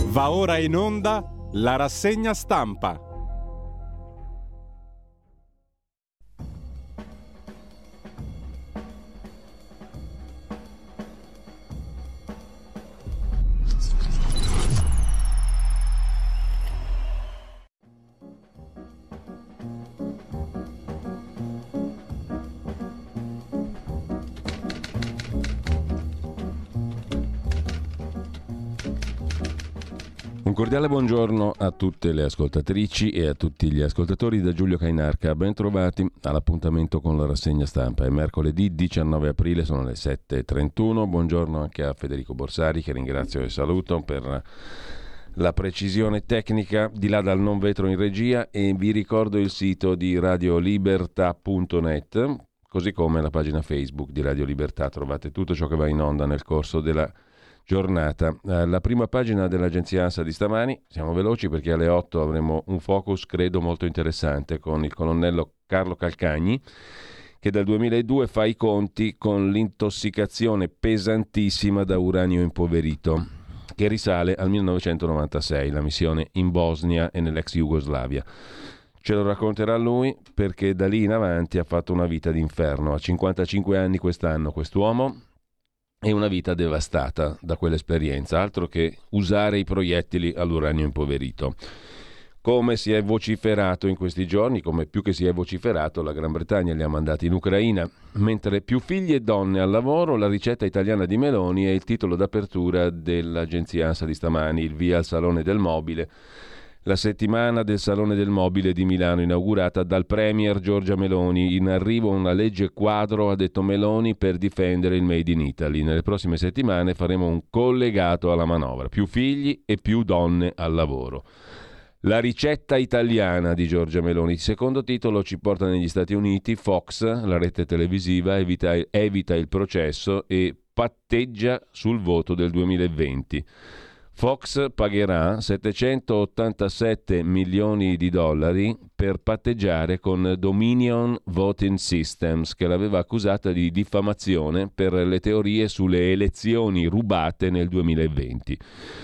Va ora in onda la rassegna stampa. Un cordiale buongiorno a tutte le ascoltatrici e a tutti gli ascoltatori da Giulio Cainarca. Ben trovati all'appuntamento con la rassegna stampa. È mercoledì 19 aprile, sono le 7:31. Buongiorno anche a Federico Borsari, che ringrazio e saluto per la precisione tecnica di là dal non vetro in regia, e vi ricordo il sito di radiolibertà.net, così come la pagina Facebook di Radio Libertà. Trovate tutto ciò che va in onda nel corso della giornata. La prima pagina dell'agenzia ANSA di stamani, siamo veloci perché alle 8 avremo un focus credo molto interessante con il colonnello Carlo Calcagni, che dal 2002 fa i conti con l'intossicazione pesantissima da uranio impoverito, che risale al 1996, la missione in Bosnia e nell'ex Jugoslavia. Ce lo racconterà lui, perché da lì in avanti ha fatto una vita d'inferno. Ha 55 anni quest'anno quest'uomo, e una vita devastata da quell'esperienza, altro che usare i proiettili all'uranio impoverito. Come si è vociferato in questi giorni, come più che si è vociferato, la Gran Bretagna li ha mandati in Ucraina. Mentre più figli e donne al lavoro, la ricetta italiana di Meloni è il titolo d'apertura dell'agenzia ANSA di stamani, il via al Salone del Mobile. La settimana del Salone del Mobile di Milano, inaugurata dal Premier Giorgia Meloni. In arrivo una legge quadro, ha detto Meloni, per difendere il Made in Italy. Nelle prossime settimane faremo un collegato alla manovra. Più figli e più donne al lavoro. La ricetta italiana di Giorgia Meloni. Il secondo titolo ci porta negli Stati Uniti. Fox, la rete televisiva, evita il processo e patteggia sul voto del 2020. Fox pagherà 787 milioni di dollari per patteggiare con Dominion Voting Systems, che l'aveva accusata di diffamazione per le teorie sulle elezioni rubate nel 2020.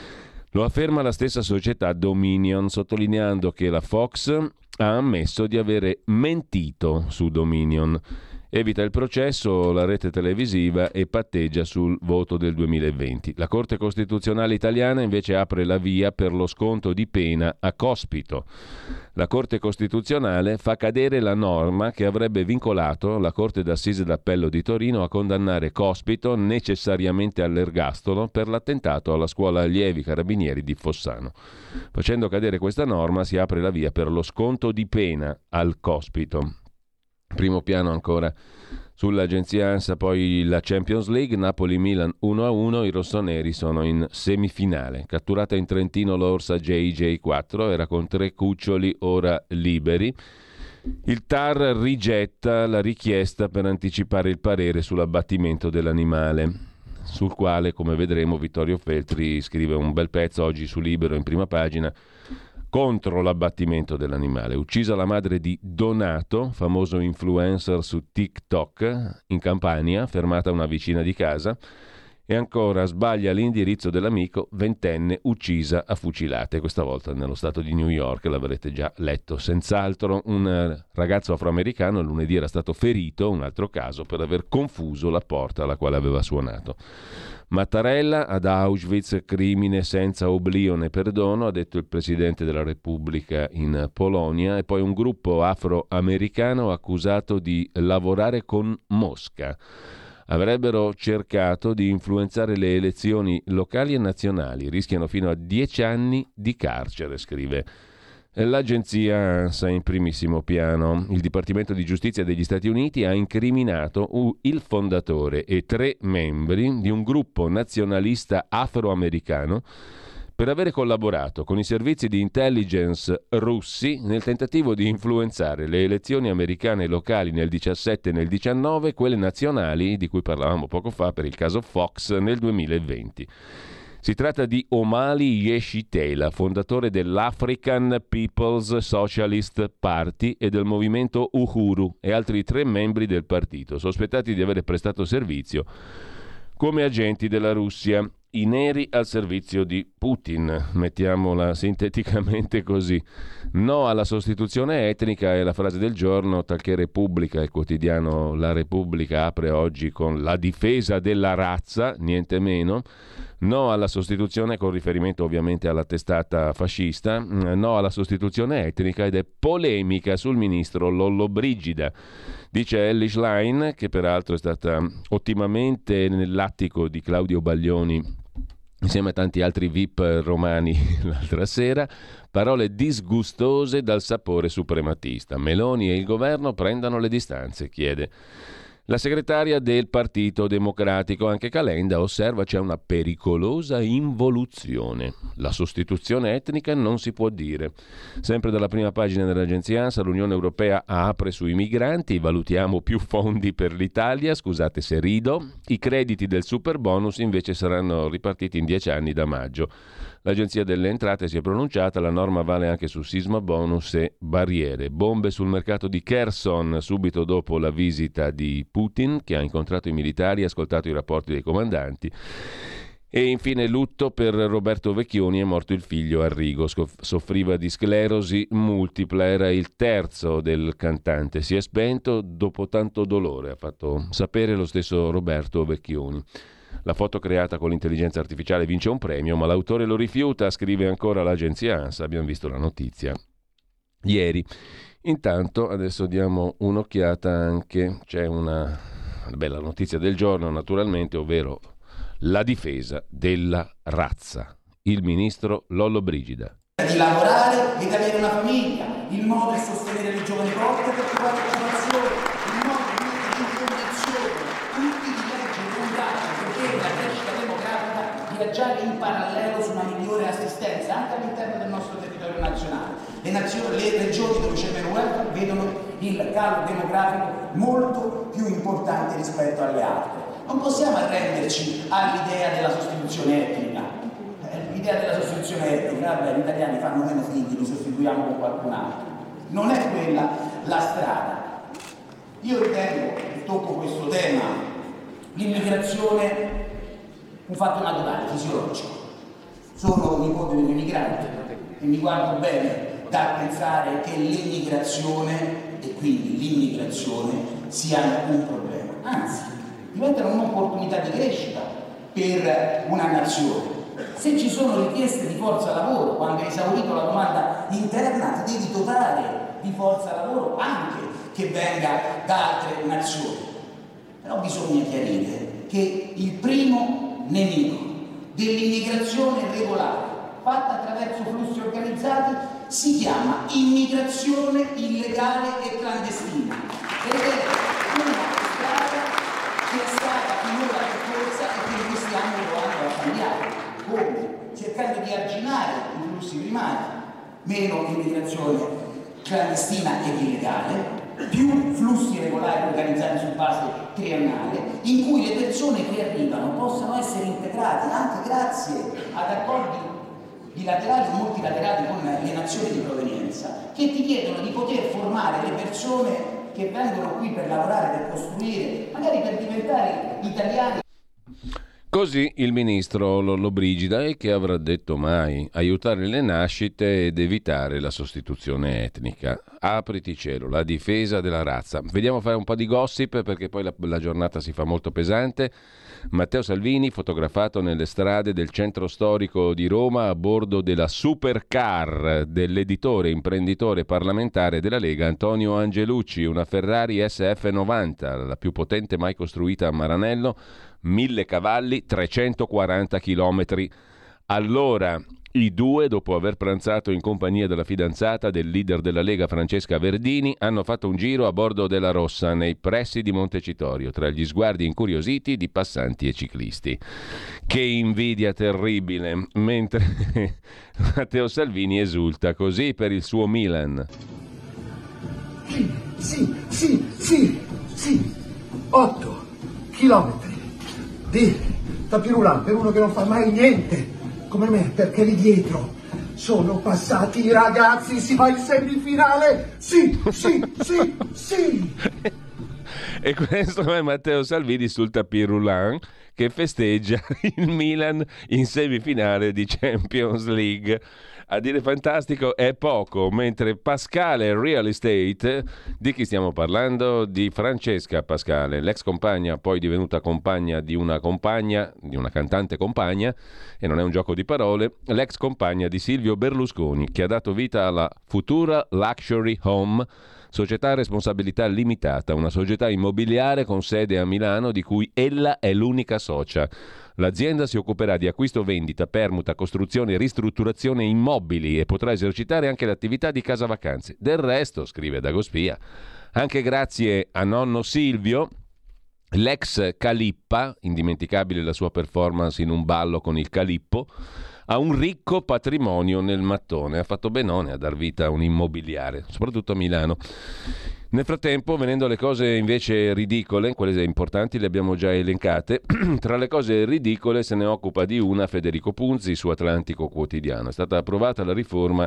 Lo afferma la stessa società Dominion, sottolineando che la Fox ha ammesso di avere mentito su Dominion. Evita il processo la rete televisiva e patteggia sul voto del 2020. La Corte Costituzionale italiana invece apre la via per lo sconto di pena a Cospito. La Corte Costituzionale fa cadere la norma che avrebbe vincolato la Corte d'Assise d'Appello di Torino a condannare Cospito necessariamente all'ergastolo per l'attentato alla scuola allievi carabinieri di Fossano. Facendo cadere questa norma si apre la via per lo sconto di pena al Cospito. Primo piano ancora sull'agenzia ANSA, poi la Champions League, Napoli-Milan 1-1, i rossoneri sono in semifinale. Catturata in Trentino l'orsa JJ4, era con 3 cuccioli, ora liberi. Il TAR rigetta la richiesta per anticipare il parere sull'abbattimento dell'animale, sul quale, come vedremo, Vittorio Feltri scrive un bel pezzo oggi su Libero in prima pagina, contro l'abbattimento dell'animale. Uccisa la madre di Donato, famoso influencer su TikTok, in Campania, fermata una vicina di casa. E ancora, sbaglia l'indirizzo dell'amico, 20enne uccisa a fucilate, questa volta nello stato di New York, l'avrete già letto. Senz'altro un ragazzo afroamericano lunedì era stato ferito, un altro caso, per aver confuso la porta alla quale aveva suonato. Mattarella ad Auschwitz, crimine senza oblio né perdono, ha detto il Presidente della Repubblica in Polonia. E poi un gruppo afroamericano accusato di lavorare con Mosca. Avrebbero cercato di influenzare le elezioni locali e nazionali, rischiano fino a 10 anni di carcere, scrive l'agenzia ANSA in primissimo piano. Il Dipartimento di Giustizia degli Stati Uniti ha incriminato il fondatore e 3 membri di un gruppo nazionalista afroamericano per avere collaborato con i servizi di intelligence russi nel tentativo di influenzare le elezioni americane locali nel 17 e nel 19, quelle nazionali di cui parlavamo poco fa per il caso Fox nel 2020. Si tratta di Omali Yeshitela, fondatore dell'African People's Socialist Party e del movimento Uhuru, e altri 3 membri del partito, sospettati di aver prestato servizio come agenti della Russia, i neri al servizio di Putin, mettiamola sinteticamente così. No alla sostituzione etnica è la frase del giorno, talché Repubblica, il quotidiano La Repubblica, apre oggi con la difesa della razza, niente meno. No alla sostituzione, con riferimento ovviamente alla testata fascista, no alla sostituzione etnica, ed è polemica sul ministro Lollobrigida. Dice Elly Schlein, che peraltro è stata ottimamente nell'attico di Claudio Baglioni insieme a tanti altri VIP romani l'altra sera, parole disgustose dal sapore suprematista. Meloni e il governo prendano le distanze, chiede la segretaria del Partito Democratico. Anche Calenda osserva c'è una pericolosa involuzione. La sostituzione etnica non si può dire. Sempre dalla prima pagina dell'agenzia ANSA, l'Unione Europea apre sui migranti, valutiamo più fondi per l'Italia, scusate se rido, i crediti del super bonus invece saranno ripartiti in 10 anni da maggio. L'Agenzia delle Entrate si è pronunciata, la norma vale anche su sisma bonus e barriere. Bombe sul mercato di Kherson subito dopo la visita di Putin, che ha incontrato i militari e ascoltato i rapporti dei comandanti. E infine lutto per Roberto Vecchioni, è morto il figlio Arrigo, soffriva di sclerosi multipla, era il terzo del cantante, si è spento dopo tanto dolore, ha fatto sapere lo stesso Roberto Vecchioni. La foto creata con l'intelligenza artificiale vince un premio, ma l'autore lo rifiuta, scrive ancora l'agenzia ANSA. Abbiamo visto la notizia ieri. Intanto adesso diamo un'occhiata anche, c'è una bella notizia del giorno naturalmente, ovvero la difesa della razza. Il ministro Lollobrigida. Di lavorare e di avere una famiglia, il modo di sostenere le giovani coppie per trovare occupazione, il modo di mettere in condizione tutti di leggere un dato perché la crescita demografica viaggiare in parallelo su una migliore assistenza anche all'interno del nostro territorio nazionale. Le regioni dove c'è meno welfare vedono il calo demografico molto più importante rispetto alle altre. Non possiamo arrenderci all'idea della sostituzione etnica. L'idea della sostituzione etnica, vabbè, gli italiani fanno meno figli, li sostituiamo con qualcun altro. Non è quella la strada. Io ritengo, tocco questo tema, l'immigrazione un fatto naturale, fisiologico. Sono nipote di un immigrante e mi guardo bene da pensare che l'immigrazione e quindi l'immigrazione siano un problema. Anzi, diventano un'opportunità di crescita per una nazione. Se ci sono richieste di forza lavoro, quando hai esaurito la domanda interna, ti devi dotare di forza lavoro anche che venga da altre nazioni. Però bisogna chiarire che il primo nemico dell'immigrazione regolare, fatta attraverso flussi organizzati, si chiama immigrazione illegale e clandestina. Ed è una strada che è stata finora percorsa e che noi stiamo provando a cambiare. Come? Cercando di arginare i flussi primari, meno immigrazione clandestina ed illegale, più flussi regolari organizzati su base triennale, in cui le persone che arrivano possano essere integrate anche grazie ad accordi bilaterali o multilaterali con le nazioni di provenienza, che ti chiedono di poter formare le persone che vengono qui per lavorare, per costruire, magari per diventare italiani. Così il ministro Lollobrigida, e che avrà detto mai? Aiutare le nascite ed evitare la sostituzione etnica. Apriti cielo, la difesa della razza. Vediamo fare un po' di gossip perché poi la giornata si fa molto pesante. Matteo Salvini fotografato nelle strade del centro storico di Roma a bordo della supercar dell'editore, imprenditore parlamentare della Lega Antonio Angelucci, una Ferrari SF90, la più potente mai costruita a Maranello, 1000 cavalli, 340 chilometri all'ora. I due, dopo aver pranzato in compagnia della fidanzata del leader della Lega Francesca Verdini, hanno fatto un giro a bordo della Rossa nei pressi di Montecitorio, tra gli sguardi incuriositi di passanti e ciclisti. Che invidia terribile, mentre Matteo Salvini esulta così per il suo Milan. Sì, 8 chilometri di tapirulan per uno che non fa mai niente come me, perché lì dietro sono passati i ragazzi, si va in semifinale, sì. E questo è Matteo Salvini sul tapis roulant che festeggia il Milan in semifinale di Champions League. A dire fantastico è poco, mentre Pascale Real Estate, di chi stiamo parlando? Di Francesca Pascale, l'ex compagna, poi divenuta compagna, di una cantante compagna, e non è un gioco di parole, l'ex compagna di Silvio Berlusconi, che ha dato vita alla Futura Luxury Home, società a responsabilità limitata, una società immobiliare con sede a Milano di cui ella è l'unica socia. L'azienda si occuperà di acquisto, vendita, permuta, costruzione e ristrutturazione immobili e potrà esercitare anche l'attività di casa vacanze. Del resto, scrive Dagospia, anche grazie a nonno Silvio, l'ex Calippa, indimenticabile la sua performance in un ballo con il Calippo, ha un ricco patrimonio nel mattone. Ha fatto benone a dar vita a un immobiliare, soprattutto a Milano. Nel frattempo, venendo alle cose invece ridicole, quelle importanti le abbiamo già elencate, tra le cose ridicole se ne occupa di una Federico Punzi su Atlantico Quotidiano. È stata approvata la riforma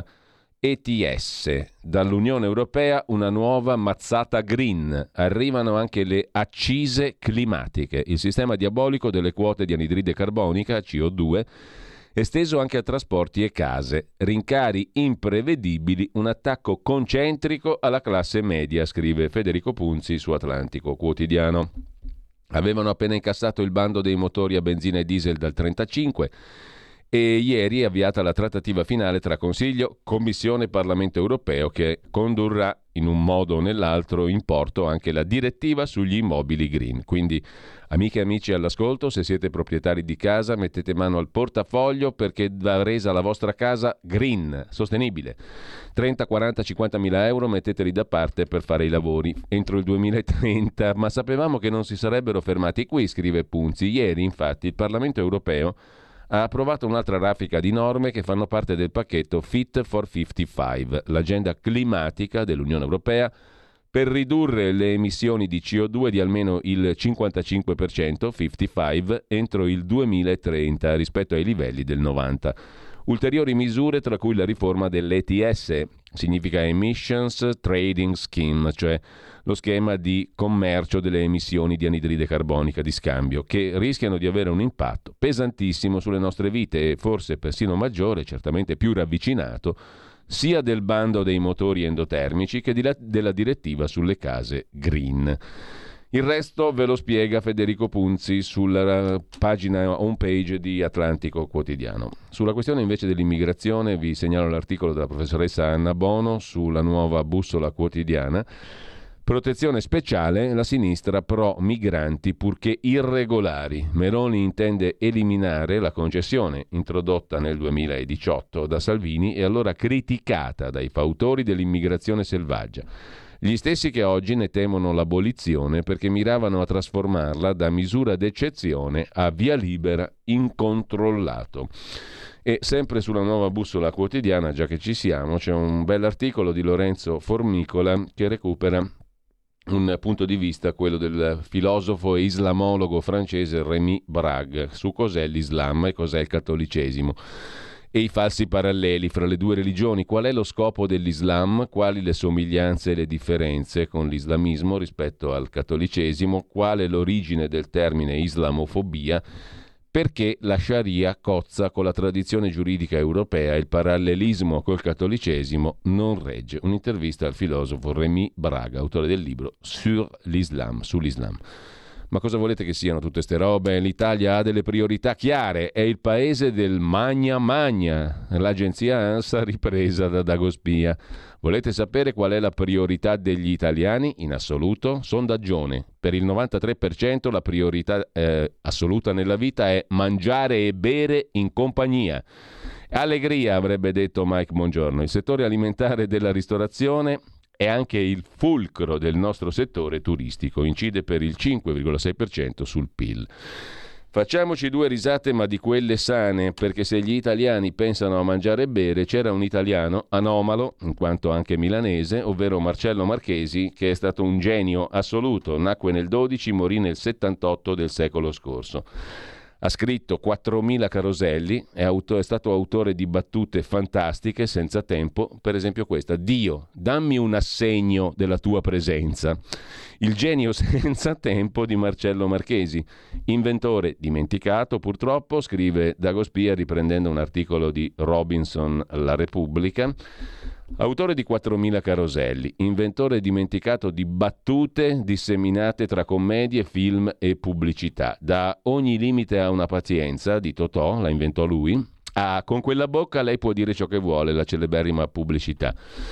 ETS. Dall'Unione Europea una nuova mazzata green. Arrivano anche le accise climatiche, il sistema diabolico delle quote di anidride carbonica, CO2, esteso anche a trasporti e case. Rincari imprevedibili, un attacco concentrico alla classe media, scrive Federico Punzi su Atlantico Quotidiano. Avevano appena incassato il bando dei motori a benzina e diesel dal 35 e ieri è avviata la trattativa finale tra Consiglio, Commissione e Parlamento europeo, che condurrà in un modo o nell'altro in porto anche la direttiva sugli immobili green. Quindi, amiche e amici all'ascolto, se siete proprietari di casa, mettete mano al portafoglio perché va resa la vostra casa green, sostenibile. 30, 40, 50 mila euro metteteli da parte per fare i lavori entro il 2030. Ma sapevamo che non si sarebbero fermati qui, scrive Punzi. Ieri, infatti, il Parlamento europeo ha approvato un'altra raffica di norme che fanno parte del pacchetto Fit for 55, l'agenda climatica dell'Unione Europea per ridurre le emissioni di CO2 di almeno il 55%, 55, entro il 2030 rispetto ai livelli del 90. Ulteriori misure, tra cui la riforma dell'ETS, significa Emissions Trading Scheme, cioè lo schema di commercio delle emissioni di anidride carbonica di scambio, che rischiano di avere un impatto pesantissimo sulle nostre vite e forse persino maggiore, certamente più ravvicinato, sia del bando dei motori endotermici che della direttiva sulle case green. Il resto ve lo spiega Federico Punzi sulla pagina homepage di Atlantico Quotidiano. Sulla questione invece dell'immigrazione vi segnalo l'articolo della professoressa Anna Bono sulla Nuova Bussola Quotidiana. Protezione speciale, la sinistra pro migranti purché irregolari. Meloni intende eliminare la concessione introdotta nel 2018 da Salvini e allora criticata dai fautori dell'immigrazione selvaggia. Gli stessi che oggi ne temono l'abolizione perché miravano a trasformarla da misura d'eccezione a via libera incontrollato. E sempre sulla Nuova Bussola Quotidiana, già che ci siamo, c'è un bell'articolo di Lorenzo Formicola che recupera un punto di vista, quello del filosofo e islamologo francese Rémi Brague, su cos'è l'Islam e cos'è il cattolicesimo e i falsi paralleli fra le due religioni. Qual è lo scopo dell'Islam? Quali le somiglianze e le differenze con l'islamismo rispetto al cattolicesimo? Qual è l'origine del termine islamofobia? Perché la Sharia cozza con la tradizione giuridica europea e il parallelismo col cattolicesimo non regge. Un'intervista al filosofo Rémi Brague, autore del libro sull'Islam. Ma cosa volete che siano tutte ste robe? L'Italia ha delle priorità chiare, è il paese del magna magna. L'agenzia ANSA ripresa da Dagospia. Volete sapere qual è la priorità degli italiani in assoluto? Sondaggione. Per il 93% la priorità assoluta nella vita è mangiare e bere in compagnia. Allegria, avrebbe detto Mike Bongiorno. Il settore alimentare della ristorazione è anche il fulcro del nostro settore turistico, incide per il 5,6% sul PIL. Facciamoci due risate, ma di quelle sane, perché se gli italiani pensano a mangiare e bere, c'era un italiano anomalo, in quanto anche milanese, ovvero Marcello Marchesi, che è stato un genio assoluto. Nacque nel 12, morì nel 78 del secolo scorso. Ha scritto 4.000 caroselli, è stato autore di battute fantastiche, senza tempo, per esempio questa: Dio, dammi un assegno della tua presenza. Il genio senza tempo di Marcello Marchesi, inventore dimenticato purtroppo, scrive Dago Spia riprendendo un articolo di Robinson, La Repubblica. Autore di 4.000 caroselli, inventore dimenticato di battute disseminate tra commedie, film e pubblicità. Da Ogni limite ha una pazienza di Totò, la inventò lui, a Con quella bocca lei può dire ciò che vuole, la celeberrima pubblicità.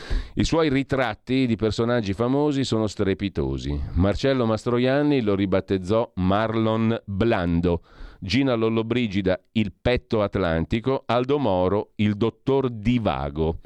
I suoi ritratti di personaggi famosi sono strepitosi. Marcello Mastroianni lo ribattezzò Marlon Blando, Gina Lollobrigida il petto atlantico, Aldo Moro il dottor Divago.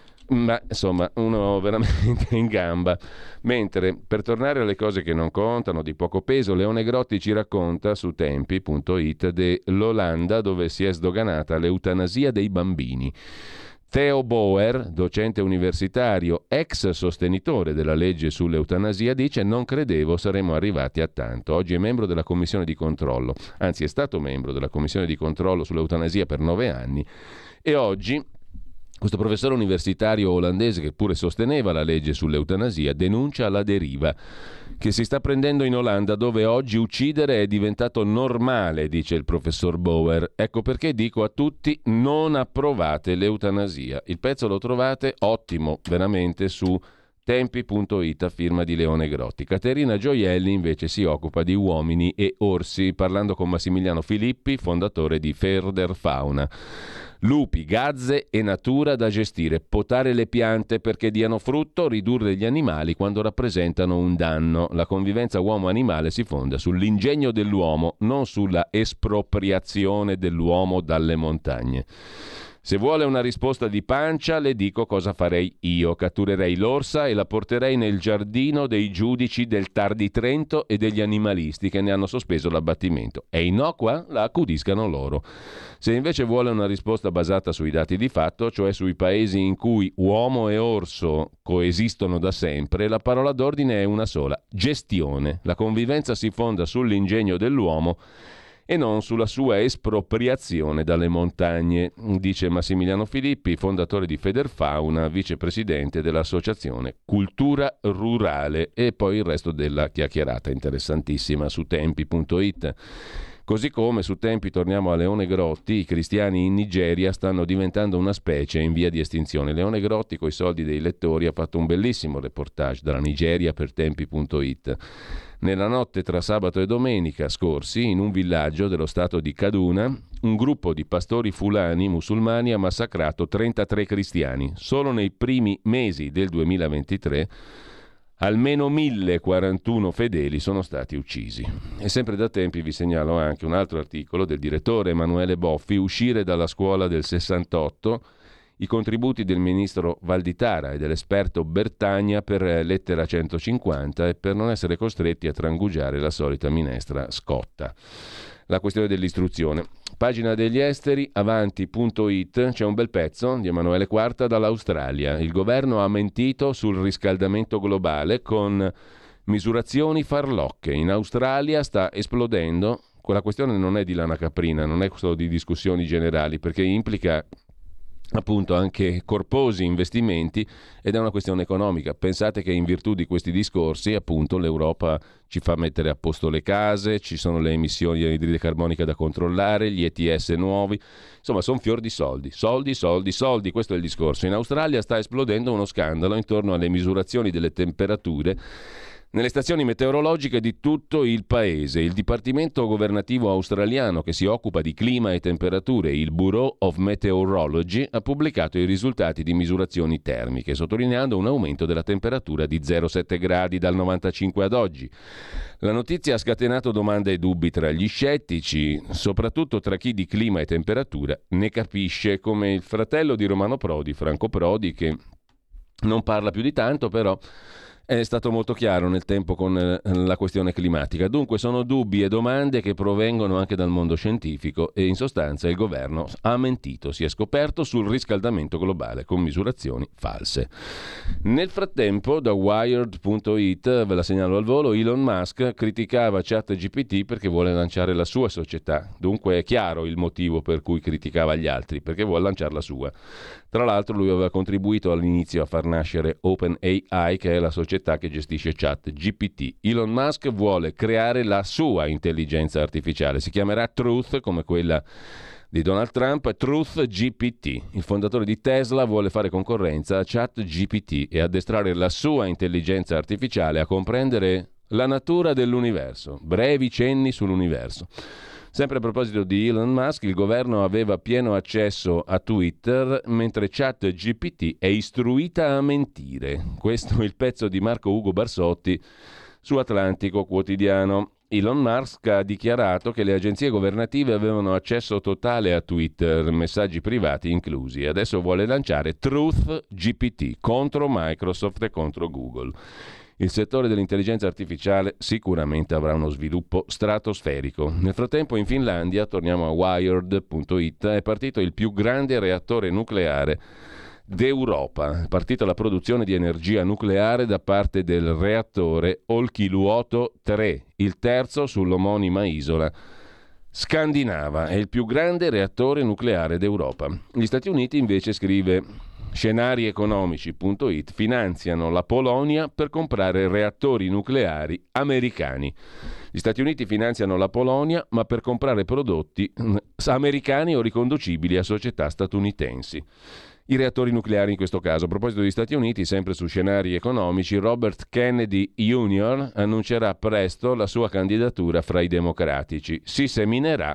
Ma insomma, uno veramente in gamba. Mentre, per tornare alle cose che non contano, di poco peso, Leone Grotti ci racconta su tempi.it dell'Olanda, dove si è sdoganata l'eutanasia dei bambini. Theo Bauer, docente universitario, ex sostenitore della legge sull'eutanasia, dice: non credevo saremmo arrivati a tanto. Oggi è membro della commissione di controllo, anzi è stato membro della commissione di controllo sull'eutanasia per 9 anni, e oggi questo professore universitario olandese, che pure sosteneva la legge sull'eutanasia, denuncia la deriva che si sta prendendo in Olanda, dove oggi uccidere è diventato normale, dice il professor Bauer. Ecco perché dico a tutti: non approvate l'eutanasia. Il pezzo lo trovate ottimo, veramente, su tempi.it a firma di Leone Grotti. Caterina Gioielli invece si occupa di uomini e orsi, parlando con Massimiliano Filippi, fondatore di Ferder Fauna. Lupi, gazze e natura da gestire, potare le piante perché diano frutto, ridurre gli animali quando rappresentano un danno. La convivenza uomo-animale si fonda sull'ingegno dell'uomo, non sulla espropriazione dell'uomo dalle montagne. Se vuole una risposta di pancia, le dico cosa farei io. Catturerei l'orsa e la porterei nel giardino dei giudici del TAR di Trento e degli animalisti che ne hanno sospeso l'abbattimento. È innocua? La accudiscano loro. Se invece vuole una risposta basata sui dati di fatto, cioè sui paesi in cui uomo e orso coesistono da sempre, la parola d'ordine è una sola: gestione. La convivenza si fonda sull'ingegno dell'uomo e non sulla sua espropriazione dalle montagne, dice Massimiliano Filippi, fondatore di Federfauna, vicepresidente dell'associazione Cultura Rurale. E poi il resto della chiacchierata interessantissima su tempi.it. Così come su Tempi torniamo a Leone Grotti: i cristiani in Nigeria stanno diventando una specie in via di estinzione. Leone Grotti, coi soldi dei lettori, ha fatto un bellissimo reportage dalla Nigeria per Tempi.it. Nella notte tra sabato e domenica scorsi, in un villaggio dello stato di Kaduna, un gruppo di pastori fulani musulmani ha massacrato 33 cristiani. Solo nei primi mesi del 2023 almeno 1041 fedeli sono stati uccisi. E sempre da Tempi vi segnalo anche un altro articolo del direttore Emanuele Boffi: uscire dalla scuola del 68, i contributi del ministro Valditara e dell'esperto Bertagna per lettera 150 e per non essere costretti a trangugiare la solita minestra scotta. La questione dell'istruzione. Pagina degli esteri, avanti.it, c'è un bel pezzo di Emanuele Quarta dall'Australia. Il governo ha mentito sul riscaldamento globale con misurazioni farlocche. In Australia sta esplodendo. Quella questione non è di lana caprina, non è solo di discussioni generali, perché implica appunto anche corposi investimenti ed è una questione economica. Pensate che in virtù di questi discorsi appunto l'Europa ci fa mettere a posto le case, ci sono le emissioni di anidride carbonica da controllare, gli ETS nuovi, insomma sono fior di soldi, questo è il discorso. In Australia sta esplodendo uno scandalo intorno alle misurazioni delle temperature nelle stazioni meteorologiche di tutto il paese. Il Dipartimento governativo australiano che si occupa di clima e temperature, il Bureau of Meteorology, ha pubblicato i risultati di misurazioni termiche, sottolineando un aumento della temperatura di 0,7 gradi dal 95 ad oggi. La notizia ha scatenato domande e dubbi tra gli scettici, soprattutto tra chi di clima e temperatura ne capisce, come il fratello di Romano Prodi, Franco Prodi, che non parla più di tanto, però è stato molto chiaro nel tempo con la questione climatica. Dunque sono dubbi e domande che provengono anche dal mondo scientifico e in sostanza il governo ha mentito, si è scoperto sul riscaldamento globale con misurazioni false. Nel frattempo da Wired.it, ve la segnalo al volo, Elon Musk criticava ChatGPT perché vuole lanciare la sua società. Dunque è chiaro il motivo per cui criticava gli altri, perché vuole lanciare la sua. Tra l'altro lui aveva contribuito all'inizio a far nascere OpenAI, che è la società che gestisce ChatGPT. Elon Musk vuole creare la sua intelligenza artificiale, si chiamerà Truth, come quella di Donald Trump, Truth GPT. Il fondatore di Tesla vuole fare concorrenza a ChatGPT e addestrare la sua intelligenza artificiale a comprendere la natura dell'universo. Brevi cenni sull'universo. Sempre a proposito di Elon Musk, il governo aveva pieno accesso a Twitter, mentre ChatGPT è istruita a mentire. Questo è il pezzo di Marco Ugo Barsotti su Atlantico Quotidiano. Elon Musk ha dichiarato che le agenzie governative avevano accesso totale a Twitter, messaggi privati inclusi, e adesso vuole lanciare Truth GPT contro Microsoft e contro Google. Il settore dell'intelligenza artificiale sicuramente avrà uno sviluppo stratosferico. Nel frattempo in Finlandia, torniamo a Wired.it, è partito il più grande reattore nucleare d'Europa. È partita la produzione di energia nucleare da parte del reattore Olkiluoto 3, il terzo sull'omonima isola scandinava. È il più grande reattore nucleare d'Europa. Gli Stati Uniti invece, scrive scenarieconomici.it, finanziano la Polonia per comprare reattori nucleari americani. Gli Stati Uniti finanziano la Polonia, ma per comprare prodotti americani o riconducibili a società statunitensi. I reattori nucleari in questo caso. A proposito degli Stati Uniti, sempre su scenari economici, Robert Kennedy Jr. annuncerà presto la sua candidatura fra i democratici. Si seminerà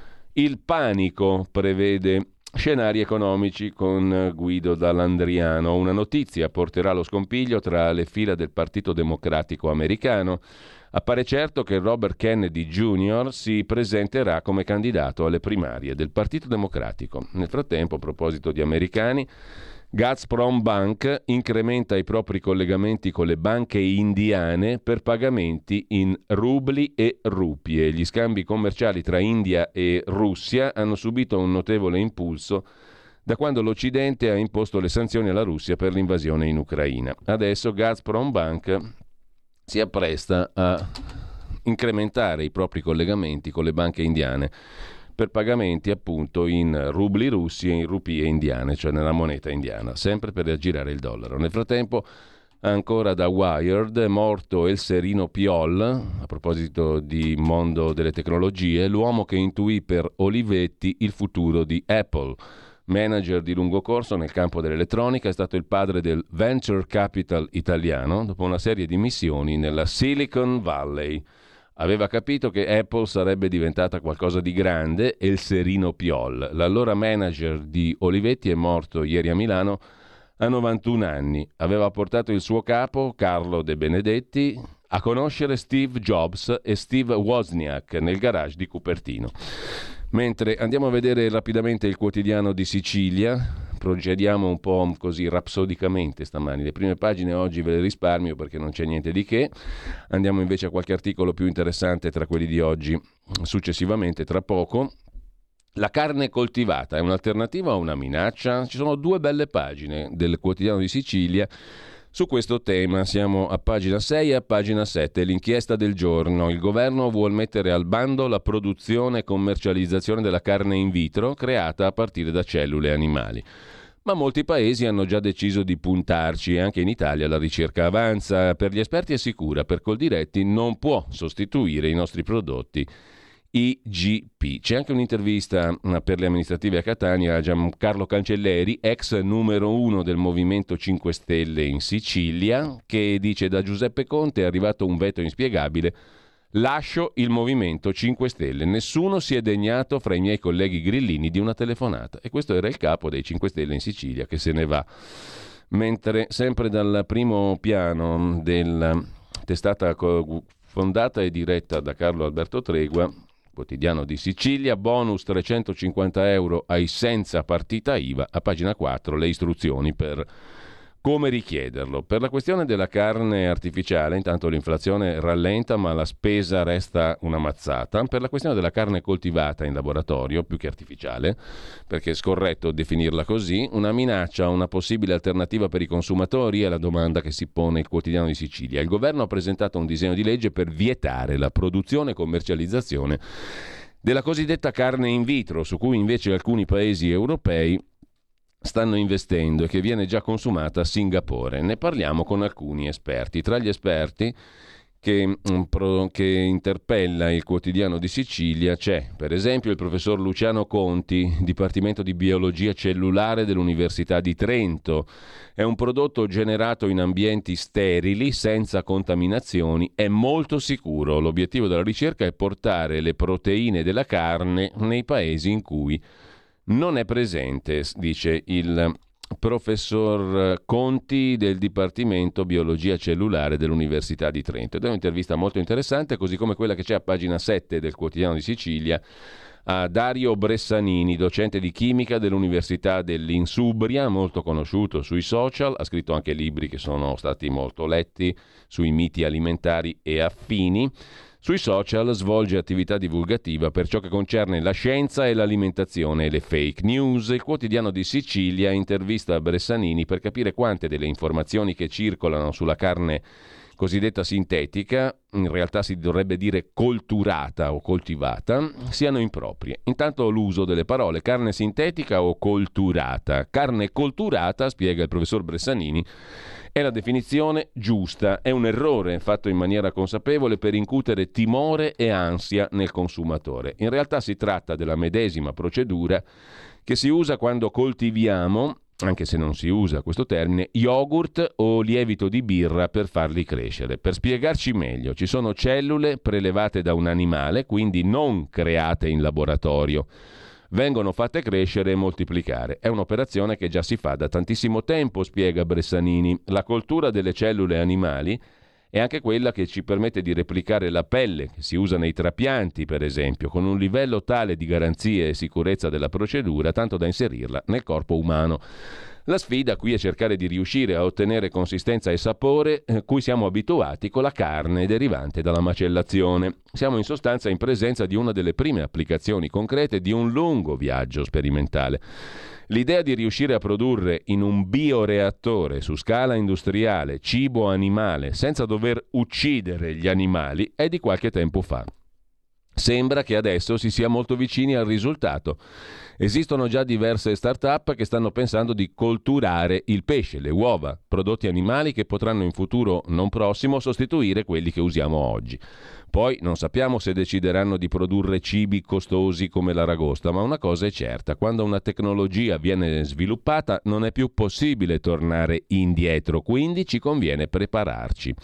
il panico, prevede Scenari economici con Guido Dall'Andriano. Una notizia porterà lo scompiglio tra le fila del Partito Democratico americano. Appare certo che Robert Kennedy Jr. si presenterà come candidato alle primarie del Partito Democratico. Nel frattempo, a proposito di americani, Gazprom Bank incrementa i propri collegamenti con le banche indiane per pagamenti in rubli e rupie. Gli scambi commerciali tra India e Russia hanno subito un notevole impulso da quando l'Occidente ha imposto le sanzioni alla Russia per l'invasione in Ucraina. Adesso Gazprom Bank si appresta a incrementare i propri collegamenti con le banche indiane per pagamenti appunto in rubli russi e in rupie indiane, cioè nella moneta indiana, sempre per aggirare il dollaro. Nel frattempo, ancora da Wired, è morto Elserino Piol, a proposito di mondo delle tecnologie, l'uomo che intuì per Olivetti il futuro di Apple. Manager di lungo corso nel campo dell'elettronica, è stato il padre del venture capital italiano dopo una serie di missioni nella Silicon Valley. Aveva capito che Apple sarebbe diventata qualcosa di grande, Elserino Piol. L'allora manager di Olivetti è morto ieri a Milano a 91 anni. Aveva portato il suo capo, Carlo De Benedetti, a conoscere Steve Jobs e Steve Wozniak nel garage di Cupertino. Mentre andiamo a vedere rapidamente il quotidiano di Sicilia, procediamo un po' così rapsodicamente stamani. Le prime pagine oggi ve le risparmio perché non c'è niente di che. Andiamo invece a qualche articolo più interessante tra quelli di oggi, successivamente, tra poco. La carne coltivata è un'alternativa o una minaccia? Ci sono due belle pagine del quotidiano di Sicilia su questo tema. Siamo a pagina 6 e a pagina 7, l'inchiesta del giorno. Il governo vuol mettere al bando la produzione e commercializzazione della carne in vitro creata a partire da cellule animali. Ma molti paesi hanno già deciso di puntarci e anche in Italia la ricerca avanza. Per gli esperti è sicura, per Coldiretti non può sostituire i nostri prodotti IGP. C'è anche un'intervista per le amministrative a Catania a Giancarlo Cancelleri, ex numero 1 del Movimento 5 Stelle in Sicilia, che dice: da Giuseppe Conte è arrivato un veto inspiegabile, lascio il Movimento 5 Stelle, nessuno si è degnato fra i miei colleghi grillini di una telefonata. E questo era il capo dei 5 Stelle in Sicilia che se ne va. Mentre sempre dal primo piano della testata fondata e diretta da Carlo Alberto Tregua, quotidiano di Sicilia, bonus 350 euro ai senza partita IVA, a pagina 4 le istruzioni per come richiederlo. Per la questione della carne artificiale, intanto l'inflazione rallenta ma la spesa resta una mazzata. Per la questione della carne coltivata in laboratorio, più che artificiale, perché è scorretto definirla così, una minaccia, una possibile alternativa per i consumatori è la domanda che si pone il Quotidiano di Sicilia. Il governo ha presentato un disegno di legge per vietare la produzione e commercializzazione della cosiddetta carne in vitro, su cui invece alcuni paesi europei stanno investendo e che viene già consumata a Singapore. Ne parliamo con alcuni esperti. Tra gli esperti che interpella il Quotidiano di Sicilia c'è, per esempio, il professor Luciano Conti, Dipartimento di Biologia Cellulare dell'Università di Trento. È un prodotto generato in ambienti sterili, senza contaminazioni, è molto sicuro. L'obiettivo della ricerca è portare le proteine della carne nei paesi in cui non è presente, dice il professor Conti del Dipartimento Biologia Cellulare dell'Università di Trento. Ed è un'intervista molto interessante, così come quella che c'è a pagina 7 del Quotidiano di Sicilia a Dario Bressanini, docente di chimica dell'Università dell'Insubria, molto conosciuto sui social, ha scritto anche libri che sono stati molto letti sui miti alimentari e affini. Sui social svolge attività divulgativa per ciò che concerne la scienza e l'alimentazione e le fake news. Il Quotidiano di Sicilia intervista Bressanini per capire quante delle informazioni che circolano sulla carne cosiddetta sintetica, in realtà si dovrebbe dire colturata o coltivata, siano improprie. Intanto l'uso delle parole carne sintetica o colturata. Carne colturata, spiega il professor Bressanini, è la definizione giusta, è un errore fatto in maniera consapevole per incutere timore e ansia nel consumatore. In realtà si tratta della medesima procedura che si usa quando coltiviamo, anche se non si usa questo termine, yogurt o lievito di birra per farli crescere. Per spiegarci meglio, ci sono cellule prelevate da un animale, quindi non create in laboratorio. Vengono fatte crescere e moltiplicare. È un'operazione che già si fa da tantissimo tempo, spiega Bressanini. La coltura delle cellule animali è anche quella che ci permette di replicare la pelle, che si usa nei trapianti, per esempio, con un livello tale di garanzia e sicurezza della procedura, tanto da inserirla nel corpo umano. La sfida qui è cercare di riuscire a ottenere consistenza e sapore cui siamo abituati con la carne derivante dalla macellazione. Siamo in sostanza in presenza di una delle prime applicazioni concrete di un lungo viaggio sperimentale. L'idea di riuscire a produrre in un bioreattore su scala industriale cibo animale senza dover uccidere gli animali è di qualche tempo fa. Sembra che adesso si sia molto vicini al risultato. Esistono già diverse start-up che stanno pensando di colturare il pesce, le uova, prodotti animali che potranno in futuro non prossimo sostituire quelli che usiamo oggi. Poi non sappiamo se decideranno di produrre cibi costosi come l'aragosta, ma una cosa è certa: quando una tecnologia viene sviluppata non è più possibile tornare indietro, quindi ci conviene prepararci.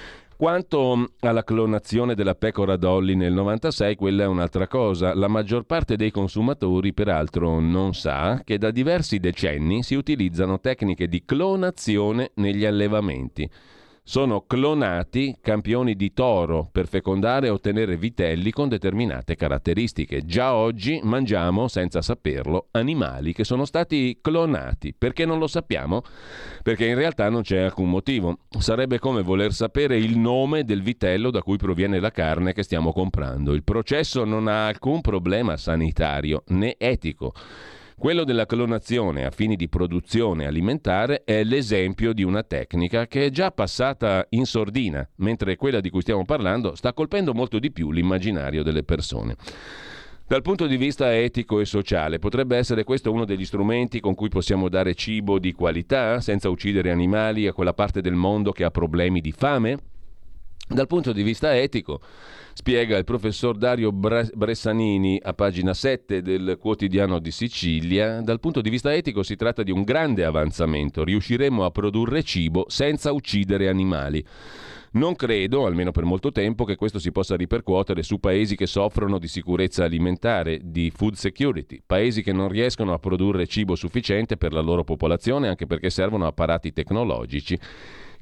Quanto alla clonazione della pecora Dolly nel 96, quella è un'altra cosa. La maggior parte dei consumatori, peraltro, non sa che da diversi decenni si utilizzano tecniche di clonazione negli allevamenti. Sono clonati campioni di toro per fecondare e ottenere vitelli con determinate caratteristiche. Già oggi mangiamo, senza saperlo, animali che sono stati clonati. Perché non lo sappiamo? Perché in realtà non c'è alcun motivo. Sarebbe come voler sapere il nome del vitello da cui proviene la carne che stiamo comprando. Il processo non ha alcun problema sanitario né etico. Quello della clonazione a fini di produzione alimentare è l'esempio di una tecnica che è già passata in sordina, mentre quella di cui stiamo parlando sta colpendo molto di più l'immaginario delle persone. Dal punto di vista etico e sociale, potrebbe essere questo uno degli strumenti con cui possiamo dare cibo di qualità, senza uccidere animali, a quella parte del mondo che ha problemi di fame? Dal punto di vista etico, spiega il professor Dario Bressanini a pagina 7 del Quotidiano di Sicilia, dal punto di vista etico si tratta di un grande avanzamento. Riusciremo a produrre cibo senza uccidere animali. Non credo, almeno per molto tempo, che questo si possa ripercuotere su paesi che soffrono di sicurezza alimentare, di food security, paesi che non riescono a produrre cibo sufficiente per la loro popolazione, anche perché servono apparati tecnologici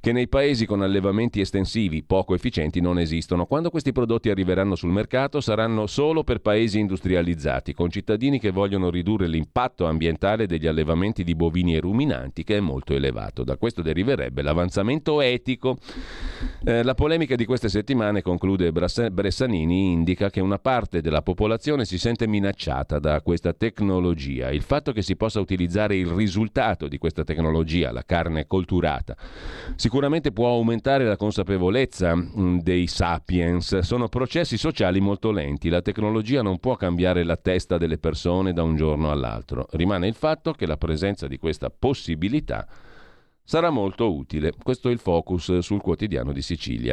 che nei paesi con allevamenti estensivi poco efficienti non esistono. Quando questi prodotti arriveranno sul mercato saranno solo per paesi industrializzati, con cittadini che vogliono ridurre l'impatto ambientale degli allevamenti di bovini e ruminanti, che è molto elevato. Da questo deriverebbe l'avanzamento etico. La polemica di queste settimane, conclude Bressanini, indica che una parte della popolazione si sente minacciata da questa tecnologia. Il fatto che si possa utilizzare il risultato di questa tecnologia, la carne colturata, sicuramente può aumentare la consapevolezza dei sapiens. Sono processi sociali molto lenti. La tecnologia non può cambiare la testa delle persone da un giorno all'altro. Rimane il fatto che la presenza di questa possibilità sarà molto utile. Questo è il focus sul Quotidiano di Sicilia.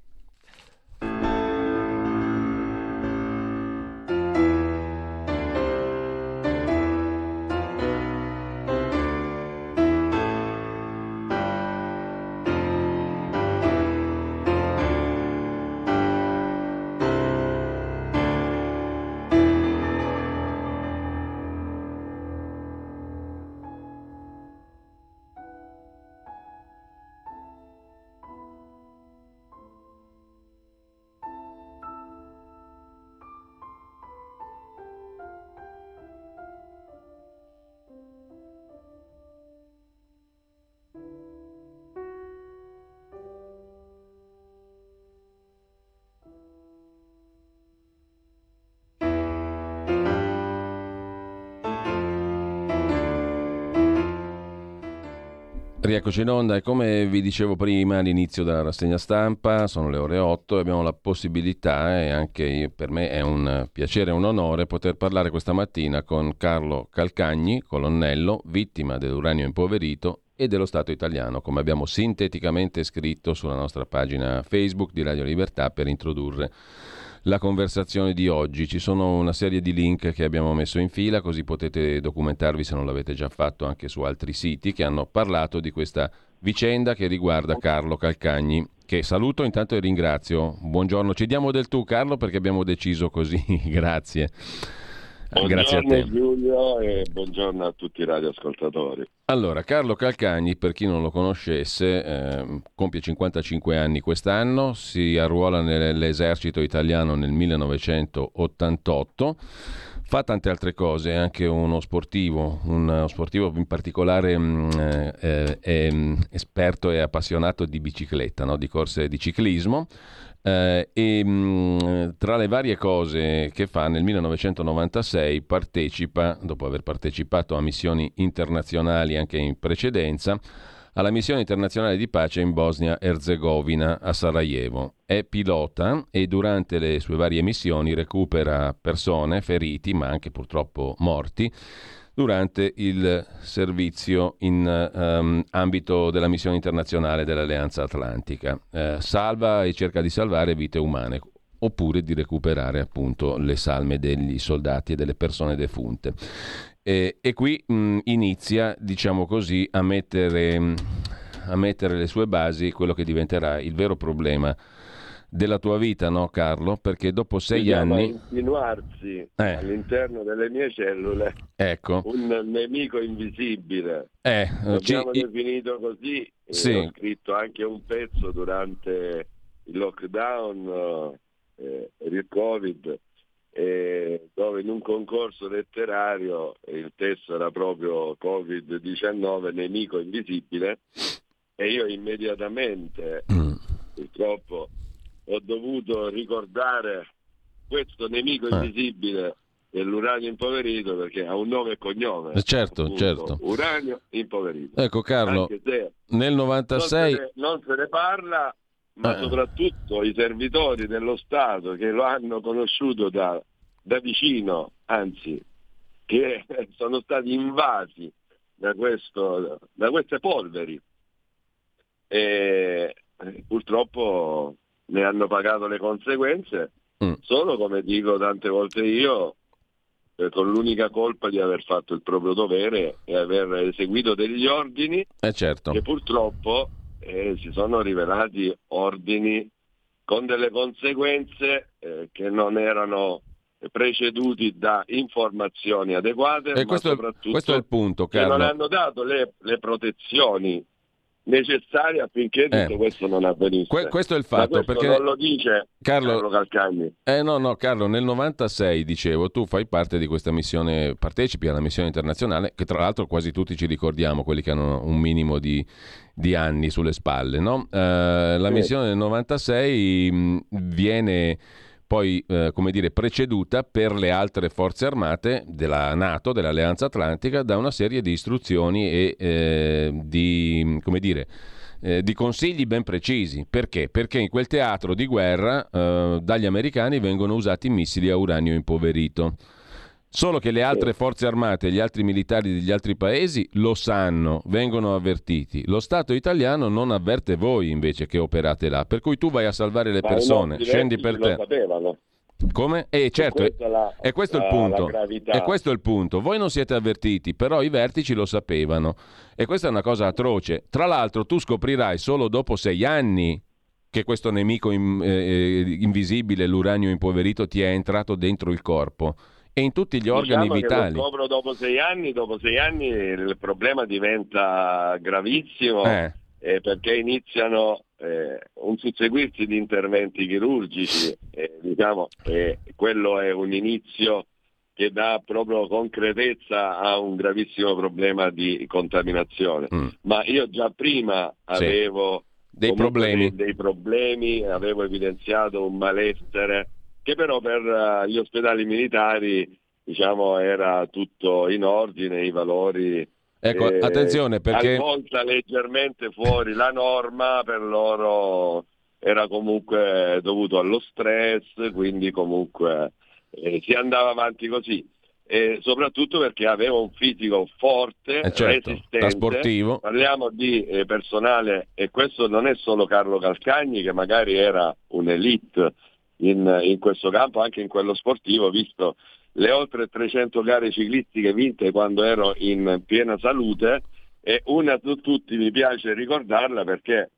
Rieccoci in onda e come vi dicevo prima all'inizio della rassegna stampa, sono le ore 8 e abbiamo la possibilità, e anche per me è un piacere e un onore, poter parlare questa mattina con Carlo Calcagni, colonnello, vittima dell'uranio impoverito e dello Stato italiano, come abbiamo sinteticamente scritto sulla nostra pagina Facebook di Radio Libertà per introdurre la conversazione di oggi. Ci sono una serie di link che abbiamo messo in fila, così potete documentarvi, se non l'avete già fatto, anche su altri siti che hanno parlato di questa vicenda che riguarda Carlo Calcagni, che saluto intanto e ringrazio. Buongiorno, ci diamo del tu Carlo perché abbiamo deciso così. Grazie. Grazie a te. Buongiorno Giulio e buongiorno a tutti i radioascoltatori. Allora, Carlo Calcagni, per chi non lo conoscesse, compie 55 anni quest'anno, si arruola nell'esercito italiano nel 1988, fa tante altre cose, è anche uno sportivo in particolare è esperto e appassionato di bicicletta, no? Di corse di ciclismo. Tra le varie cose che fa, nel 1996 partecipa, dopo aver partecipato a missioni internazionali anche in precedenza, alla missione internazionale di pace in Bosnia-Erzegovina a Sarajevo. È pilota e durante le sue varie missioni recupera persone, feriti ma anche purtroppo morti, durante il servizio in ambito della missione internazionale dell'Alleanza Atlantica. Salva e cerca di salvare vite umane, oppure di recuperare appunto le salme degli soldati e delle persone defunte. E qui inizia, diciamo così, a mettere le sue basi quello che diventerà il vero problema della tua vita, no Carlo? Perché dopo 6 anni insinuarsi all'interno delle mie cellule, ecco, un nemico invisibile, abbiamo definito così. Sì. Ho scritto anche un pezzo durante il lockdown per il Covid, dove in un concorso letterario il testo era proprio Covid-19, nemico invisibile, e io immediatamente purtroppo ho dovuto ricordare questo nemico invisibile dell'uranio impoverito, perché ha un nome e cognome. Certo, appunto, certo. Uranio impoverito. Ecco Carlo, anche se nel 96 non se ne parla, ma soprattutto i servitori dello Stato che lo hanno conosciuto da vicino, anzi che sono stati invasi da queste polveri, e purtroppo ne hanno pagato le conseguenze, solo, come dico tante volte io, con l'unica colpa di aver fatto il proprio dovere e aver eseguito degli ordini certo, che purtroppo si sono rivelati ordini con delle conseguenze che non erano preceduti da informazioni adeguate, e ma questo è il punto, che Carlo. non hanno dato le protezioni necessarie affinché tutto questo non avvenisse. Questo è il fatto, questo perché non lo dice Carlo Calcagni. No, Carlo, nel 96, dicevo, tu fai parte di questa missione, partecipi alla missione internazionale, che tra l'altro quasi tutti ci ricordiamo, quelli che hanno un minimo di anni sulle spalle, no? La missione del 96 viene poi, preceduta per le altre forze armate della NATO, dell'Alleanza Atlantica, da una serie di istruzioni e di consigli ben precisi. Perché? Perché in quel teatro di guerra dagli americani vengono usati missili a uranio impoverito. Solo che le altre forze armate e gli altri militari degli altri paesi lo sanno, vengono avvertiti. Lo Stato italiano non avverte voi invece che operate là, per cui tu vai a salvare le persone, scendi per terra. Come? Certo, è questo il punto. E questo è il punto. Voi non siete avvertiti, però i vertici lo sapevano. E questa è una cosa atroce. Tra l'altro tu scoprirai solo dopo 6 anni che questo nemico invisibile, l'uranio impoverito, ti è entrato dentro il corpo e in tutti gli organi vitali. Che lo scopro dopo 6 anni il problema diventa gravissimo perché iniziano un susseguirsi di interventi chirurgici, quello è un inizio che dà proprio concretezza a un gravissimo problema di contaminazione. Ma io già prima avevo dei problemi, avevo evidenziato un malessere che però per gli ospedali militari era tutto in ordine, i valori attenzione, perché talvolta leggermente fuori la norma per loro era comunque dovuto allo stress, quindi comunque si andava avanti così. E soprattutto perché avevo un fisico forte, resistente, da sportivo. Parliamo di personale, e questo non è solo Carlo Calcagni, che magari era un'elite in questo campo, anche in quello sportivo, visto le oltre 300 gare ciclistiche vinte quando ero in piena salute, e una su tutti mi piace ricordarla perché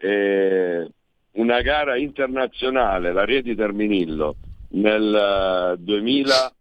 una gara internazionale, la Rieti Terminillo, nel 2000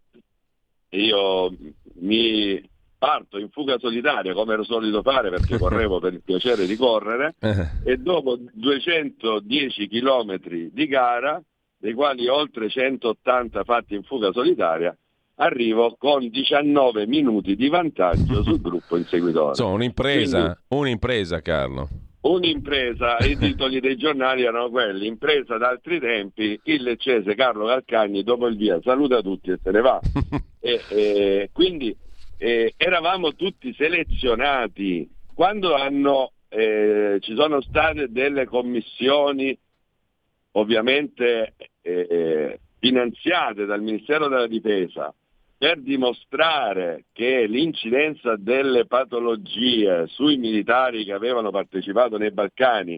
io mi parto in fuga solitaria come ero solito fare perché correvo per il piacere di correre e dopo 210 chilometri di gara, dei quali oltre 180 fatti in fuga solitaria, arrivo con 19 minuti di vantaggio sul gruppo inseguitore. Insomma, un'impresa, Carlo. Un'impresa, i titoli dei giornali erano quelli: impresa d'altri tempi, il leccese Carlo Calcagni dopo il via saluta tutti e se ne va. Quindi eravamo tutti selezionati. Quando ci sono state delle commissioni ovviamente finanziate dal Ministero della Difesa per dimostrare che l'incidenza delle patologie sui militari che avevano partecipato nei Balcani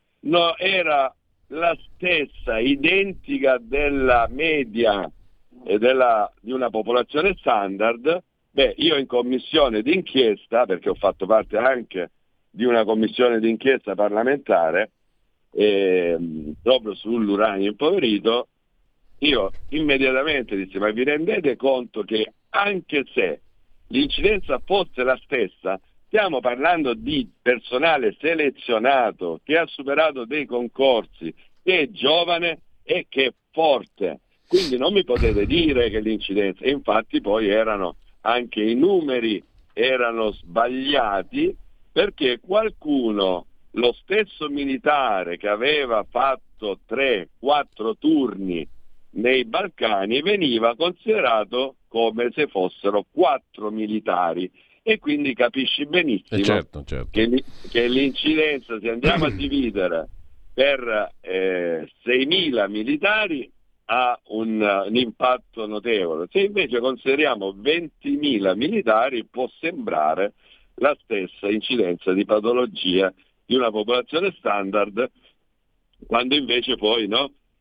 era la stessa, identica della media di una popolazione standard, io in commissione d'inchiesta, perché ho fatto parte anche di una commissione d'inchiesta parlamentare proprio sull'uranio impoverito, io immediatamente dissi: ma vi rendete conto che anche se l'incidenza fosse la stessa, stiamo parlando di personale selezionato che ha superato dei concorsi, che è giovane e che è forte, quindi non mi potete dire che l'incidenza, e infatti poi anche i numeri erano sbagliati, perché qualcuno, lo stesso militare che aveva fatto 3-4 turni nei Balcani, veniva considerato come se fossero 4 militari, e quindi capisci benissimo certo. che l'incidenza, se andiamo a dividere per 6.000 militari, ha un impatto notevole. Se invece consideriamo 20.000 militari, può sembrare la stessa incidenza di patologia di una popolazione standard, quando invece poi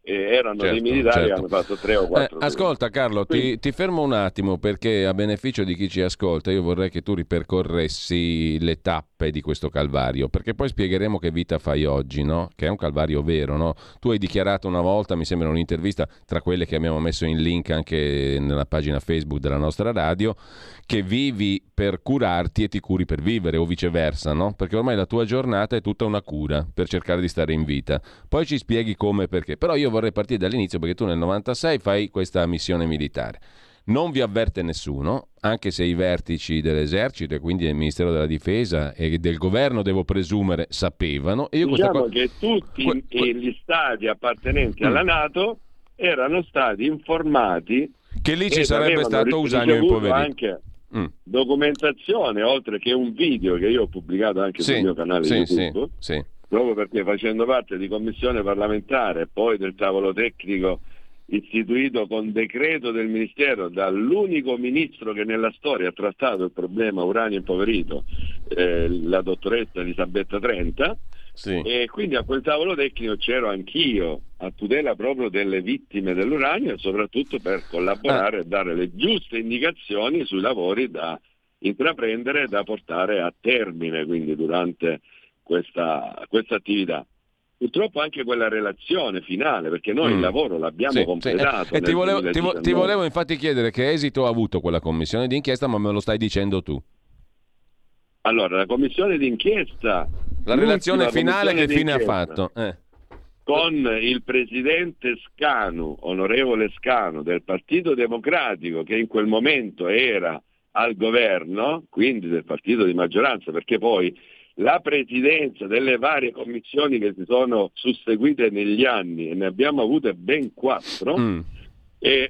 erano Certo, dei militari che certo. hanno fatto 3 o 4 Ascolta Carlo, ti fermo un attimo perché a beneficio di chi ci ascolta io vorrei che tu ripercorressi le tappe di questo calvario, perché poi spiegheremo che vita fai oggi, no? Che è un calvario vero, no? Tu hai dichiarato una volta, mi sembra un'intervista tra quelle che abbiamo messo in link anche nella pagina Facebook della nostra radio, che vivi per curarti e ti curi per vivere o viceversa, no? Perché ormai la tua giornata è tutta una cura per cercare di stare in vita. Poi ci spieghi come e perché. Però io vorrei partire dall'inizio perché tu nel 96 fai questa missione militare. Non vi avverte nessuno, anche se i vertici dell'esercito e quindi del Ministero della Difesa e del governo, devo presumere, sapevano. E io Diciamo che tutti gli stati appartenenti alla NATO erano stati informati che lì ci sarebbe stato Usanio impoverito. Anche documentazione, oltre che un video che io ho pubblicato anche sul mio canale YouTube, proprio perché facendo parte di commissione parlamentare e poi del tavolo tecnico istituito con decreto del Ministero dall'unico ministro che nella storia ha trattato il problema uranio impoverito, la dottoressa Elisabetta Trenta, e quindi a quel tavolo tecnico c'ero anch'io a tutela proprio delle vittime dell'uranio e soprattutto per collaborare e dare le giuste indicazioni sui lavori da intraprendere e da portare a termine quindi durante questa attività. Purtroppo anche quella relazione finale, perché noi il lavoro l'abbiamo completato. E ti volevo infatti chiedere che esito ha avuto quella commissione d'inchiesta, ma me lo stai dicendo tu. Allora, la commissione d'inchiesta... La relazione finale che fine ha fatto? Con il presidente Scanu, onorevole Scanu, del Partito Democratico, che in quel momento era al governo, quindi del partito di maggioranza, perché poi la presidenza delle varie commissioni che si sono susseguite negli anni, e ne abbiamo avute ben 4, e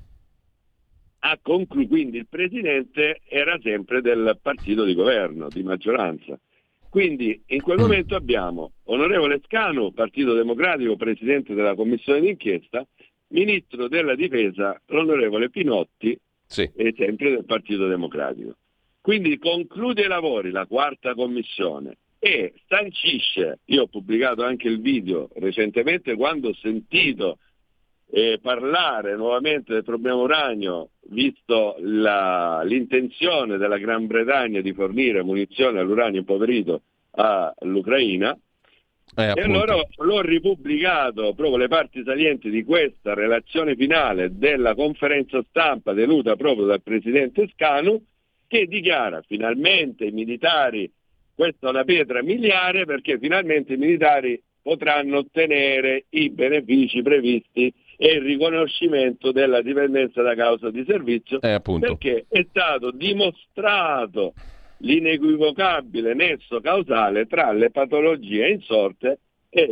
quindi il presidente era sempre del partito di governo, di maggioranza. Quindi in quel momento abbiamo onorevole Scanu, Partito Democratico, presidente della commissione d'inchiesta, ministro della difesa, l'onorevole Pinotti, sempre del Partito Democratico. Quindi conclude i lavori la 4ª commissione e sancisce, io ho pubblicato anche il video recentemente quando ho sentito parlare nuovamente del problema uranio, visto l'intenzione della Gran Bretagna di fornire munizioni all'uranio impoverito all'Ucraina, e allora l'ho ripubblicato proprio le parti salienti di questa relazione finale della conferenza stampa tenuta proprio dal presidente Scanu, che dichiara finalmente i militari, questa è una pietra miliare, perché finalmente i militari potranno ottenere i benefici previsti e il riconoscimento della dipendenza da causa di servizio, perché è stato dimostrato l'inequivocabile nesso causale tra le patologie insorte e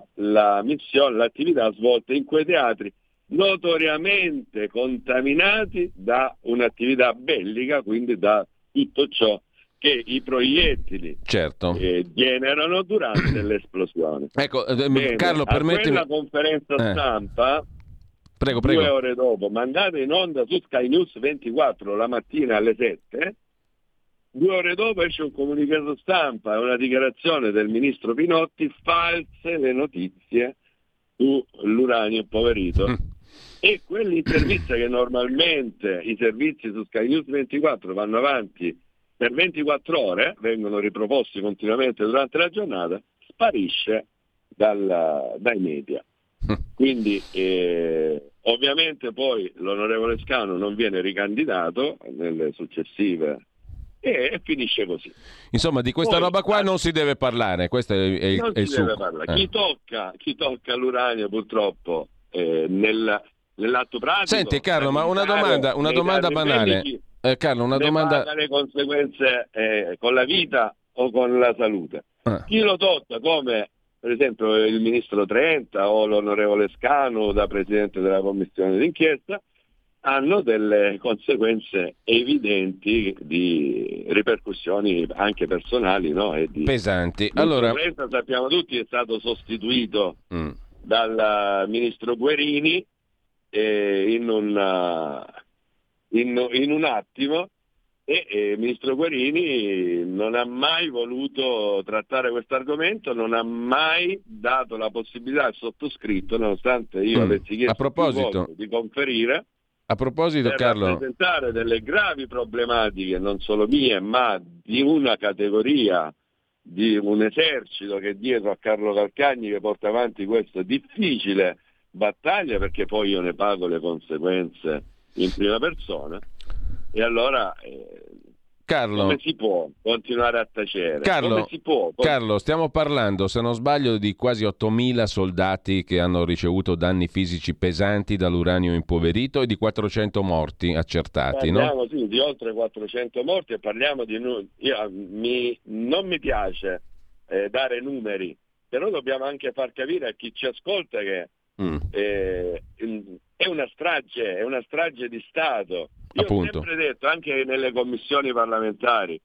l'attività svolta in quei teatri notoriamente contaminati da un'attività bellica, quindi da tutto ciò che i proiettili generano durante l'esplosione. Ecco, Carlo, permettimi... A quella conferenza stampa, prego. 2 ore dopo, mandata in onda su Sky News 24 la mattina alle 7, 2 ore dopo esce un comunicato stampa e una dichiarazione del ministro Pinotti, false le notizie sull'uranio impoverito. E quell'intervista che normalmente i servizi su Sky News 24 vanno avanti per 24 ore, vengono riproposti continuamente durante la giornata, sparisce dai media. Quindi ovviamente poi l'onorevole Scanu non viene ricandidato nelle successive e finisce così. Insomma, di questa roba qua non si deve parlare, questo è il succo. Chi tocca l'uranio purtroppo nell'atto pratico... Senti Carlo, ma una domanda banale. Carlo, una domanda... paga le conseguenze con la vita o con la salute. Chi lo tocca, come per esempio il ministro Trenta o l'onorevole Scanu da presidente della commissione d'inchiesta, hanno delle conseguenze evidenti di ripercussioni anche personali, no? E pesanti. Allora, Trenta, sappiamo tutti, è stato sostituito dal ministro Guerini in un attimo, E il ministro Guerini non ha mai voluto trattare questo argomento, non ha mai dato la possibilità al sottoscritto, nonostante io avessi chiesto più volte di conferire, a proposito, per Carlo, rappresentare delle gravi problematiche, non solo mie, ma di una categoria, di un esercito che è dietro a Carlo Calcagni, che porta avanti questa difficile battaglia, perché poi io ne pago le conseguenze in prima persona. E allora Carlo, come si può continuare a tacere? Carlo, Come si può? Carlo, stiamo parlando, se non sbaglio, di quasi 8.000 soldati che hanno ricevuto danni fisici pesanti dall'uranio impoverito e di 400 morti accertati, Parliamo, no? sì, di oltre 400 morti e parliamo di... non mi piace dare numeri, però dobbiamo anche far capire a chi ci ascolta che è una strage di Stato. Io Appunto. ho sempre detto, anche nelle commissioni parlamentari,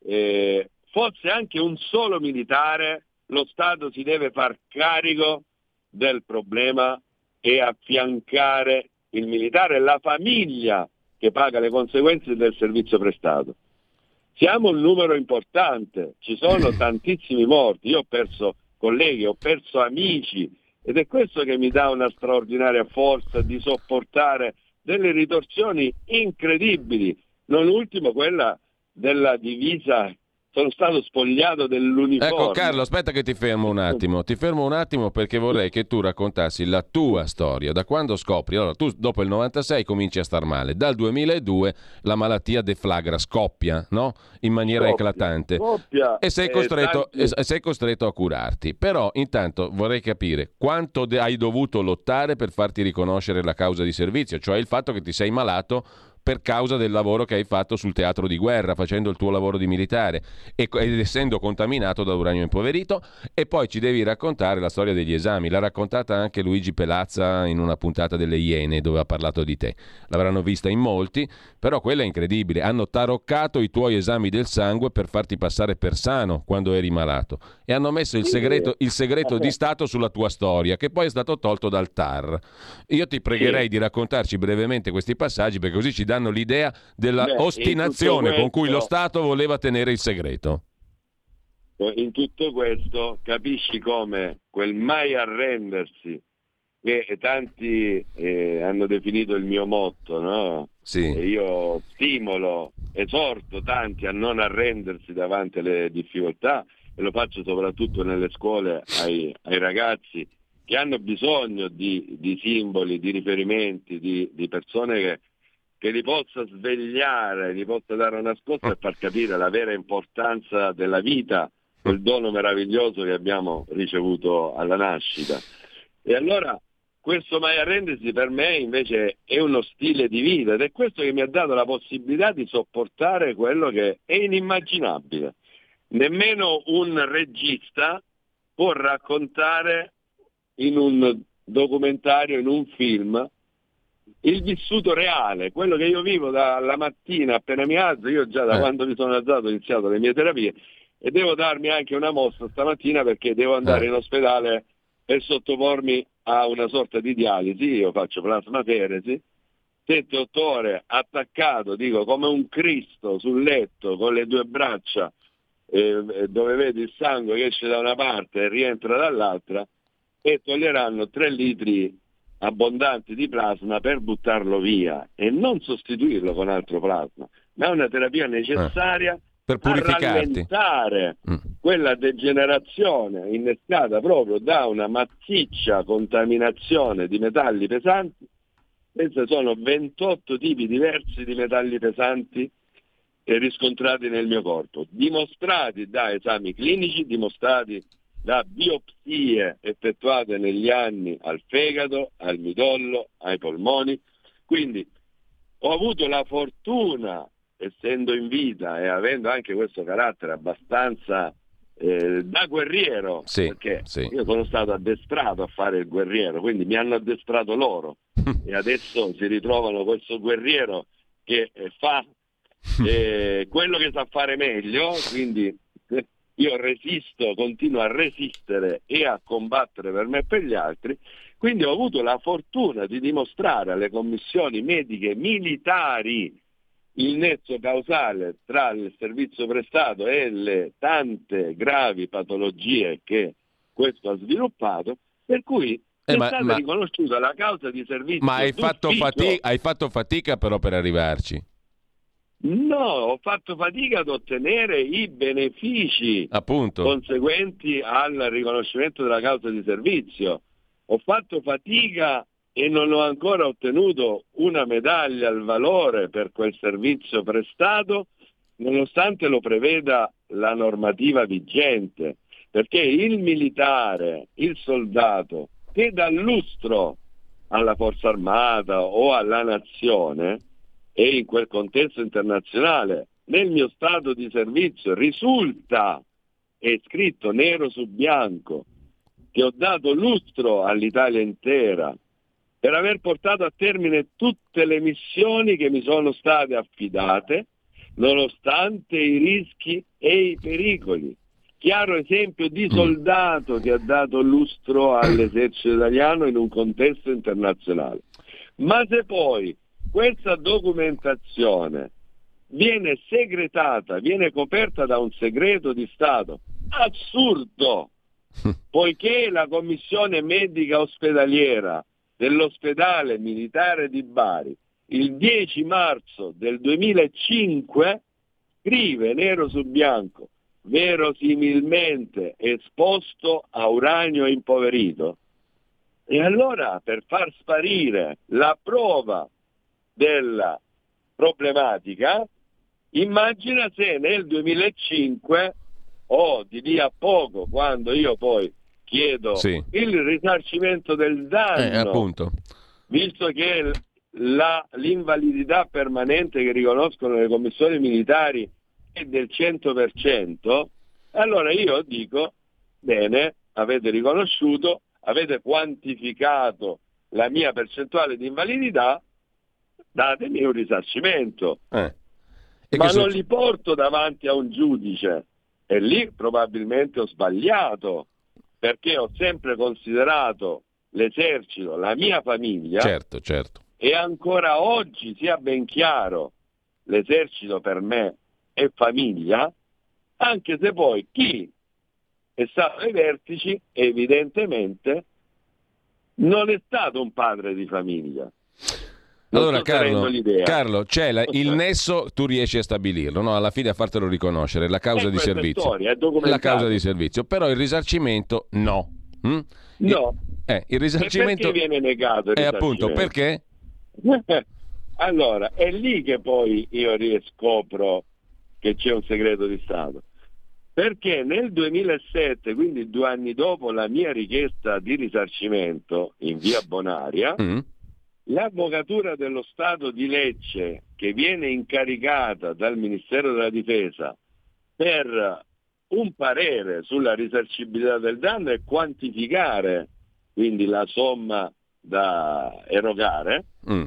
fosse anche un solo militare, lo Stato si deve far carico del problema e affiancare il militare e la famiglia che paga le conseguenze del servizio prestato. Siamo un numero importante, ci sono tantissimi morti, io ho perso colleghi, ho perso amici, ed è questo che mi dà una straordinaria forza di sopportare delle ritorsioni incredibili, non ultimo quella della divisa. Sono stato spogliato dell'uniforme. Ecco Carlo, aspetta che ti fermo un attimo perché vorrei che tu raccontassi la tua storia, da quando scopri, allora tu dopo il 96 cominci a star male, dal 2002 la malattia deflagra, scoppia, no? In maniera eclatante e sei costretto a curarti, però intanto vorrei capire quanto hai dovuto lottare per farti riconoscere la causa di servizio, cioè il fatto che ti sei malato per causa del lavoro che hai fatto sul teatro di guerra, facendo il tuo lavoro di militare ed essendo contaminato da uranio impoverito. E poi ci devi raccontare la storia degli esami. L'ha raccontata anche Luigi Pelazza in una puntata delle Iene dove ha parlato di te. L'avranno vista in molti, però quella è incredibile. Hanno taroccato i tuoi esami del sangue per farti passare per sano quando eri malato e hanno messo il segreto di Stato sulla tua storia, che poi è stato tolto dal TAR. Io ti pregherei di raccontarci brevemente questi passaggi, perché così ci danno l'idea della ostinazione con cui lo Stato voleva tenere il segreto. In tutto questo capisci come quel mai arrendersi, che tanti hanno definito il mio motto, no? Sì. E io esorto tanti a non arrendersi davanti alle difficoltà, e lo faccio soprattutto nelle scuole ai ragazzi che hanno bisogno di simboli, di riferimenti, di persone che li possa svegliare, gli possa dare una scossa e far capire la vera importanza della vita, quel dono meraviglioso che abbiamo ricevuto alla nascita. E allora questo mai arrendersi per me invece è uno stile di vita, ed è questo che mi ha dato la possibilità di sopportare quello che è inimmaginabile. Nemmeno un regista può raccontare in un documentario, in un film, il vissuto reale, quello che io vivo dalla mattina appena mi alzo. Io già da quando mi sono alzato ho iniziato le mie terapie e devo darmi anche una mossa stamattina perché devo andare in ospedale per sottopormi a una sorta di dialisi. Io faccio plasmaferesi, 7-8 ore attaccato, dico, come un Cristo sul letto con le due braccia dove vedi il sangue che esce da una parte e rientra dall'altra, e toglieranno 3 litri abbondanti di plasma per buttarlo via e non sostituirlo con altro plasma, ma è una terapia necessaria per purificarti, a rallentare quella degenerazione innescata proprio da una massiccia contaminazione di metalli pesanti. Questi sono 28 tipi diversi di metalli pesanti riscontrati nel mio corpo, dimostrati da esami clinici, dimostrati da biopsie effettuate negli anni al fegato, al midollo, ai polmoni. Quindi ho avuto la fortuna, essendo in vita e avendo anche questo carattere abbastanza da guerriero, perché io sono stato addestrato a fare il guerriero, quindi mi hanno addestrato loro e adesso si ritrovano questo guerriero che fa quello che sa fare meglio, quindi io resisto, continuo a resistere e a combattere per me e per gli altri. Quindi ho avuto la fortuna di dimostrare alle commissioni mediche militari il nesso causale tra il servizio prestato e le tante gravi patologie che questo ha sviluppato, per cui è stata riconosciuta la causa di servizio. Ma hai fatto fatica però per arrivarci? No, ho fatto fatica ad ottenere i benefici appunto conseguenti al riconoscimento della causa di servizio. Ho fatto fatica e non ho ancora ottenuto una medaglia al valore per quel servizio prestato, nonostante lo preveda la normativa vigente, perché il militare, il soldato che dà lustro alla forza armata o alla nazione, e in quel contesto internazionale, nel mio stato di servizio risulta, è scritto nero su bianco, che ho dato lustro all'Italia intera per aver portato a termine tutte le missioni che mi sono state affidate, nonostante i rischi e i pericoli. Chiaro esempio di soldato che ha dato lustro all'esercito italiano in un contesto internazionale. Ma se poi questa documentazione viene segretata, viene coperta da un segreto di Stato assurdo, poiché la commissione medica ospedaliera dell'ospedale militare di Bari il 10 marzo del 2005 scrive nero su bianco: verosimilmente esposto a uranio impoverito. E allora, per far sparire la prova della problematica, immagina se nel 2005 o di lì a poco, quando io poi chiedo il risarcimento del danno, appunto, visto che l'invalidità permanente che riconoscono le commissioni militari è del 100%, allora io dico: bene, avete riconosciuto, avete quantificato la mia percentuale di invalidità, datemi un risarcimento. Ma non li porto davanti a un giudice, e lì probabilmente ho sbagliato, perché ho sempre considerato l'esercito la mia famiglia. Certo. E ancora oggi, sia ben chiaro, l'esercito per me è famiglia, anche se poi chi è stato ai vertici evidentemente non è stato un padre di famiglia. Allora Carlo, c'è il nesso, tu riesci a stabilirlo, no? Alla fine a fartelo riconoscere, la causa di servizio. Storia, la causa di servizio, però il risarcimento no. No. Il risarcimento e perché viene negato il risarcimento? Appunto, perché? Allora, è lì che poi io riscopro che c'è un segreto di Stato. Perché nel 2007, quindi 2 anni dopo la mia richiesta di risarcimento in via Bonaria, l'Avvocatura dello Stato di Lecce, che viene incaricata dal Ministero della Difesa per un parere sulla risarcibilità del danno e quantificare quindi la somma da erogare,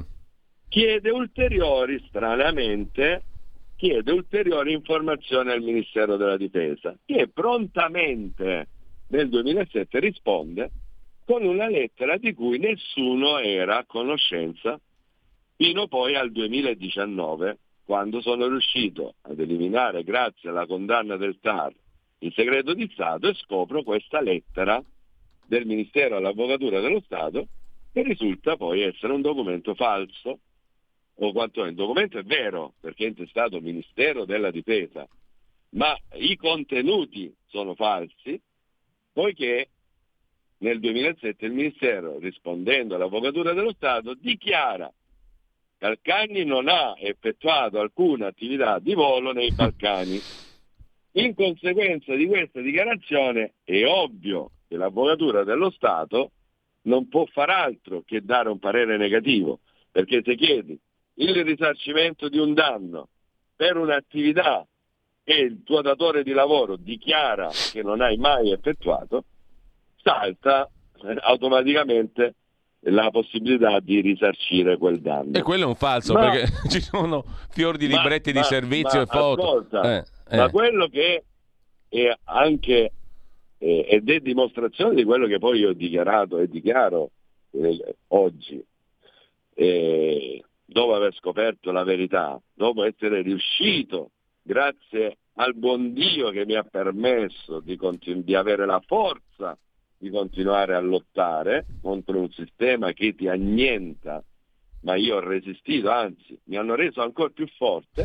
stranamente chiede ulteriori informazioni al Ministero della Difesa, che prontamente nel 2007 risponde con una lettera di cui nessuno era a conoscenza fino poi al 2019, quando sono riuscito ad eliminare, grazie alla condanna del TAR, il segreto di Stato, e scopro questa lettera del Ministero all'Avvocatura dello Stato, che risulta poi essere un documento falso, o quantomeno il documento è vero perché è intestato Ministero della Difesa, ma i contenuti sono falsi, poiché nel 2007 il Ministero, rispondendo all'Avvocatura dello Stato, dichiara: Calcagni non ha effettuato alcuna attività di volo nei Balcani. In conseguenza di questa dichiarazione è ovvio che l'Avvocatura dello Stato non può far altro che dare un parere negativo, perché se chiedi il risarcimento di un danno per un'attività che il tuo datore di lavoro dichiara che non hai mai effettuato, salta automaticamente la possibilità di risarcire quel danno. E quello è un falso, perché ci sono fior di libretti di servizio e foto. Ascolta, ma quello che è anche ed è dimostrazione di quello che poi io ho dichiarato e dichiaro oggi, dopo aver scoperto la verità, dopo essere riuscito, grazie al buon Dio che mi ha permesso di avere la forza di continuare a lottare contro un sistema che ti annienta, ma io ho resistito, anzi mi hanno reso ancora più forte,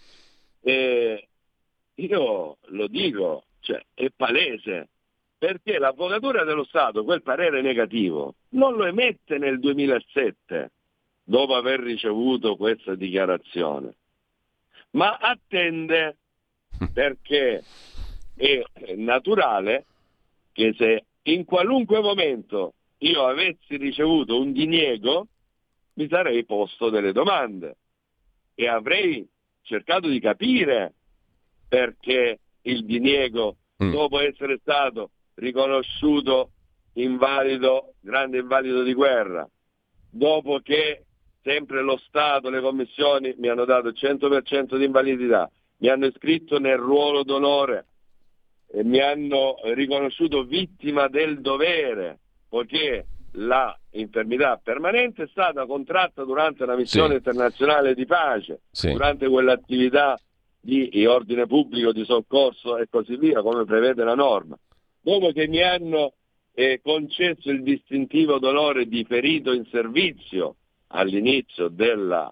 e io lo dico, cioè, è palese, perché l'Avvocatura dello Stato quel parere negativo non lo emette nel 2007, dopo aver ricevuto questa dichiarazione, ma attende, perché è naturale che se in qualunque momento io avessi ricevuto un diniego, mi sarei posto delle domande e avrei cercato di capire perché il diniego, dopo essere stato riconosciuto invalido, grande invalido di guerra, dopo che sempre lo Stato, le commissioni mi hanno dato il 100% di invalidità, mi hanno iscritto nel ruolo d'onore e mi hanno riconosciuto vittima del dovere, poiché la infermità permanente è stata contratta durante una missione internazionale di pace, durante quell'attività di ordine pubblico, di soccorso e così via, come prevede la norma. Dopo che mi hanno concesso il distintivo d'onore di ferito in servizio all'inizio delle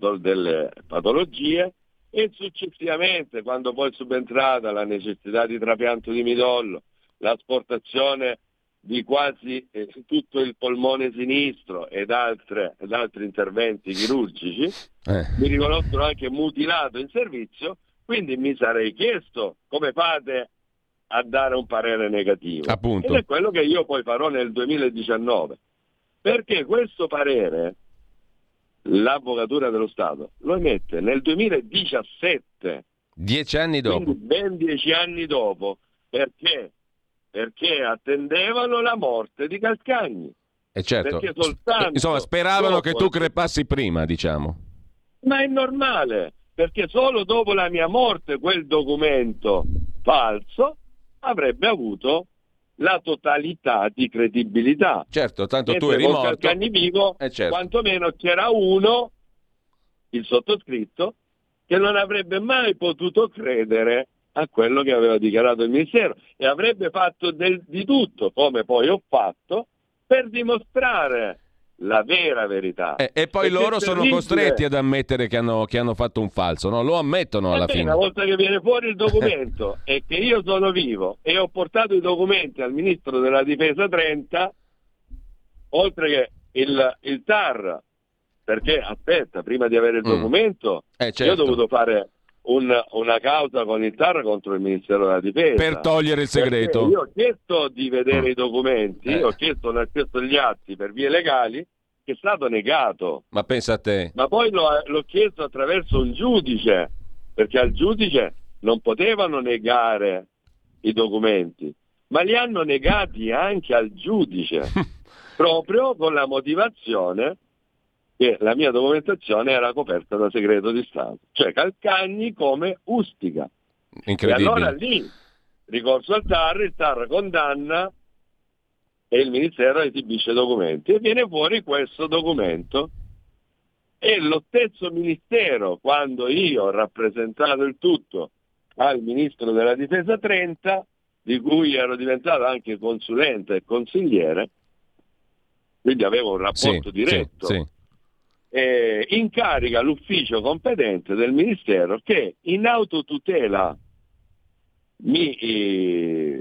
patologie, e successivamente, quando poi è subentrata la necessità di trapianto di midollo, l'asportazione di quasi tutto il polmone sinistro ed altri interventi chirurgici, mi riconoscono anche mutilato in servizio, quindi mi sarei chiesto come fate a dare un parere negativo. Appunto. Ed è quello che io poi farò nel 2019, perché questo parere l'Avvocatura dello Stato lo emette nel 2017, 10 anni dopo, quindi ben 10 anni dopo. Perché attendevano la morte di Calcagni. E certo, Perché soltanto insomma speravano dopo, che tu crepassi prima, diciamo. Ma è normale, perché solo dopo la mia morte quel documento falso avrebbe avuto la totalità di credibilità. Certo, tanto mentre tu eri con morto. Calcagni vivo, Certo. quantomeno c'era uno, il sottoscritto, che non avrebbe mai potuto credere a quello che aveva dichiarato il Ministero e avrebbe fatto di tutto, come poi ho fatto, per dimostrare la vera verità. E poi loro sono costretti ad ammettere che hanno fatto un falso, no? Lo ammettono alla fine. Una volta che viene fuori il documento e che io sono vivo e ho portato i documenti al Ministro della Difesa 30, oltre che il TAR, perché aspetta, prima di avere il documento, certo. io ho dovuto fare una causa con il TAR contro il Ministero della Difesa per togliere il segreto. Perché io ho chiesto di vedere i documenti, ho chiesto gli atti per vie legali, che è stato negato. Ma pensa a te. Ma poi l'ho chiesto attraverso un giudice, perché al giudice non potevano negare i documenti, ma li hanno negati anche al giudice, proprio con la motivazione che la mia documentazione era coperta da segreto di Stato, cioè Calcagni come Ustica. Incredibile. E allora lì, ricorso al TAR, il TAR condanna e il Ministero esibisce documenti e viene fuori questo documento. E lo stesso Ministero, quando io ho rappresentato il tutto al Ministro della Difesa 30, di cui ero diventato anche consulente e consigliere, quindi avevo un rapporto diretto, incarica l'ufficio competente del Ministero che in autotutela mi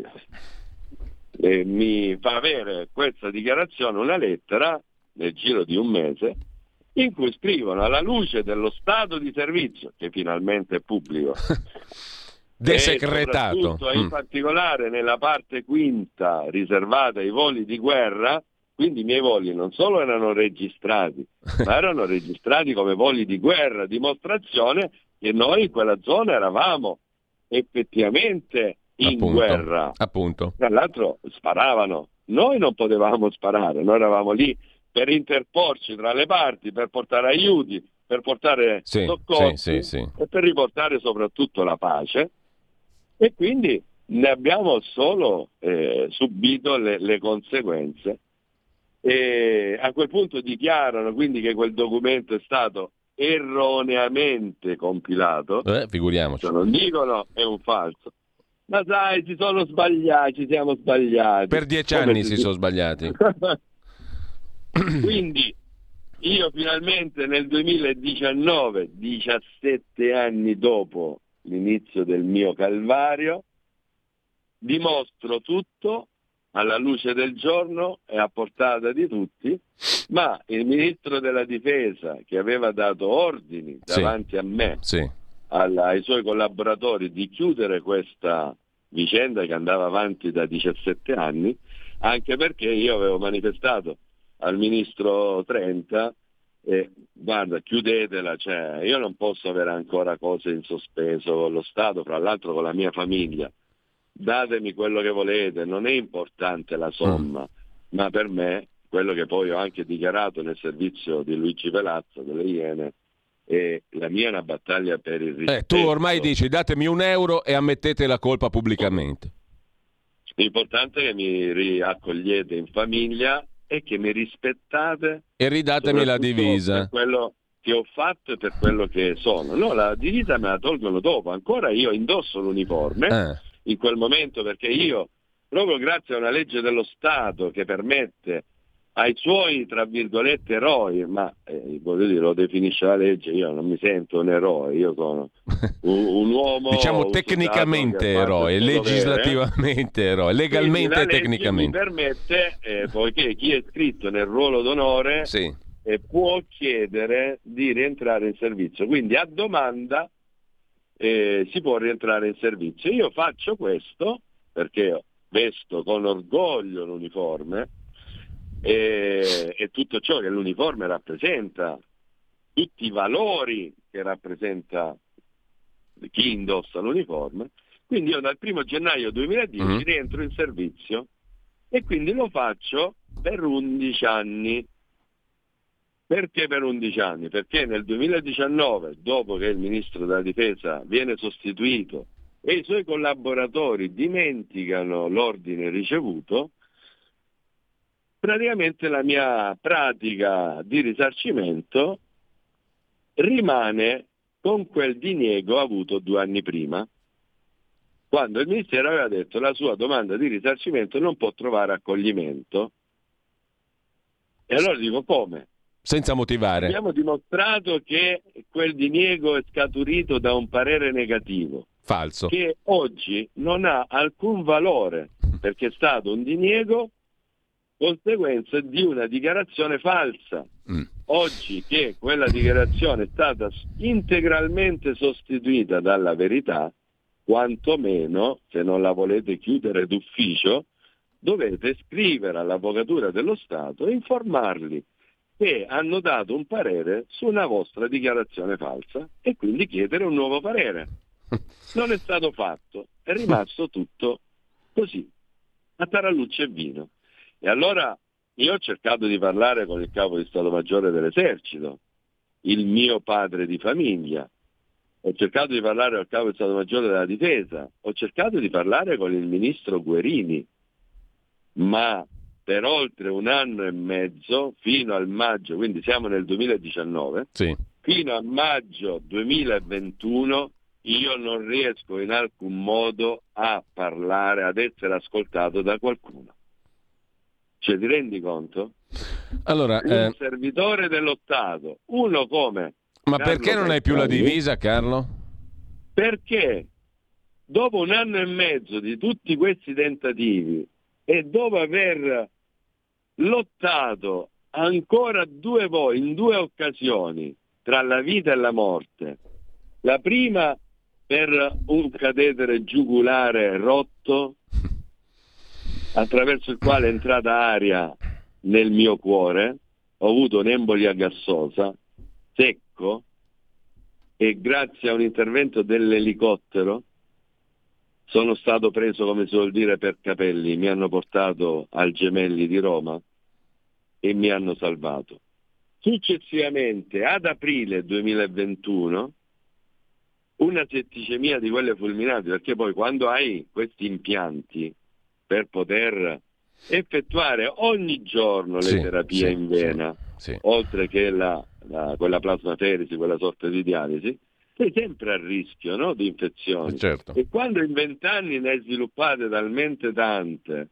fa avere questa dichiarazione, una lettera nel giro di un mese, in cui scrivono, alla luce dello stato di servizio, che finalmente è pubblico, desecretato, e in particolare nella parte quinta riservata ai voli di guerra, quindi i miei voli non solo erano registrati, ma erano registrati come voli di guerra, dimostrazione che noi in quella zona eravamo effettivamente in guerra. Appunto. Tra l'altro sparavano, noi non potevamo sparare, noi eravamo lì per interporci tra le parti, per portare aiuti, per portare soccorsi e per riportare soprattutto la pace, e quindi ne abbiamo solo subito le conseguenze. E a quel punto dichiarano quindi che quel documento è stato erroneamente compilato, figuriamoci. non dicono è un falso, ma sai, ci siamo sbagliati. Per 10 anni si sono sbagliati. Quindi io finalmente nel 2019, 17 anni dopo l'inizio del mio calvario, dimostro tutto alla luce del giorno e a portata di tutti, ma il ministro della difesa, che aveva dato ordini davanti a me, ai suoi collaboratori, di chiudere questa vicenda che andava avanti da 17 anni, anche perché io avevo manifestato al ministro Trenta, guarda, chiudetela, cioè io non posso avere ancora cose in sospeso con lo Stato, fra l'altro con la mia famiglia. Datemi quello che volete, non è importante la somma, ma per me, quello che poi ho anche dichiarato nel servizio di Luigi Pelazzo delle Iene, la mia è una battaglia per il rispetto. Tu ormai dici datemi €1 e ammettete la colpa pubblicamente. L'importante è che mi riaccogliete in famiglia e che mi rispettate e ridatemi la divisa per quello che ho fatto e per quello che sono. No, la divisa me la tolgono dopo, ancora io indosso l'uniforme in quel momento, perché io, proprio grazie a una legge dello Stato che permette ai suoi, tra virgolette, eroi, ma voglio dire, lo definisce la legge, io non mi sento un eroe, io sono un uomo diciamo tecnicamente eroe, legislativamente eroe, legalmente e tecnicamente. Mi permette, poiché chi è iscritto nel ruolo d'onore può chiedere di rientrare in servizio, quindi a domanda si può rientrare in servizio. Io faccio questo perché vesto con orgoglio l'uniforme e tutto ciò che l'uniforme rappresenta, tutti i valori che rappresenta chi indossa l'uniforme. Quindi io dal 1 gennaio 2010 rientro in servizio e quindi lo faccio per 11 anni. Perché per 11 anni? Perché nel 2019, dopo che il ministro della difesa viene sostituito e i suoi collaboratori dimenticano l'ordine ricevuto, praticamente la mia pratica di risarcimento rimane con quel diniego avuto 2 anni prima, quando il Ministero aveva detto che la sua domanda di risarcimento non può trovare accoglimento. E allora dico, come? Senza motivare. Abbiamo dimostrato che quel diniego è scaturito da un parere negativo. Falso. Che oggi non ha alcun valore, perché è stato un diniego conseguenza di una dichiarazione falsa. Oggi che quella dichiarazione è stata integralmente sostituita dalla verità, quantomeno, se non la volete chiudere d'ufficio, dovete scrivere all'Avvocatura dello Stato e informarli che hanno dato un parere su una vostra dichiarazione falsa e quindi chiedere un nuovo parere. Non è stato fatto, è rimasto tutto così, a tarallucce e vino. E allora io ho cercato di parlare con il capo di Stato Maggiore dell'Esercito, il mio padre di famiglia, ho cercato di parlare al capo di Stato Maggiore della Difesa, ho cercato di parlare con il ministro Guerini, ma per oltre 1 anno e mezzo, fino al maggio, quindi siamo nel 2019, fino a maggio 2021, io non riesco in alcun modo a parlare, ad essere ascoltato da qualcuno. Cioè, ti rendi conto? Allora, un servitore dello Stato, uno come... Ma Carlo perché non hai più la divisa, Carlo? Perché dopo 1 anno e mezzo di tutti questi tentativi e dopo aver lottato ancora in 2 occasioni tra la vita e la morte, la prima per un catetere giugulare rotto attraverso il quale è entrata aria nel mio cuore, ho avuto un'embolia gassosa, secco, e grazie a un intervento dell'elicottero sono stato preso, come si vuol dire, per capelli, mi hanno portato al Gemelli di Roma e mi hanno salvato. Successivamente, ad aprile 2021, una setticemia di quelle fulminanti, perché poi quando hai questi impianti per poter effettuare ogni giorno le terapie in vena, oltre che quella plasmaferesi, quella sorta di dialisi, sei sempre a rischio, no, di infezioni. Certo. E quando in 20 anni ne hai sviluppate talmente tante,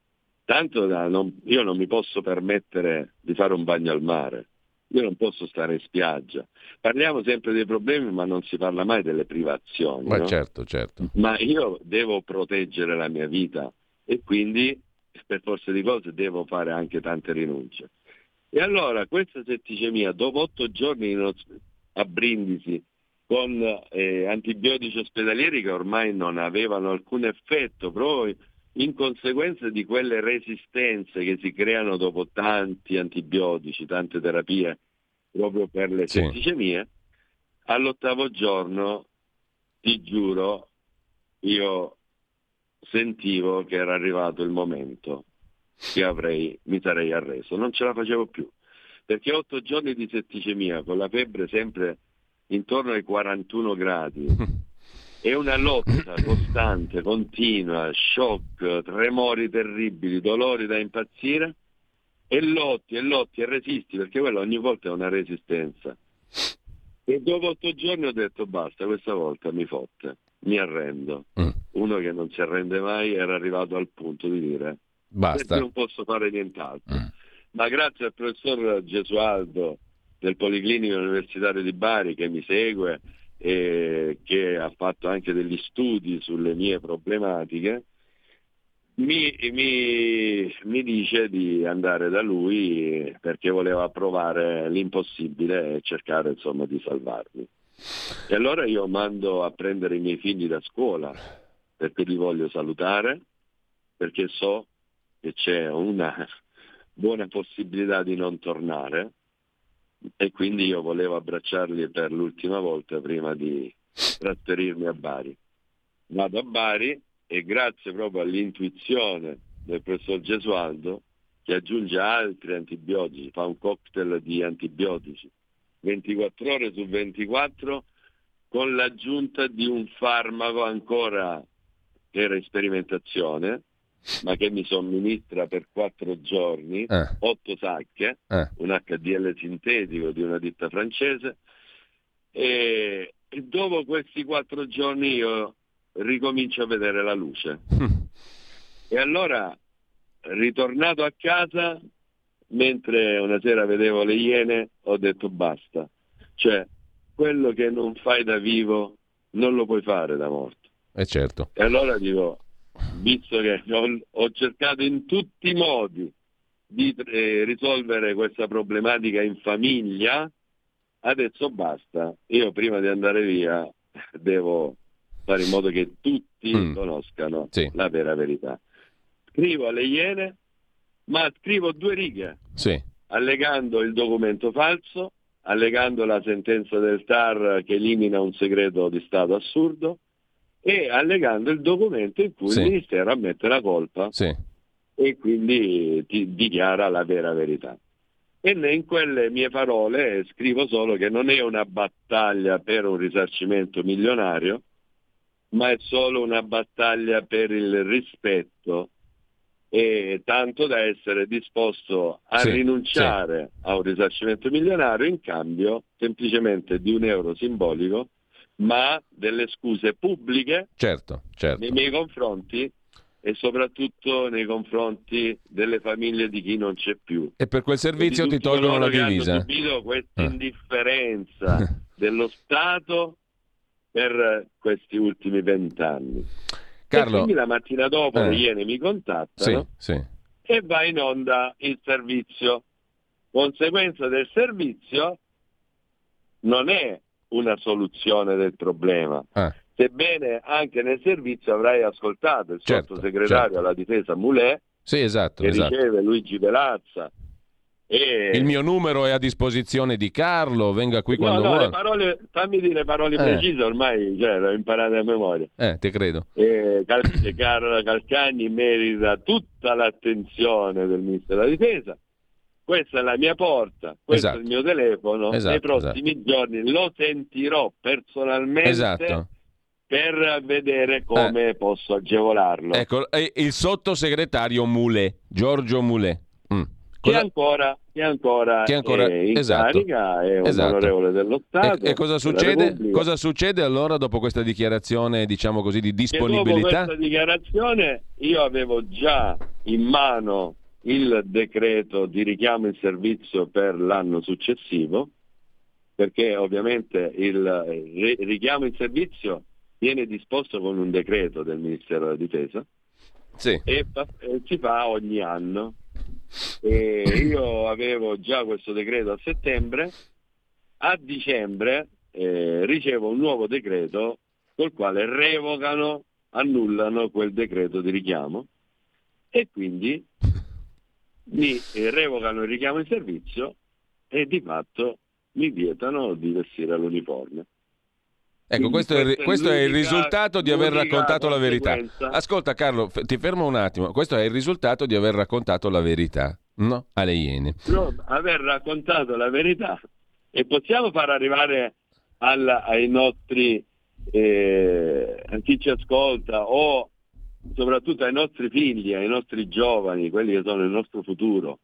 io non mi posso permettere di fare un bagno al mare, io non posso stare in spiaggia. Parliamo sempre dei problemi, ma non si parla mai delle privazioni. Ma no? certo. Ma io devo proteggere la mia vita e quindi per forza di cose devo fare anche tante rinunce. E allora questa setticemia, dopo 8 giorni a Brindisi, con antibiotici ospedalieri che ormai non avevano alcun effetto, proprio in conseguenza di quelle resistenze che si creano dopo tanti antibiotici, tante terapie, proprio per le setticemie, all'8° giorno, ti giuro, io sentivo che era arrivato il momento che mi sarei arreso, non ce la facevo più, perché 8 giorni di setticemia con la febbre sempre intorno ai 41 gradi è una lotta costante, continua, shock, tremori terribili, dolori da impazzire, e lotti e resisti, perché quella ogni volta è una resistenza. E dopo 8 giorni ho detto basta, questa volta mi fotte, mi arrendo. Uno che non si arrende mai era arrivato al punto di dire basta, non posso fare nient'altro. Ma grazie al professor Gesualdo del Policlinico Universitario di Bari, che mi segue e che ha fatto anche degli studi sulle mie problematiche, mi dice di andare da lui perché voleva provare l'impossibile e cercare insomma di salvarmi. E allora io mando a prendere i miei figli da scuola perché li voglio salutare, perché so che c'è una buona possibilità di non tornare, e quindi io volevo abbracciarli per l'ultima volta prima di trasferirmi a Bari. Vado a Bari e grazie proprio all'intuizione del professor Gesualdo, che aggiunge altri antibiotici, fa un cocktail di antibiotici 24 ore su 24 con l'aggiunta di un farmaco ancora che era in sperimentazione, ma che mi somministra per 4 giorni 8 sacche, un HDL sintetico di una ditta francese, e dopo questi 4 giorni io ricomincio a vedere la luce. E allora, ritornato a casa, mentre una sera vedevo le Iene, ho detto basta, cioè quello che non fai da vivo non lo puoi fare da morto. Certo. E allora dico, visto che ho cercato in tutti i modi di risolvere questa problematica in famiglia, adesso basta, io prima di andare via devo fare in modo che tutti conoscano la vera verità. Scrivo alle Iene, ma scrivo 2 righe, allegando il documento falso, allegando la sentenza del TAR che elimina un segreto di Stato assurdo, e allegando il documento in cui il Ministero ammette la colpa e quindi ti dichiara la vera verità. E in quelle mie parole scrivo solo che non è una battaglia per un risarcimento milionario, ma è solo una battaglia per il rispetto, e tanto da essere disposto a rinunciare a un risarcimento milionario in cambio semplicemente di €1 simbolico, ma delle scuse pubbliche nei miei confronti e soprattutto nei confronti delle famiglie di chi non c'è più. E per quel servizio ti tolgono la divisa. Hanno subito questa indifferenza dello Stato per questi ultimi 20 anni. Carlo, e quindi la mattina dopo le Iene mi contattano e va in onda il servizio. Conseguenza del servizio non è una soluzione del problema, sebbene anche nel servizio avrai ascoltato il sottosegretario alla difesa Moulet, che riceve Luigi Velazza. E... il mio numero è a disposizione di Carlo, venga qui quando vuole. Le parole, fammi dire parole precise, ormai le ho imparate a memoria. Te credo. Carlo Calcagni merita tutta l'attenzione del Ministero della Difesa. Questa è la mia porta, questo è il mio telefono. Nei prossimi giorni lo sentirò personalmente per vedere come posso agevolarlo. Ecco, il sottosegretario Moulet, Giorgio Moulet. Che ancora in esatto, carica, è un onorevole dello Stato. E cosa succede? Cosa succede allora dopo questa dichiarazione, diciamo così, di disponibilità? Dopo questa dichiarazione io avevo già in mano il decreto di richiamo in servizio per l'anno successivo, perché ovviamente il richiamo in servizio viene disposto con un decreto del Ministero della Difesa, sì, e si fa ogni anno. E io avevo già questo decreto a settembre. A dicembre ricevo un nuovo decreto col quale annullano quel decreto di richiamo, e quindi mi revocano il richiamo in servizio e di fatto mi vietano di vestire l'uniforme. Ecco, questo è il risultato di aver raccontato la verità. Ascolta Carlo, ti fermo un attimo. Questo è il risultato di aver raccontato la verità, no? Alle Iene. No, aver raccontato la verità, e possiamo far arrivare ai nostri a chi ci ascolta, o soprattutto ai nostri figli, ai nostri giovani, quelli che sono il nostro futuro,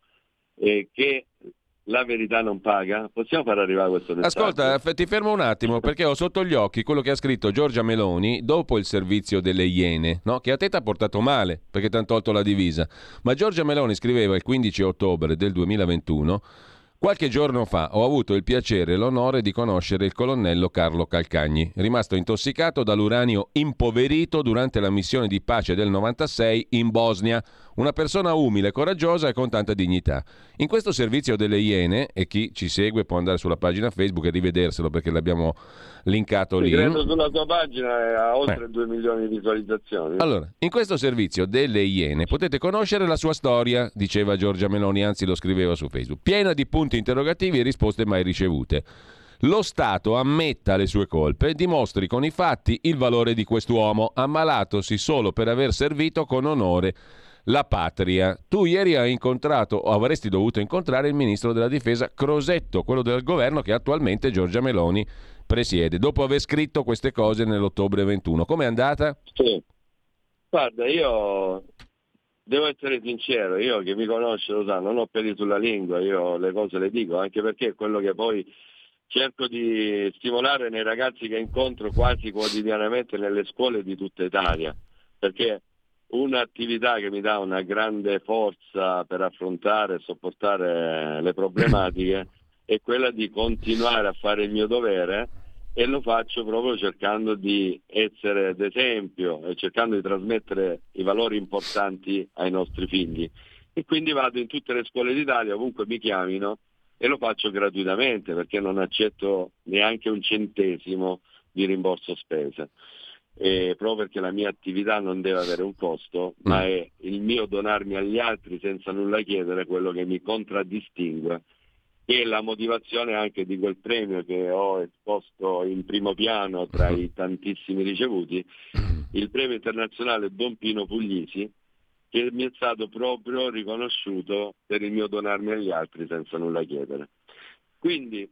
che la verità non paga? Possiamo far arrivare questo messaggio? Ascolta, ti fermo un attimo, perché ho sotto gli occhi quello che ha scritto Giorgia Meloni dopo il servizio delle Iene, no? Che a te ti ha portato male, perché ti hanno tolto la divisa. Ma Giorgia Meloni scriveva il 15 ottobre del 2021: qualche giorno fa ho avuto il piacere e l'onore di conoscere il colonnello Carlo Calcagni, rimasto intossicato dall'uranio impoverito durante la missione di pace del 96 in Bosnia. Una persona umile, coraggiosa e con tanta dignità. In questo servizio delle Iene, e chi ci segue può andare sulla pagina Facebook e rivederselo perché l'abbiamo linkato lì. Credo sulla tua pagina ha oltre 2 milioni di visualizzazioni. Allora, in questo servizio delle Iene potete conoscere la sua storia, diceva Giorgia Meloni, anzi lo scriveva su Facebook, piena di punti interrogativi e risposte mai ricevute. Lo Stato ammetta le sue colpe e dimostri con i fatti il valore di quest'uomo, ammalatosi solo per aver servito con onore la patria. Tu ieri hai incontrato, o avresti dovuto incontrare, il ministro della difesa Crosetto, quello del governo che attualmente Giorgia Meloni presiede, dopo aver scritto queste cose nell'ottobre 21. Com'è andata? Sì. Guarda, io devo essere sincero, io che mi conosce lo sa, non ho peli sulla lingua, io le cose le dico, anche perché è quello che poi cerco di stimolare nei ragazzi che incontro quasi quotidianamente nelle scuole di tutta Italia, perché un'attività che mi dà una grande forza per affrontare e sopportare le problematiche è quella di continuare a fare il mio dovere, e lo faccio proprio cercando di essere d'esempio e cercando di trasmettere i valori importanti ai nostri figli. E quindi vado in tutte le scuole d'Italia, ovunque mi chiamino, e lo faccio gratuitamente perché non accetto neanche un centesimo di rimborso spese. Proprio perché la mia attività non deve avere un costo, ma è il mio donarmi agli altri senza nulla chiedere quello che mi contraddistingue, che è la motivazione anche di quel premio che ho esposto in primo piano tra i tantissimi ricevuti, il premio internazionale Don Pino Puglisi, che mi è stato proprio riconosciuto per il mio donarmi agli altri senza nulla chiedere. Quindi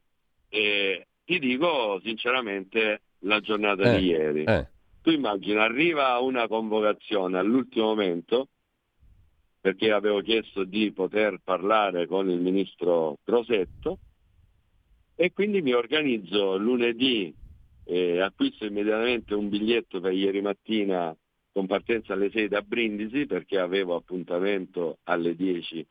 ti dico sinceramente la giornata di ieri. Tu immagina, arriva una convocazione all'ultimo momento, perché avevo chiesto di poter parlare con il ministro Crosetto, e quindi mi organizzo lunedì, acquisto immediatamente un biglietto per ieri mattina con partenza alle 6 da Brindisi, perché avevo appuntamento alle 10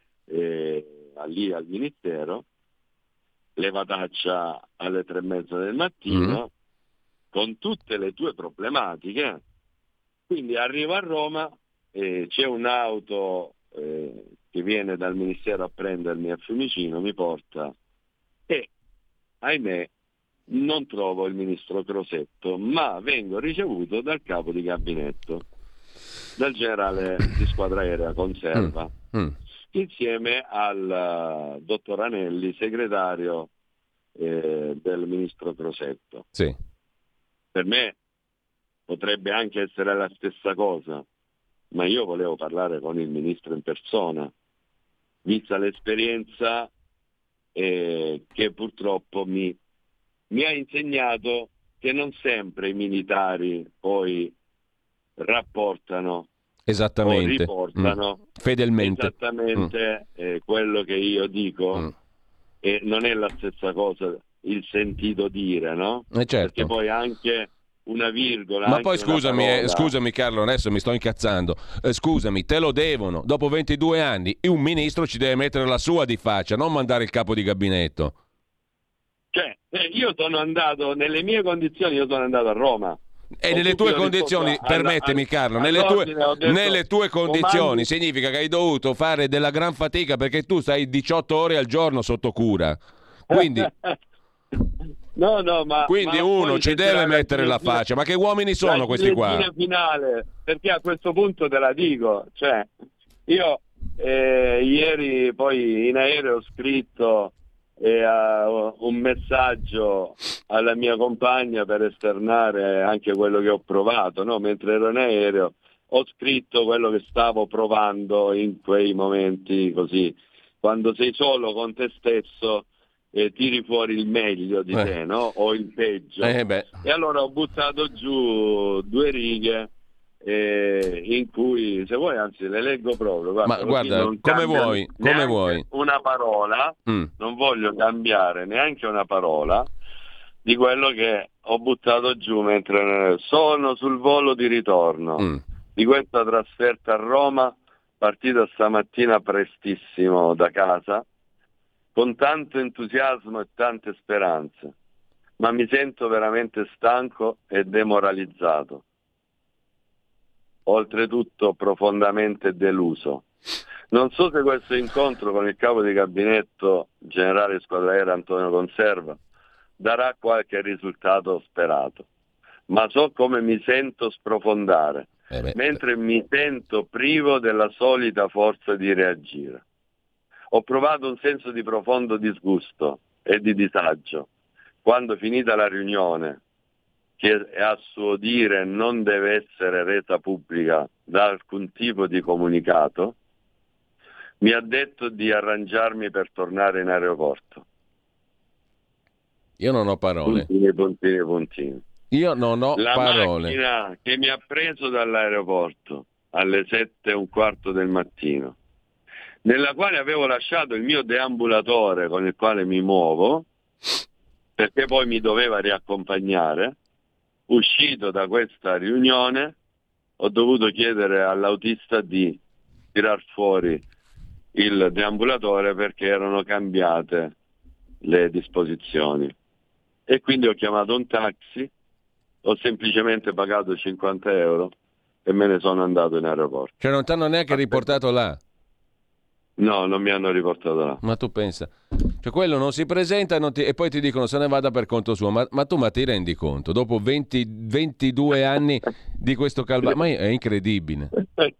lì al Ministero, levataccia alle 3:30 del mattino, con tutte le tue problematiche. Quindi arrivo a Roma, c'è un'auto che viene dal Ministero a prendermi a Fiumicino, mi porta, e ahimè non trovo il ministro Crosetto, ma vengo ricevuto dal capo di gabinetto, dal generale di squadra aerea Conserva, insieme al dottor Anelli, segretario del ministro Crosetto. Sì. Per me potrebbe anche essere la stessa cosa, ma io volevo parlare con il ministro in persona, vista l'esperienza che purtroppo mi ha insegnato che non sempre i militari poi rapportano esattamente, o riportano fedelmente esattamente quello che io dico, e non è la stessa cosa il sentito dire, no? Certo. Perché poi anche una virgola, ma anche poi scusami Carlo, adesso mi sto incazzando, scusami, te lo devono, dopo 22 anni un ministro ci deve mettere la sua di faccia, non mandare il capo di gabinetto. Cioè, io sono andato, nelle mie condizioni, io sono andato a Roma. E nelle tue condizioni, permettimi Carlo, nelle tue condizioni significa che hai dovuto fare della gran fatica perché tu stai 18 ore al giorno sotto cura. Quindi, quindi uno ci deve mettere la faccia. Ma che uomini sono questi qua? Finale, perché a questo punto te la dico, cioè, io ieri poi in aereo ho scritto un messaggio alla mia compagna per esternare anche quello che ho provato, no? Mentre ero in aereo ho scritto quello che stavo provando in quei momenti, così quando sei solo con te stesso tiri fuori il meglio di te, no? O il peggio. E allora ho buttato giù 2 righe in cui, se vuoi, anzi le leggo proprio. Guarda, come vuoi una parola, non voglio cambiare neanche una parola di quello che ho buttato giù mentre sono sul volo di ritorno di questa trasferta a Roma, partita stamattina prestissimo da casa, con tanto entusiasmo e tante speranze, ma mi sento veramente stanco e demoralizzato. Oltretutto profondamente deluso. Non so se questo incontro con il capo di gabinetto, generale squadriere Antonio Conserva, darà qualche risultato sperato, ma so come mi sento sprofondare, mentre mi sento privo della solita forza di reagire. Ho provato un senso di profondo disgusto e di disagio quando, finita la riunione, che a suo dire non deve essere resa pubblica da alcun tipo di comunicato, mi ha detto di arrangiarmi per tornare in aeroporto. Io non ho parole. Puntini. Io non ho parole. La macchina che mi ha preso dall'aeroporto alle 7:15 del mattino, nella quale avevo lasciato il mio deambulatore con il quale mi muovo, perché poi mi doveva riaccompagnare. Uscito da questa riunione ho dovuto chiedere all'autista di tirar fuori il deambulatore perché erano cambiate le disposizioni, e quindi ho chiamato un taxi, ho semplicemente pagato 50 euro e me ne sono andato in aeroporto. Cioè non ti hanno neanche riportato là? No, non mi hanno riportato là. Ma tu pensa, cioè quello non si presenta e poi ti dicono se ne vada per conto suo, ma ti rendi conto? Dopo 22 anni di questo calvario, ma è incredibile.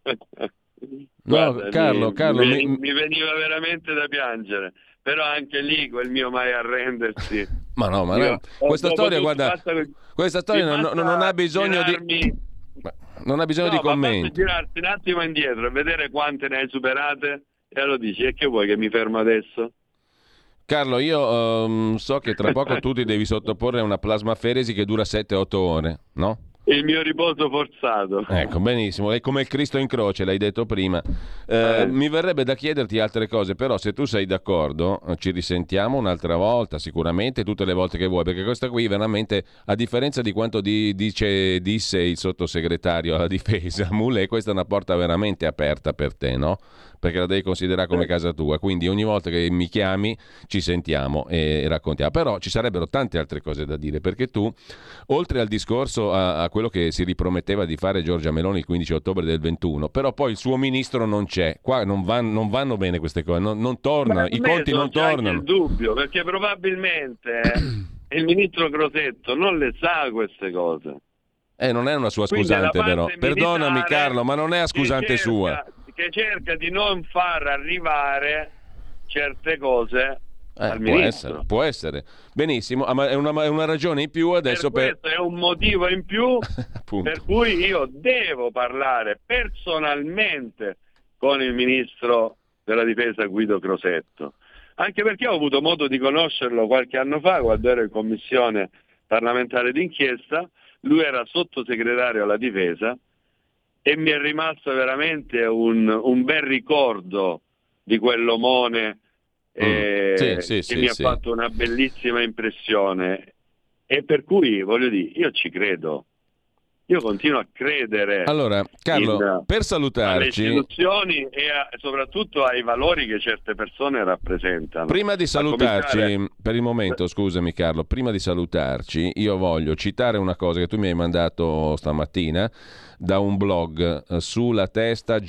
No, Guarda, Carlo, mi veniva veramente da piangere, però anche lì quel mio mai arrendersi. Ma no, questa storia, guarda, questa storia non ha bisogno non ha bisogno di commenti. Basta girarti un attimo indietro e vedere quante ne hai superate. E lo dici, e che vuoi che mi fermo adesso? Carlo, io so che tra poco tu ti devi sottoporre a una plasmaferesi che dura 7-8 ore, no? Il mio riposo forzato. Ecco, benissimo, è come il Cristo in croce, l'hai detto prima. Mi verrebbe da chiederti altre cose, però se tu sei d'accordo ci risentiamo un'altra volta, sicuramente, tutte le volte che vuoi, perché questa qui veramente, a differenza di quanto disse il sottosegretario alla difesa, Mulè, questa è una porta veramente aperta per te, no? Perché la devi considerare come casa tua, quindi ogni volta che mi chiami ci sentiamo e raccontiamo. Però ci sarebbero tante altre cose da dire, perché tu, oltre al discorso a quello che si riprometteva di fare Giorgia Meloni il 15 ottobre del 21, però poi il suo ministro non c'è, qua non vanno bene queste cose, non tornano, i conti non tornano. C'è il dubbio, perché probabilmente il ministro Crosetto non le sa queste cose. Non è una sua scusante, però. Perdonami Carlo, ma non è scusante sua. Che cerca di non far arrivare certe cose al ministro. Può essere. Benissimo, ma è una ragione in più adesso questo è un motivo in più per cui io devo parlare personalmente con il ministro della difesa Guido Crosetto, anche perché ho avuto modo di conoscerlo qualche anno fa quando ero in commissione parlamentare d'inchiesta, lui era sottosegretario alla difesa e mi è rimasto veramente un bel ricordo di quell'omone che mi ha fatto una bellissima impressione, e per cui voglio dire, io ci credo. Io continuo a credere allora, Carlo, per salutarci, alle istituzioni e soprattutto ai valori che certe persone rappresentano. Prima di salutarci, per il momento, scusami Carlo, prima di salutarci, io voglio citare una cosa che tu mi hai mandato stamattina da un blog sulla testa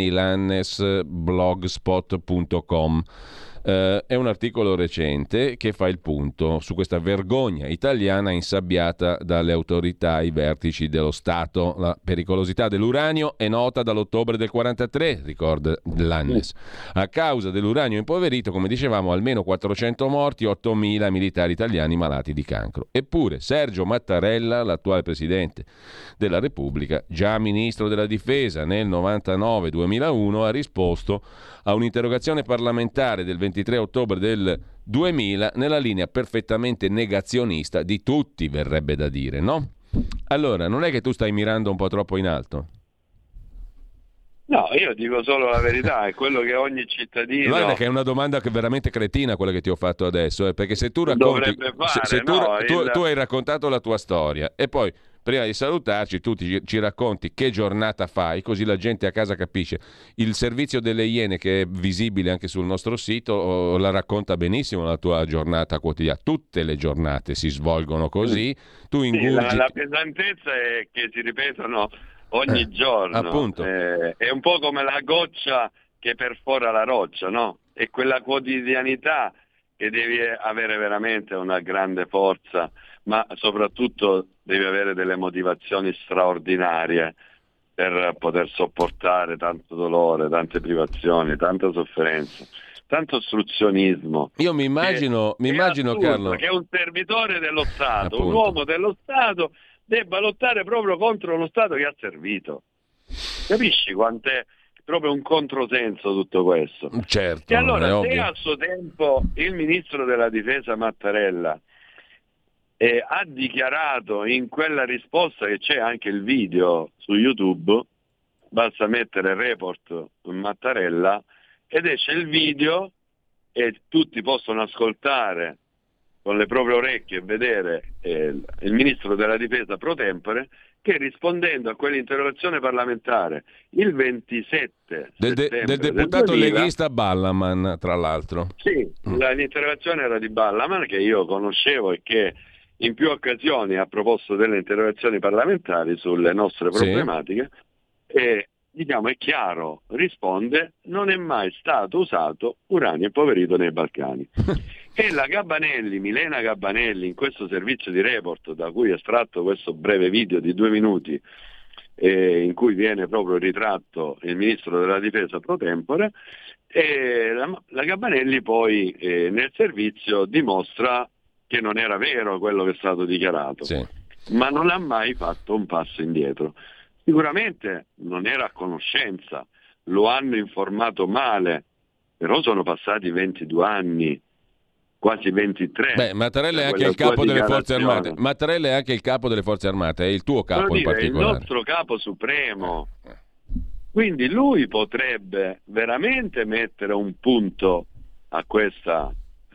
giannilannesblogspot.com. È un articolo recente che fa il punto su questa vergogna italiana insabbiata dalle autorità ai vertici dello Stato. La pericolosità dell'uranio è nota dall'ottobre del 43, ricorda l'Annes. A causa dell'uranio impoverito, come dicevamo, almeno 400 morti, 8.000 militari italiani malati di cancro. Eppure Sergio Mattarella, l'attuale presidente della Repubblica, già ministro della difesa nel 99-2001, ha risposto a un'interrogazione parlamentare del 23 ottobre del 2000 nella linea perfettamente negazionista di tutti, verrebbe da dire, no? Allora, non è che tu stai mirando un po' troppo in alto? No, io dico solo la verità, è quello che ogni cittadino... Guarda che è una domanda che è veramente cretina quella che ti ho fatto adesso, perché se tu racconti... tu hai raccontato la tua storia e poi... Prima di salutarci, tu ci racconti che giornata fai, così la gente a casa capisce. Il servizio delle Iene, che è visibile anche sul nostro sito, la racconta benissimo la tua giornata quotidiana. Tutte le giornate si svolgono così. Tu ingurgiti... la pesantezza è che si ripetono ogni giorno. Appunto. È un po' come la goccia che perfora la roccia, no? È quella quotidianità che devi avere veramente una grande forza, ma soprattutto devi avere delle motivazioni straordinarie per poter sopportare tanto dolore, tante privazioni, tanta sofferenza, tanto ostruzionismo. Io mi immagino Carlo, che un servitore dello Stato, appunto, un uomo dello Stato, debba lottare proprio contro lo Stato che ha servito. Capisci quant'è proprio un controsenso tutto questo? Certo, e allora, è se ovvio. a suo tempo il ministro della difesa Mattarella ha dichiarato in quella risposta, che c'è anche il video su YouTube, basta mettere report Mattarella ed esce il video e tutti possono ascoltare con le proprie orecchie e vedere il ministro della difesa pro tempore che, rispondendo a quell'interrogazione parlamentare il 27 del settembre deputato del 2000, leghista Ballaman, tra l'altro. Sì, l'interrogazione era di Ballaman, che io conoscevo e che in più occasioni ha proposto delle interrogazioni parlamentari sulle nostre problematiche, e diciamo è chiaro, risponde: non è mai stato usato uranio impoverito nei Balcani. E la Gabbanelli, Milena Gabbanelli, in questo servizio di report da cui è estratto questo breve video di 2 minuti, in cui viene proprio ritratto il ministro della difesa pro tempore, e la Gabbanelli poi nel servizio dimostra che non era vero quello che è stato dichiarato, sì, ma non ha mai fatto un passo indietro. Sicuramente non era a conoscenza, lo hanno informato male, però sono passati 22 anni, quasi 23. Beh, Mattarella è anche il capo delle forze armate. Mattarella è anche il capo delle forze armate, è il tuo capo in particolare. È il nostro capo supremo. Quindi lui potrebbe veramente mettere un punto a questa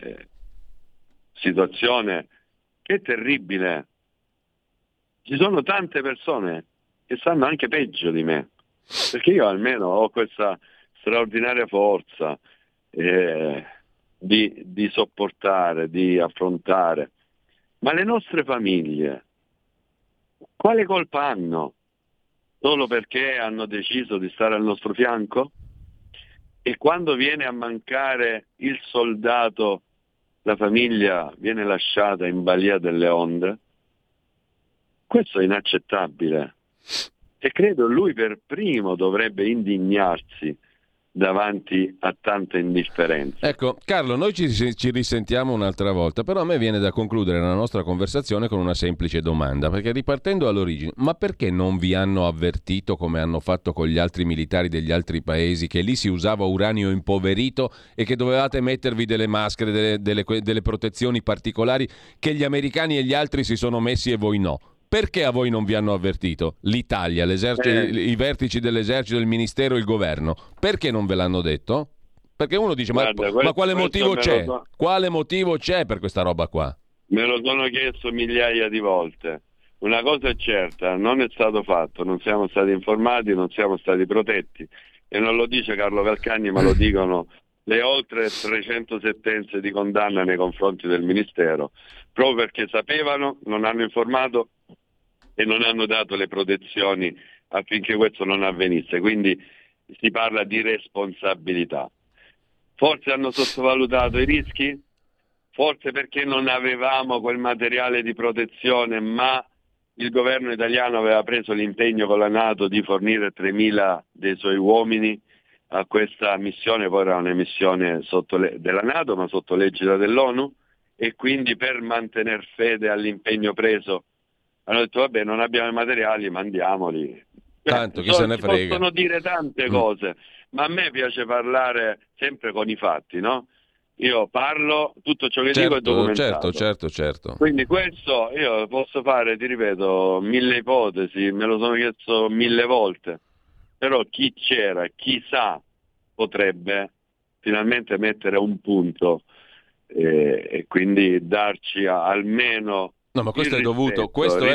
situazione che è terribile. Ci sono tante persone che stanno anche peggio di me, perché io almeno ho questa straordinaria forza di sopportare, di affrontare. Ma le nostre famiglie quale colpa hanno? Solo perché hanno deciso di stare al nostro fianco? E quando viene a mancare il soldato, la famiglia viene lasciata in balia delle onde? Questo è inaccettabile. E credo lui per primo dovrebbe indignarsi davanti a tanta indifferenza. Ecco, Carlo, noi ci risentiamo un'altra volta, però a me viene da concludere la nostra conversazione con una semplice domanda, perché ripartendo all'origine, ma perché non vi hanno avvertito, come hanno fatto con gli altri militari degli altri paesi, che lì si usava uranio impoverito e che dovevate mettervi delle maschere, delle protezioni particolari che gli americani e gli altri si sono messi e voi no? Perché a voi non vi hanno avvertito? L'Italia, l'esercito, i vertici dell'esercito, il ministero, il governo. Perché non ve l'hanno detto? Perché uno dice, guarda, ma quale motivo c'è? Quale motivo c'è per questa roba qua? Me lo sono chiesto migliaia di volte. Una cosa è certa, non è stato fatto, non siamo stati informati, non siamo stati protetti. E non lo dice Carlo Calcagni, ma lo dicono le oltre 300 sentenze di condanna nei confronti del Ministero, proprio perché sapevano, non hanno informato e non hanno dato le protezioni affinché questo non avvenisse. Quindi si parla di responsabilità. Forse hanno sottovalutato i rischi, forse perché non avevamo quel materiale di protezione, ma il governo italiano aveva preso l'impegno con la NATO di fornire 3.000 dei suoi uomini a questa missione, poi era una missione della NATO ma sotto l'egida dell'ONU, e quindi per mantenere fede all'impegno preso hanno detto vabbè, non abbiamo i materiali, mandiamoli. Tanto chi se ne frega. Si possono dire tante cose, ma a me piace parlare sempre con i fatti, no? Io parlo, tutto ciò che dico è documentato. Certo. Quindi questo io posso fare, ti ripeto, 1000 ipotesi, me lo sono chiesto 1000 volte, però chi c'era, chi sa, potrebbe finalmente mettere un punto e quindi darci almeno... No, ma questo è dovuto,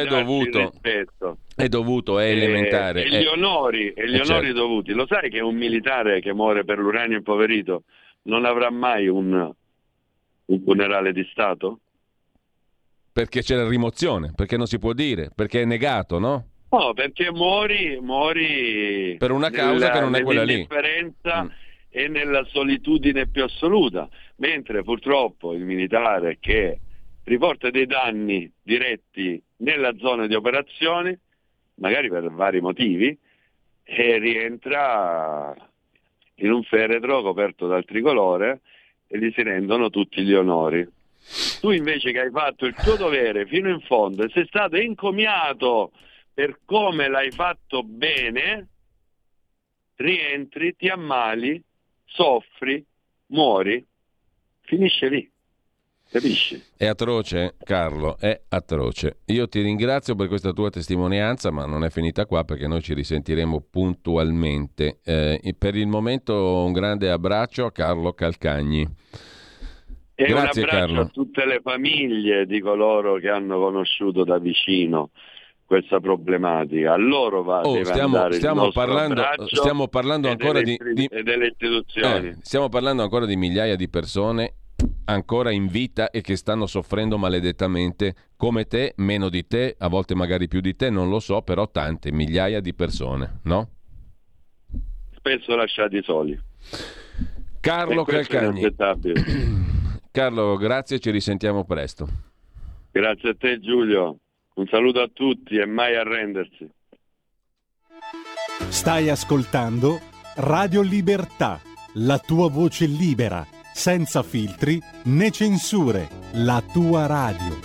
è elementare. E gli onori certo. dovuti. Lo sai che un militare che muore per l'uranio impoverito non avrà mai un funerale di Stato? Perché c'è la rimozione, perché non si può dire, perché è negato, no? No, perché muori per una causa che non è quella lì. Nell'indifferenza e nella solitudine più assoluta, mentre purtroppo il militare che riporta dei danni diretti nella zona di operazione, magari per vari motivi, e rientra in un feretro coperto dal tricolore e gli si rendono tutti gli onori. Tu invece che hai fatto il tuo dovere fino in fondo e sei stato encomiato per come l'hai fatto bene, rientri, ti ammali, soffri, muori, finisce lì. Capisci? È atroce, Carlo, è atroce. Io ti ringrazio per questa tua testimonianza, ma non è finita qua perché noi ci risentiremo puntualmente. Per il momento un grande abbraccio a Carlo Calcagni. E grazie, un abbraccio Carlo. A tutte le famiglie di coloro che hanno conosciuto da vicino questa problematica. A loro stiamo parlando ancora delle istituzioni. Stiamo parlando ancora di migliaia di persone ancora in vita e che stanno soffrendo maledettamente come te, meno di te, a volte magari più di te, non lo so, però tante, migliaia di persone, no? Spesso lasciati soli. Carlo Calcagni. Carlo, grazie, ci risentiamo presto. Grazie a te Giulio, un saluto a tutti e mai arrendersi. Stai ascoltando Radio Libertà, la tua voce libera, senza filtri né censure, la tua radio.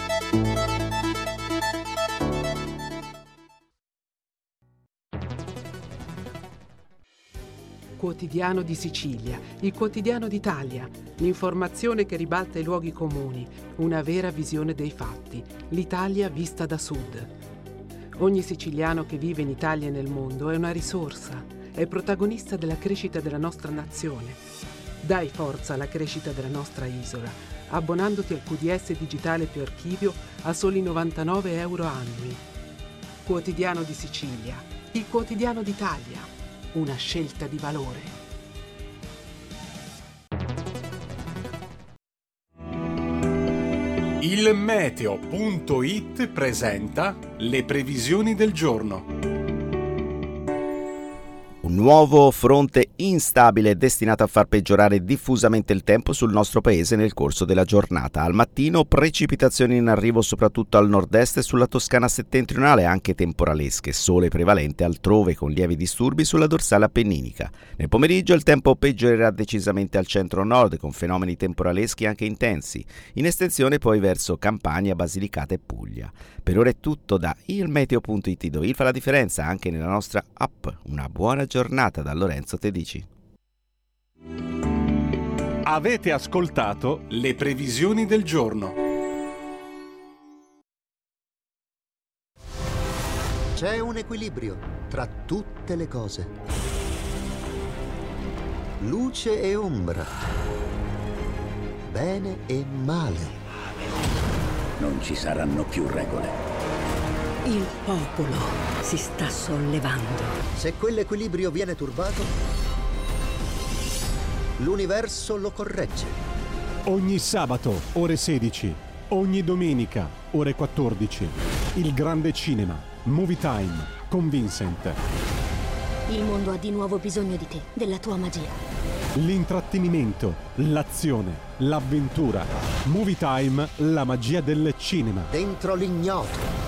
Quotidiano di Sicilia, il quotidiano d'Italia, l'informazione che ribalta i luoghi comuni, una vera visione dei fatti, l'Italia vista da sud. Ogni siciliano che vive in Italia e nel mondo è una risorsa, è protagonista della crescita della nostra nazione. Dai forza alla crescita della nostra isola, abbonandoti al QDS digitale più archivio a soli 99 euro annui. Quotidiano di Sicilia, il quotidiano d'Italia, una scelta di valore. Il meteo.it presenta le previsioni del giorno. Un Nuovo fronte instabile destinato a far peggiorare diffusamente il tempo sul nostro paese nel corso della giornata. Al mattino precipitazioni in arrivo soprattutto al nord-est e sulla Toscana settentrionale, anche temporalesche, sole prevalente altrove con lievi disturbi sulla dorsale appenninica. Nel pomeriggio il tempo peggiorerà decisamente al centro-nord con fenomeni temporaleschi anche intensi, in estensione poi verso Campania, Basilicata e Puglia. Per ora è tutto da ilmeteo.it, dove il fa la differenza anche nella nostra app. Una buona giornata da Lorenzo Tedici. Avete ascoltato le previsioni del giorno. C'è un equilibrio tra tutte le cose. Luce e ombra. Bene e male. Non ci saranno più regole. Il popolo si sta sollevando. Se quell'equilibrio viene turbato, l'universo lo corregge. Ogni sabato, ore 16. Ogni domenica, ore 14. Il grande cinema, Movie Time, con Vincent. Il mondo ha di nuovo bisogno di te, della tua magia. L'intrattenimento, l'azione, l'avventura. Movie Time, la magia del cinema. Dentro l'ignoto.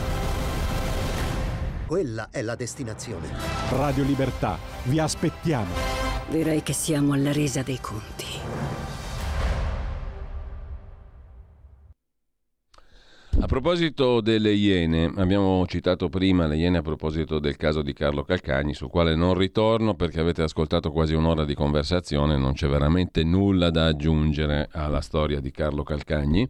Quella è la destinazione. Radio Libertà, vi aspettiamo. Direi che siamo alla resa dei conti. A proposito delle Iene, abbiamo citato prima le Iene a proposito del caso di Carlo Calcagni, sul quale non ritorno perché avete ascoltato quasi un'ora di conversazione, non c'è veramente nulla da aggiungere alla storia di Carlo Calcagni.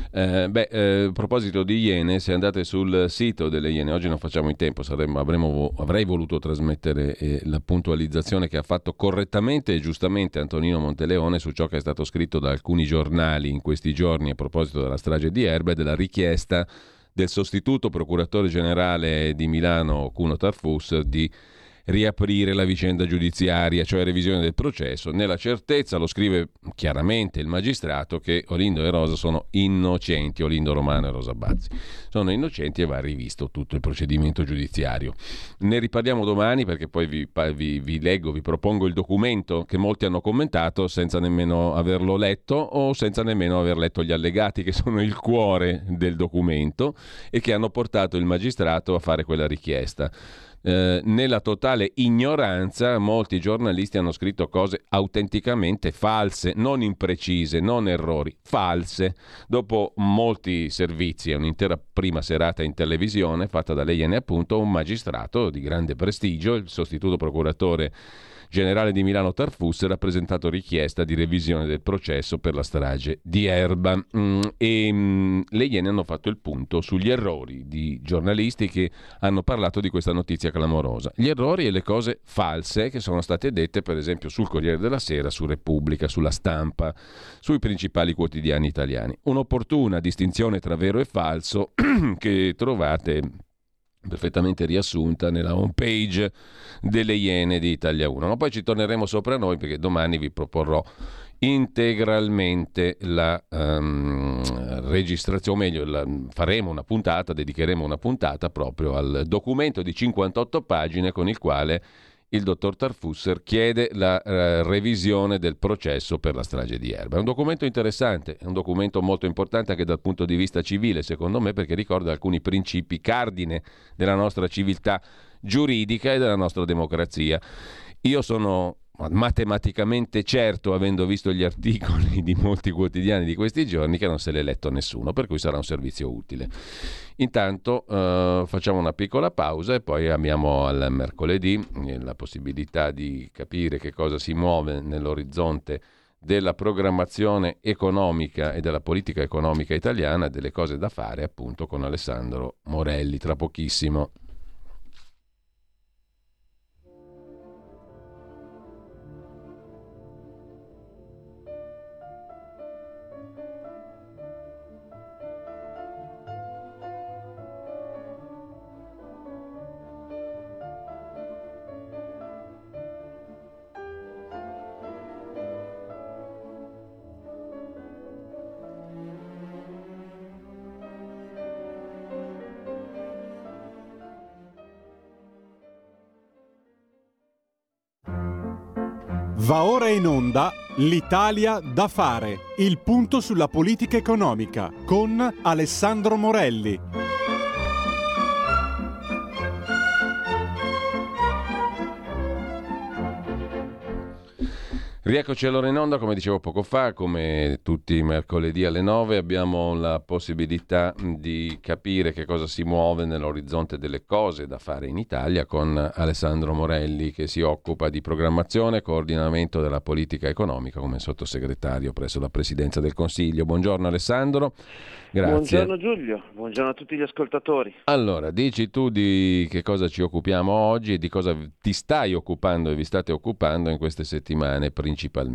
A proposito di Iene, se andate sul sito delle Iene, oggi non facciamo in tempo, avrei voluto trasmettere la puntualizzazione che ha fatto correttamente e giustamente Antonino Monteleone su ciò che è stato scritto da alcuni giornali in questi giorni a proposito della strage di Erba e della richiesta del sostituto procuratore generale di Milano Cuno Tarfus di riaprire la vicenda giudiziaria, cioè revisione del processo, nella certezza, lo scrive chiaramente il magistrato, che Olindo e Rosa sono innocenti, Olindo Romano e Rosa Bazzi sono innocenti e va rivisto tutto il procedimento giudiziario. Ne riparliamo domani perché poi vi leggo, vi propongo il documento che molti hanno commentato senza nemmeno averlo letto o senza nemmeno aver letto gli allegati, che sono il cuore del documento e che hanno portato il magistrato a fare quella richiesta. Nella totale ignoranza molti giornalisti hanno scritto cose autenticamente false, non imprecise, non errori, false. Dopo molti servizi e un'intera prima serata in televisione fatta dalle Iene, appunto, un magistrato di grande prestigio, il sostituto procuratore generale di Milano Tarfus, ha presentato richiesta di revisione del processo per la strage di Erba le Iene hanno fatto il punto sugli errori di giornalisti che hanno parlato di questa notizia clamorosa, gli errori e le cose false che sono state dette per esempio sul Corriere della Sera, su Repubblica, sulla Stampa, sui principali quotidiani italiani. Un'opportuna distinzione tra vero e falso che trovate perfettamente riassunta nella home page delle Iene di Italia 1, ma poi ci torneremo sopra noi perché domani vi proporrò integralmente la registrazione, o meglio faremo una puntata, dedicheremo una puntata proprio al documento di 58 pagine con il quale il dottor Tarfusser chiede la revisione del processo per la strage di Erba. È un documento interessante, è un documento molto importante anche dal punto di vista civile, secondo me, perché ricorda alcuni principi cardine della nostra civiltà giuridica e della nostra democrazia. Io sono matematicamente certo, avendo visto gli articoli di molti quotidiani di questi giorni, che non se l'è letto nessuno, per cui sarà un servizio utile. Intanto facciamo una piccola pausa e poi abbiamo al mercoledì la possibilità di capire che cosa si muove nell'orizzonte della programmazione economica e della politica economica italiana, delle cose da fare appunto con Alessandro Morelli tra pochissimo. Va ora in onda L'Italia da fare, il punto sulla politica economica con Alessandro Morelli. Rieccoci allora in onda, come dicevo poco fa, come tutti i mercoledì alle 9 abbiamo la possibilità di capire che cosa si muove nell'orizzonte delle cose da fare in Italia con Alessandro Morelli, che si occupa di programmazione e coordinamento della politica economica come sottosegretario presso la Presidenza del Consiglio. Buongiorno Alessandro, grazie. Buongiorno Giulio, buongiorno a tutti gli ascoltatori. Allora, dici tu di che cosa ci occupiamo oggi e di cosa ti stai occupando e vi state occupando in queste settimane principalmente.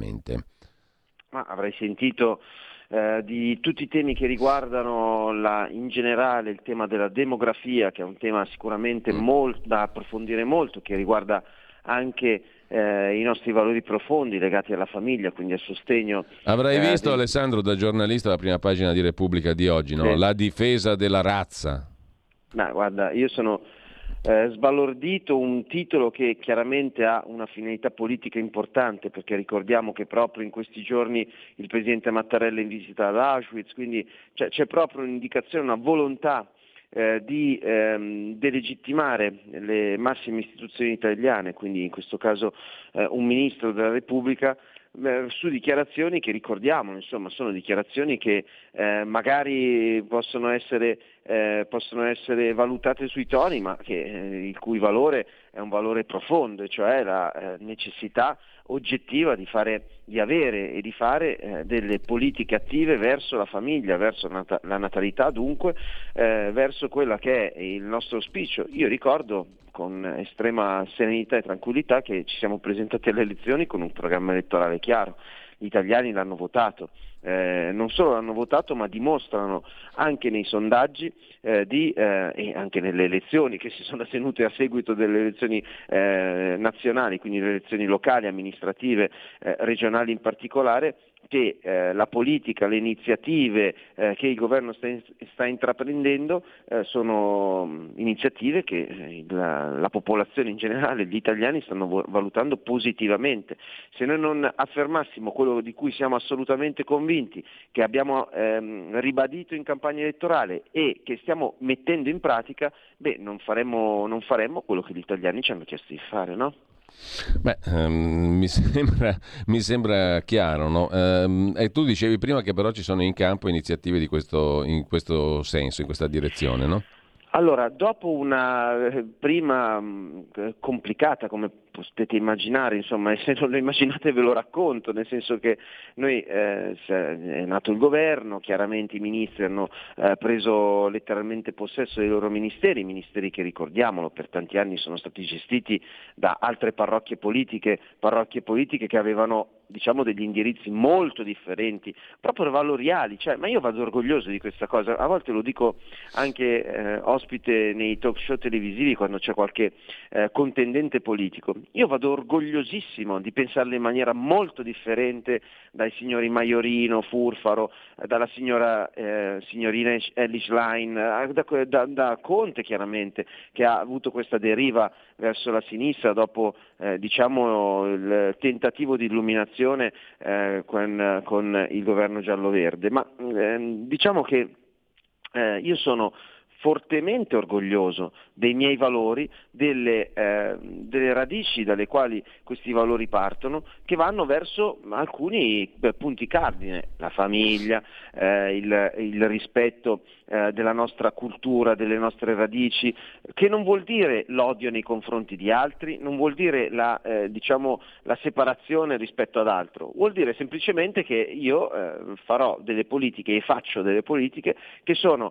Ma avrei sentito di tutti i temi che riguardano in generale il tema della demografia, che è un tema sicuramente da approfondire molto, che riguarda anche i nostri valori profondi legati alla famiglia, quindi al sostegno. Avrai visto Alessandro, da giornalista, la prima pagina di Repubblica di oggi, no? Sì. La difesa della razza. No, guarda, io sono sbalordito, un titolo che chiaramente ha una finalità politica importante, perché ricordiamo che proprio in questi giorni il presidente Mattarella è in visita ad Auschwitz, quindi c'è proprio un'indicazione, una volontà di delegittimare le massime istituzioni italiane, quindi in questo caso un ministro della Repubblica, su dichiarazioni che ricordiamo, insomma, sono dichiarazioni che magari possono essere valutate sui toni, ma il cui valore è un valore profondo, cioè la necessità oggettiva di avere e di fare delle politiche attive verso la famiglia, verso la natalità, dunque verso quella che è il nostro auspicio. Io ricordo con estrema serenità e tranquillità che ci siamo presentati alle elezioni con un programma elettorale chiaro. Gli italiani l'hanno votato, non solo l'hanno votato, ma dimostrano anche nei sondaggi e anche nelle elezioni che si sono tenute a seguito delle elezioni nazionali, quindi le elezioni locali, amministrative, regionali in particolare, che la politica, le iniziative che il governo sta intraprendendo sono iniziative che la popolazione in generale, gli italiani stanno valutando positivamente. Se noi non affermassimo quello di cui siamo assolutamente convinti, che abbiamo ribadito in campagna elettorale e che stiamo mettendo in pratica, non faremmo quello che gli italiani ci hanno chiesto di fare, no? Mi sembra chiaro, no? E tu dicevi prima che però ci sono in campo iniziative in questo senso, in questa direzione, no? Allora, dopo una prima complicata, come potete immaginare, insomma, e se non lo immaginate ve lo racconto, nel senso che noi è nato il governo, chiaramente i ministri hanno preso letteralmente possesso dei loro ministeri che, ricordiamolo, per tanti anni sono stati gestiti da altre parrocchie politiche che avevano, diciamo, degli indirizzi molto differenti, proprio valoriali, ma io vado orgoglioso di questa cosa, a volte lo dico anche ospite nei talk show televisivi quando c'è qualche contendente politico. Io vado orgogliosissimo di pensarle in maniera molto differente dai signori Maiorino, Furfaro, dalla signorina Elly Schlein, da Conte chiaramente, che ha avuto questa deriva verso la sinistra dopo il tentativo di illuminazione con il governo giallo-verde. Ma diciamo che io sono fortemente orgoglioso dei miei valori, delle radici dalle quali questi valori partono, che vanno verso alcuni punti cardine: la famiglia, il rispetto della nostra cultura, delle nostre radici, che non vuol dire l'odio nei confronti di altri, non vuol dire la separazione rispetto ad altro, vuol dire semplicemente che io farò delle politiche e faccio delle politiche che sono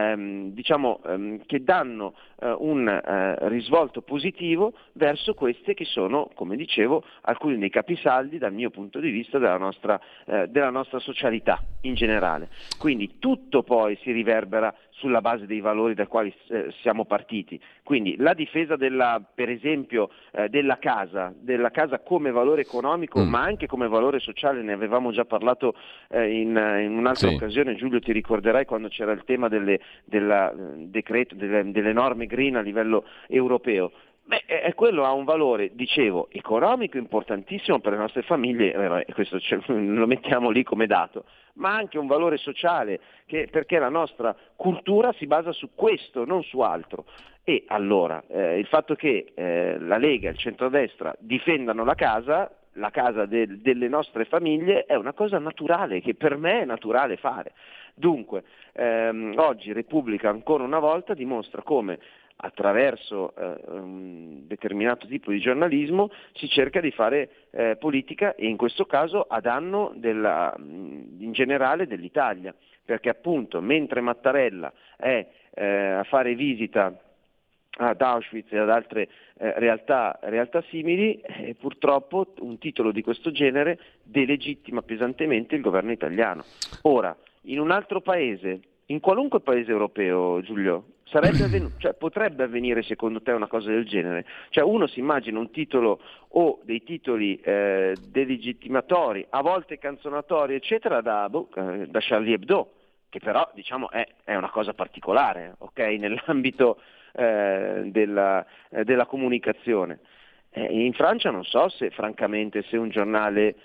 che danno un risvolto positivo verso queste che sono, come dicevo, alcuni dei capisaldi dal mio punto di vista della nostra socialità in generale. Quindi tutto poi si riverbera sulla base dei valori dai quali siamo partiti. Quindi la difesa per esempio della casa come valore economico, ma anche come valore sociale, ne avevamo già parlato in un'altra occasione, Giulio, ti ricorderai, quando c'era il tema delle norme green a livello europeo. Quello ha un valore, dicevo, economico importantissimo per le nostre famiglie, questo lo mettiamo lì come dato, ma anche un valore sociale, perché la nostra cultura si basa su questo, non su altro. E allora il fatto che la Lega e il centrodestra difendano la casa delle nostre famiglie è una cosa naturale, che per me è naturale fare. Dunque, oggi Repubblica ancora una volta dimostra come attraverso un determinato tipo di giornalismo si cerca di fare politica, e in questo caso a danno in generale dell'Italia, perché appunto mentre Mattarella è a fare visita ad Auschwitz e ad altre realtà simili, purtroppo un titolo di questo genere delegittima pesantemente il governo italiano. Ora, in un altro paese, in qualunque paese europeo, Giulio, potrebbe avvenire secondo te una cosa del genere? Cioè uno si immagina un titolo o dei titoli delegittimatori, a volte canzonatori, eccetera, da Charlie Hebdo, che però diciamo è una cosa particolare, ok? Nell'ambito della comunicazione. In Francia non so se un giornale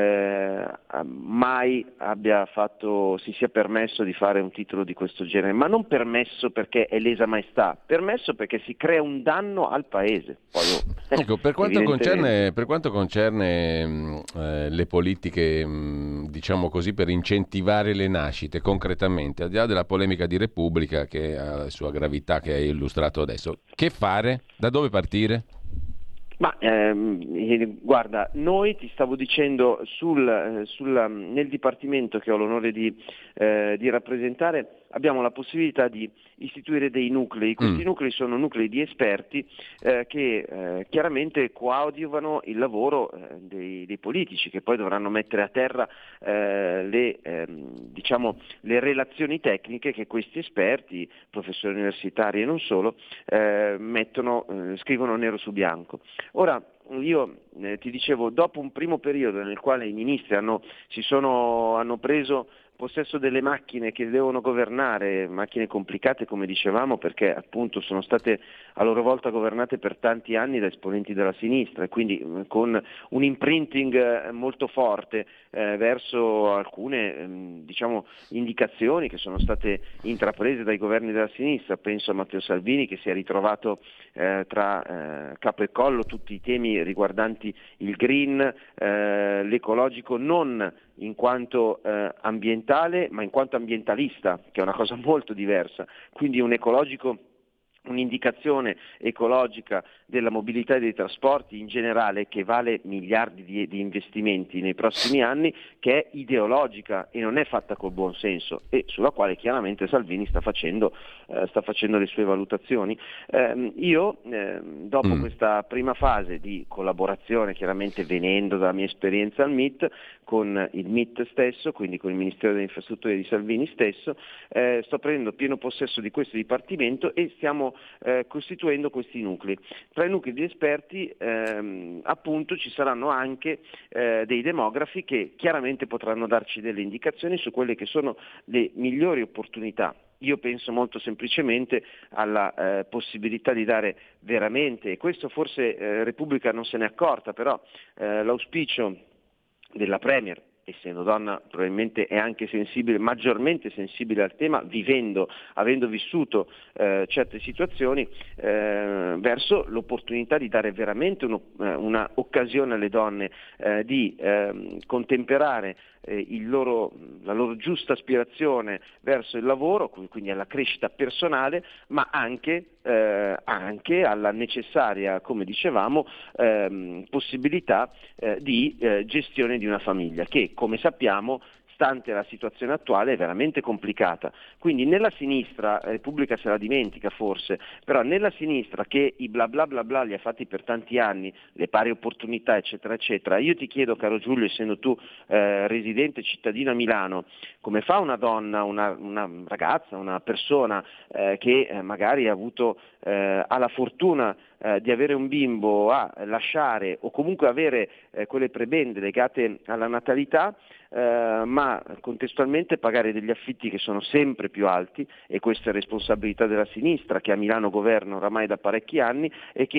mai si sia permesso di fare un titolo di questo genere, ma non permesso perché è lesa maestà, permesso perché si crea un danno al paese. Poi, ecco, per quanto concerne le politiche, diciamo così, per incentivare le nascite concretamente, al di là della polemica di Repubblica che ha la sua gravità che hai illustrato adesso, che fare? Da dove partire? Ma guarda, noi ti stavo dicendo nel dipartimento che ho l'onore di rappresentare, abbiamo la possibilità di istituire dei nuclei. Questi nuclei sono nuclei di esperti che chiaramente coadiuvano il lavoro dei politici, che poi dovranno mettere a terra le relazioni tecniche che questi esperti, professori universitari e non solo, scrivono nero su bianco. Ora, io ti dicevo, dopo un primo periodo nel quale i ministri hanno preso possesso delle macchine che devono governare, macchine complicate come dicevamo, perché appunto sono state a loro volta governate per tanti anni da esponenti della sinistra, e quindi con un imprinting molto forte verso alcune indicazioni che sono state intraprese dai governi della sinistra. Penso a Matteo Salvini, che si è ritrovato tra capo e collo tutti i temi riguardanti il green, l'ecologico, non in quanto ambientale, ma in quanto ambientalista, che è una cosa molto diversa. Quindi un'indicazione ecologica della mobilità e dei trasporti in generale, che vale miliardi di investimenti nei prossimi anni, che è ideologica e non è fatta col buon senso, e sulla quale chiaramente Salvini sta facendo le sue valutazioni. Dopo questa prima fase di collaborazione, chiaramente venendo dalla mia esperienza al MIT, con il MIT stesso, quindi con il Ministero delle Infrastrutture di Salvini stesso, sto prendendo pieno possesso di questo dipartimento e stiamo costituendo questi nuclei. Tra i nuclei di esperti appunto ci saranno anche dei demografi che chiaramente potranno darci delle indicazioni su quelle che sono le migliori opportunità. Io penso molto semplicemente alla possibilità di dare veramente, e questo forse Repubblica non se n'è accorta, però l'auspicio della Premier, essendo donna probabilmente è anche maggiormente sensibile al tema, avendo vissuto certe situazioni, verso l'opportunità di dare veramente una occasione alle donne di contemperare la loro giusta aspirazione verso il lavoro, quindi alla crescita personale, ma anche alla necessaria, come dicevamo, possibilità di gestione di una famiglia, che come sappiamo, stante la situazione attuale, è veramente complicata. Quindi nella sinistra, Repubblica se la dimentica forse, però nella sinistra che i bla bla bla bla li ha fatti per tanti anni, le pari opportunità eccetera eccetera, io ti chiedo, caro Giulio, essendo tu residente cittadino a Milano, come fa una donna, una ragazza, una persona che magari ha la fortuna di avere un bimbo a lasciare, o comunque avere quelle prebende legate alla natalità, ma contestualmente pagare degli affitti che sono sempre più alti, e questa è responsabilità della sinistra che a Milano governa oramai da parecchi anni, e che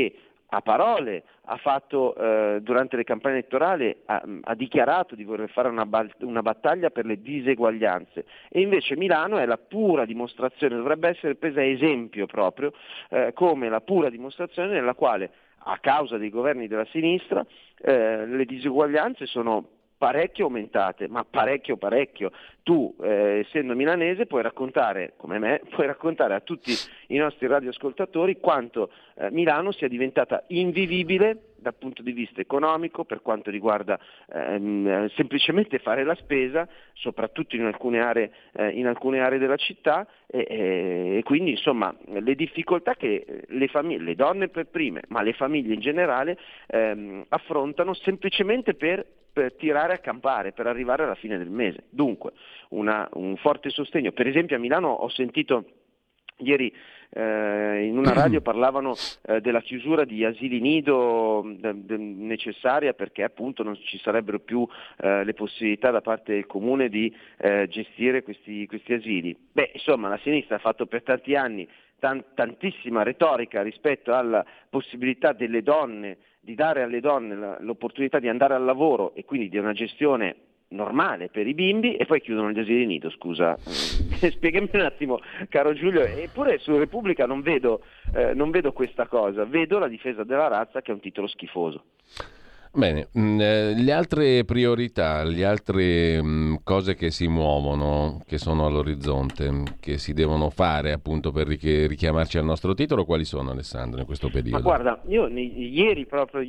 a parole ha fatto durante le campagne elettorali, ha dichiarato di voler fare una battaglia per le diseguaglianze, e invece Milano è la pura dimostrazione, dovrebbe essere presa a esempio proprio come la pura dimostrazione nella quale, a causa dei governi della sinistra, le diseguaglianze sono parecchio aumentate, ma parecchio. Tu, essendo milanese, puoi raccontare, come me, puoi raccontare a tutti i nostri radioascoltatori quanto Milano sia diventata invivibile dal punto di vista economico, per quanto riguarda semplicemente fare la spesa, soprattutto in alcune aree della città, e quindi insomma le difficoltà che le donne per prime, ma le famiglie in generale affrontano semplicemente per tirare a campare, per arrivare alla fine del mese. Dunque un forte sostegno. Per esempio a Milano ho sentito ieri in una radio parlavano della chiusura di asili nido necessaria perché appunto non ci sarebbero più le possibilità da parte del comune di gestire questi asili. Insomma, la sinistra ha fatto per tanti anni tantissima retorica rispetto alla possibilità delle donne, di dare alle donne l'opportunità di andare al lavoro e quindi di una gestione normale per i bimbi, e poi chiudono gli asili nido, scusa. Spiegami un attimo, caro Giulio. Eppure su Repubblica non vedo questa cosa, vedo la difesa della razza, che è un titolo schifoso. Bene, le altre priorità, le altre cose che si muovono, che sono all'orizzonte, che si devono fare appunto per richiamarci al nostro titolo, quali sono, Alessandro, in questo periodo? Ma guarda, io ieri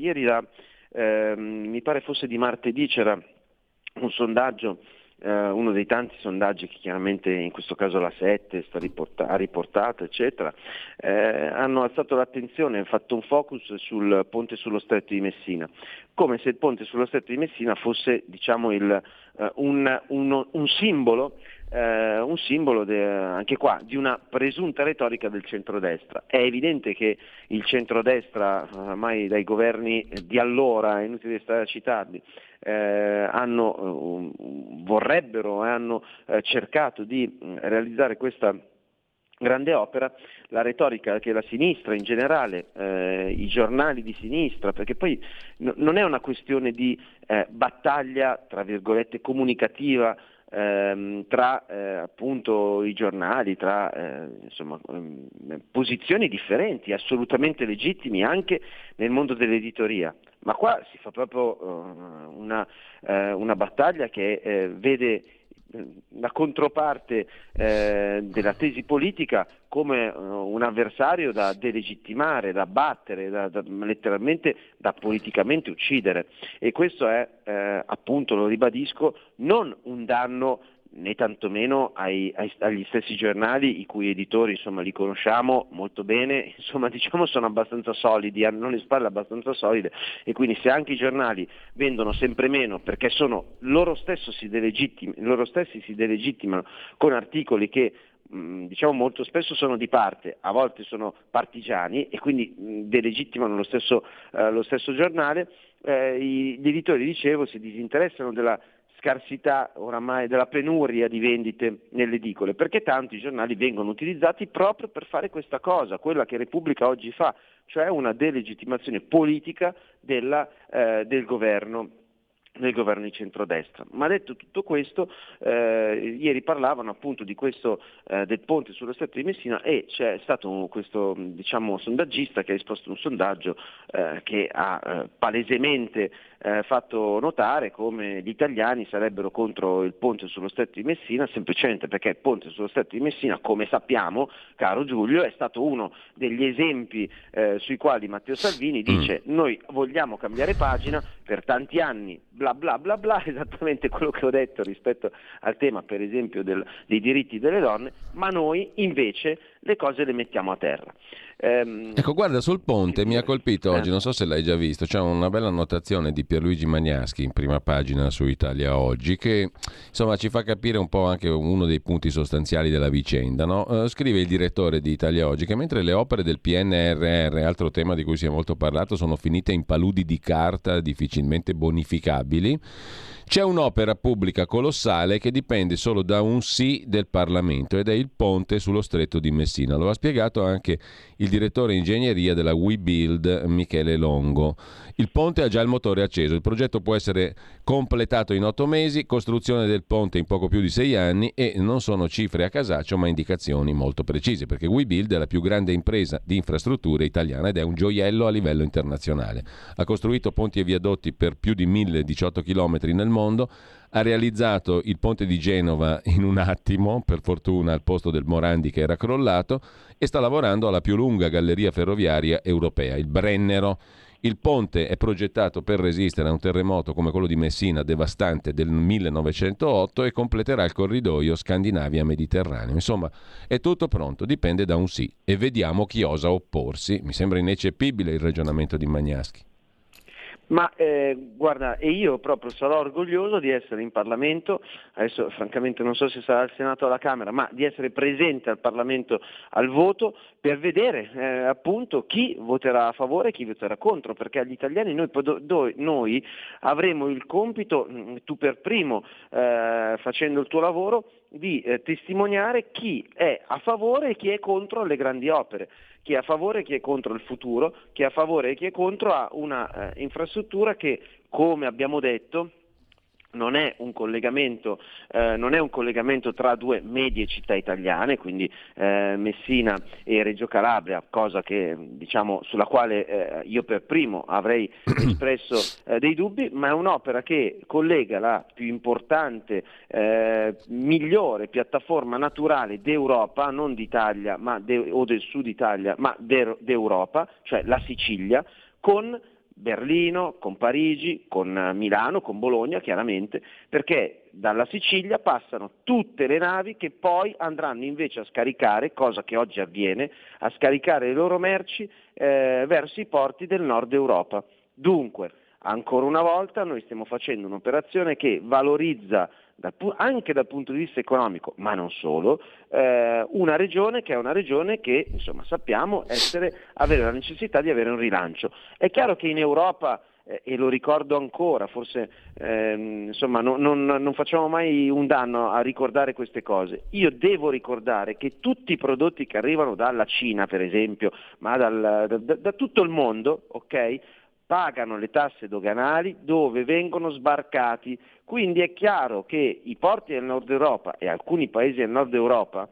mi pare fosse di martedì, c'era un sondaggio, uno dei tanti sondaggi che chiaramente in questo caso la 7 ha riportato, eccetera, hanno alzato l'attenzione, hanno fatto un focus sul ponte sullo Stretto di Messina, come se il ponte sullo Stretto di Messina fosse, diciamo, un simbolo anche qua di una presunta retorica del centrodestra. È evidente che il centrodestra, ormai dai governi di allora, è inutile stare a citarli, vorrebbero e hanno cercato di realizzare questa grande opera. La retorica che la sinistra in generale, i giornali di sinistra, perché poi non è una questione di battaglia, tra virgolette, comunicativa tra appunto i giornali, tra posizioni differenti, assolutamente legittimi anche nel mondo dell'editoria, ma qua si fa proprio una battaglia che vede la controparte della tesi politica come un avversario da delegittimare, da battere, letteralmente da politicamente uccidere, e questo è appunto, lo ribadisco, non un danno né tantomeno agli stessi giornali i cui editori, insomma, li conosciamo molto bene, insomma, diciamo, sono abbastanza solidi, hanno le spalle abbastanza solide, e quindi se anche i giornali vendono sempre meno perché loro stessi si delegittimano con articoli che diciamo molto spesso sono di parte, a volte sono partigiani, e quindi delegittimano lo stesso giornale, gli editori, dicevo, si disinteressano della scarsità, oramai della penuria di vendite nelle edicole, perché tanti giornali vengono utilizzati proprio per fare questa cosa, quella che Repubblica oggi fa, cioè una delegittimazione politica del governo di centrodestra. Ma detto tutto questo, ieri parlavano appunto di questo del ponte sullo Stretto di Messina, e c'è stato questo, diciamo, sondaggista che ha risposto a un sondaggio che ha palesemente fatto notare come gli italiani sarebbero contro il ponte sullo Stretto di Messina semplicemente perché il ponte sullo Stretto di Messina, come sappiamo, caro Giulio, è stato uno degli esempi sui quali Matteo Salvini dice noi vogliamo cambiare pagina, per tanti anni bla bla bla bla, esattamente quello che ho detto rispetto al tema per esempio dei diritti delle donne, ma noi invece le cose le mettiamo a terra. Ecco, guarda, sul ponte mi ha colpito oggi, non so se l'hai già visto, c'è una bella annotazione di Pierluigi Magnaschi in prima pagina su Italia Oggi che insomma ci fa capire un po' anche uno dei punti sostanziali della vicenda, no? Scrive il direttore di Italia Oggi che mentre le opere del PNRR, altro tema di cui si è molto parlato, sono finite in paludi di carta difficilmente bonificabili, C'è un'opera pubblica colossale che dipende solo da un sì del Parlamento ed è il ponte sullo stretto di Messina. Lo ha spiegato anche il direttore ingegneria della WeBuild, Michele Longo. Il ponte ha già il motore acceso, il progetto può essere completato in 8 mesi, costruzione del ponte in poco più di 6 anni e non sono cifre a casaccio ma indicazioni molto precise, perché WeBuild è la più grande impresa di infrastrutture italiana ed è un gioiello a livello internazionale. Ha costruito ponti e viadotti per più di 1018 km nel mondo, ha realizzato il ponte di Genova in un attimo, per fortuna al posto del Morandi che era crollato, e sta lavorando alla più lunga galleria ferroviaria europea, il Brennero. Il ponte è progettato per resistere a un terremoto come quello di Messina devastante del 1908 e completerà il corridoio Scandinavia-Mediterraneo. Insomma, è tutto pronto, dipende da un sì e vediamo chi osa opporsi. Mi sembra ineccepibile il ragionamento di Magnaschi. Ma guarda, e io proprio sarò orgoglioso di essere in Parlamento, adesso francamente non so se sarà al Senato o alla Camera, ma di essere presente al Parlamento al voto per vedere appunto chi voterà a favore e chi voterà contro, perché agli italiani noi avremo il compito, tu per primo facendo il tuo lavoro, di testimoniare chi è a favore e chi è contro le grandi opere, chi è a favore e chi è contro il futuro, chi è a favore e chi è contro a una infrastruttura che, come abbiamo detto, non è un collegamento tra due medie città italiane, quindi Messina e Reggio Calabria, cosa che sulla quale io per primo avrei espresso dei dubbi, ma è un'opera che collega la più importante, migliore piattaforma naturale d'Europa, non d'Italia o del sud Italia, ma d'Europa, cioè la Sicilia, con Berlino, con Parigi, con Milano, con Bologna chiaramente, perché dalla Sicilia passano tutte le navi che poi andranno invece a scaricare, cosa che oggi avviene, a scaricare le loro merci verso i porti del nord Europa. Dunque, ancora una volta noi stiamo facendo un'operazione che valorizza anche dal punto di vista economico, ma non solo, una regione che è una regione che insomma sappiamo avere la necessità di avere un rilancio. È chiaro che in Europa, e lo ricordo ancora, forse non facciamo mai un danno a ricordare queste cose. Io devo ricordare che tutti i prodotti che arrivano dalla Cina, per esempio, ma da tutto il mondo, ok? Pagano le tasse doganali dove vengono sbarcati, quindi è chiaro che i porti del nord Europa e alcuni paesi del nord Europa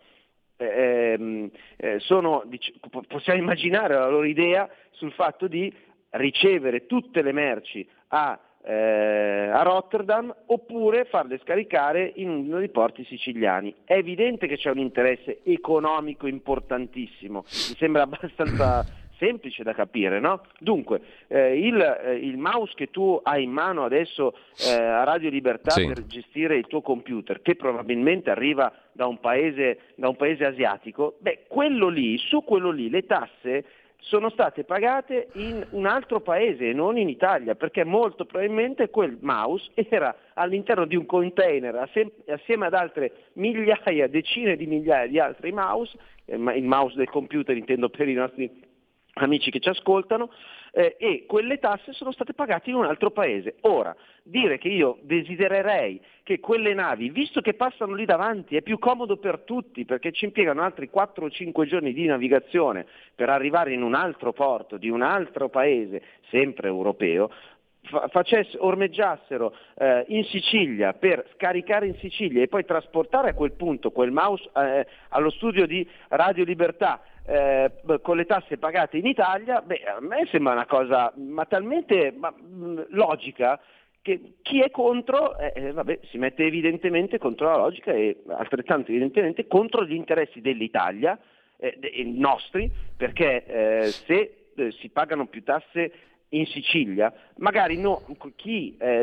possiamo immaginare la loro idea sul fatto di ricevere tutte le merci a Rotterdam oppure farle scaricare in uno dei porti siciliani. È evidente che c'è un interesse economico importantissimo, mi sembra abbastanza semplice da capire, no? Dunque, il mouse che tu hai in mano adesso a Radio Libertà per gestire il tuo computer, che probabilmente arriva da un paese asiatico, su quello lì le tasse sono state pagate in un altro paese e non in Italia, perché molto probabilmente quel mouse era all'interno di un container assieme ad altre decine di migliaia di altri mouse, il mouse del computer intendo per i nostri amici che ci ascoltano, e quelle tasse sono state pagate in un altro paese. Ora, dire che io desidererei che quelle navi, visto che passano lì davanti, è più comodo per tutti perché ci impiegano altri 4 o 5 giorni di navigazione per arrivare in un altro porto di un altro paese, sempre europeo, ormeggiassero in Sicilia per scaricare in Sicilia e poi trasportare a quel punto quel mouse allo studio di Radio Libertà con le tasse pagate in Italia, a me sembra una cosa talmente logica che chi è contro si mette evidentemente contro la logica e altrettanto evidentemente contro gli interessi dell'Italia, nostri, perché se si pagano più tasse in Sicilia, magari chi è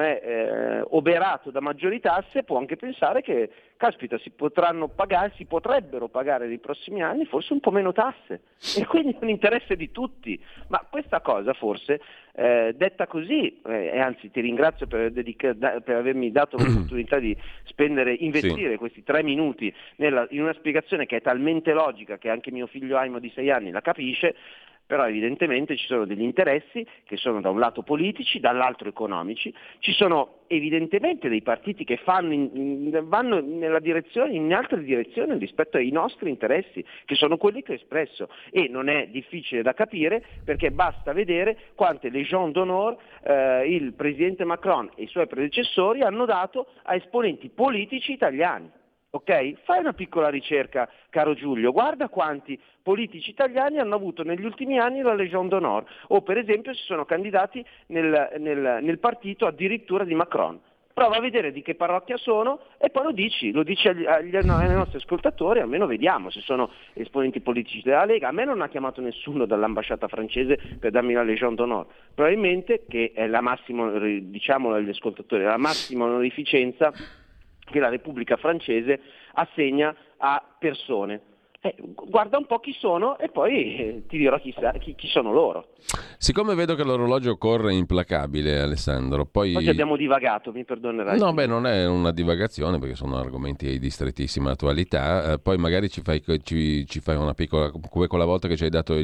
oberato da maggiori tasse può anche pensare che caspita si potrebbero pagare nei prossimi anni forse un po' meno tasse, e quindi è un interesse di tutti. Ma questa cosa forse detta così, e anzi ti ringrazio per avermi dato l'opportunità di investire questi 3 minuti in una spiegazione che è talmente logica che anche mio figlio Aimo di 6 anni la capisce. però evidentemente ci sono degli interessi che sono da un lato politici, dall'altro economici, ci sono evidentemente dei partiti che vanno nella direzione, in altre direzioni rispetto ai nostri interessi, che sono quelli che ho espresso, e non è difficile da capire perché basta vedere quante Légion d'honneur il presidente Macron e i suoi predecessori hanno dato a esponenti politici italiani. Ok? Fai una piccola ricerca, caro Giulio, guarda quanti politici italiani hanno avuto negli ultimi anni la Légion d'honneur, o per esempio si sono candidati nel partito addirittura di Macron. Prova a vedere di che parrocchia sono e poi lo dici ai nostri ascoltatori, almeno vediamo se sono esponenti politici della Lega. A me non ha chiamato nessuno dall'ambasciata francese per darmi la Légion d'honneur, probabilmente, che è la massima, diciamolo agli ascoltatori, la massima onorificenza che la Repubblica francese assegna a persone. Guarda un po' chi sono e poi ti dirò chi sono loro. Siccome vedo che l'orologio corre implacabile, Alessandro, poi... Oggi abbiamo divagato, mi perdonerai. No, non è una divagazione perché sono argomenti di strettissima attualità, poi magari ci fai una piccola, come quella volta che ci hai dato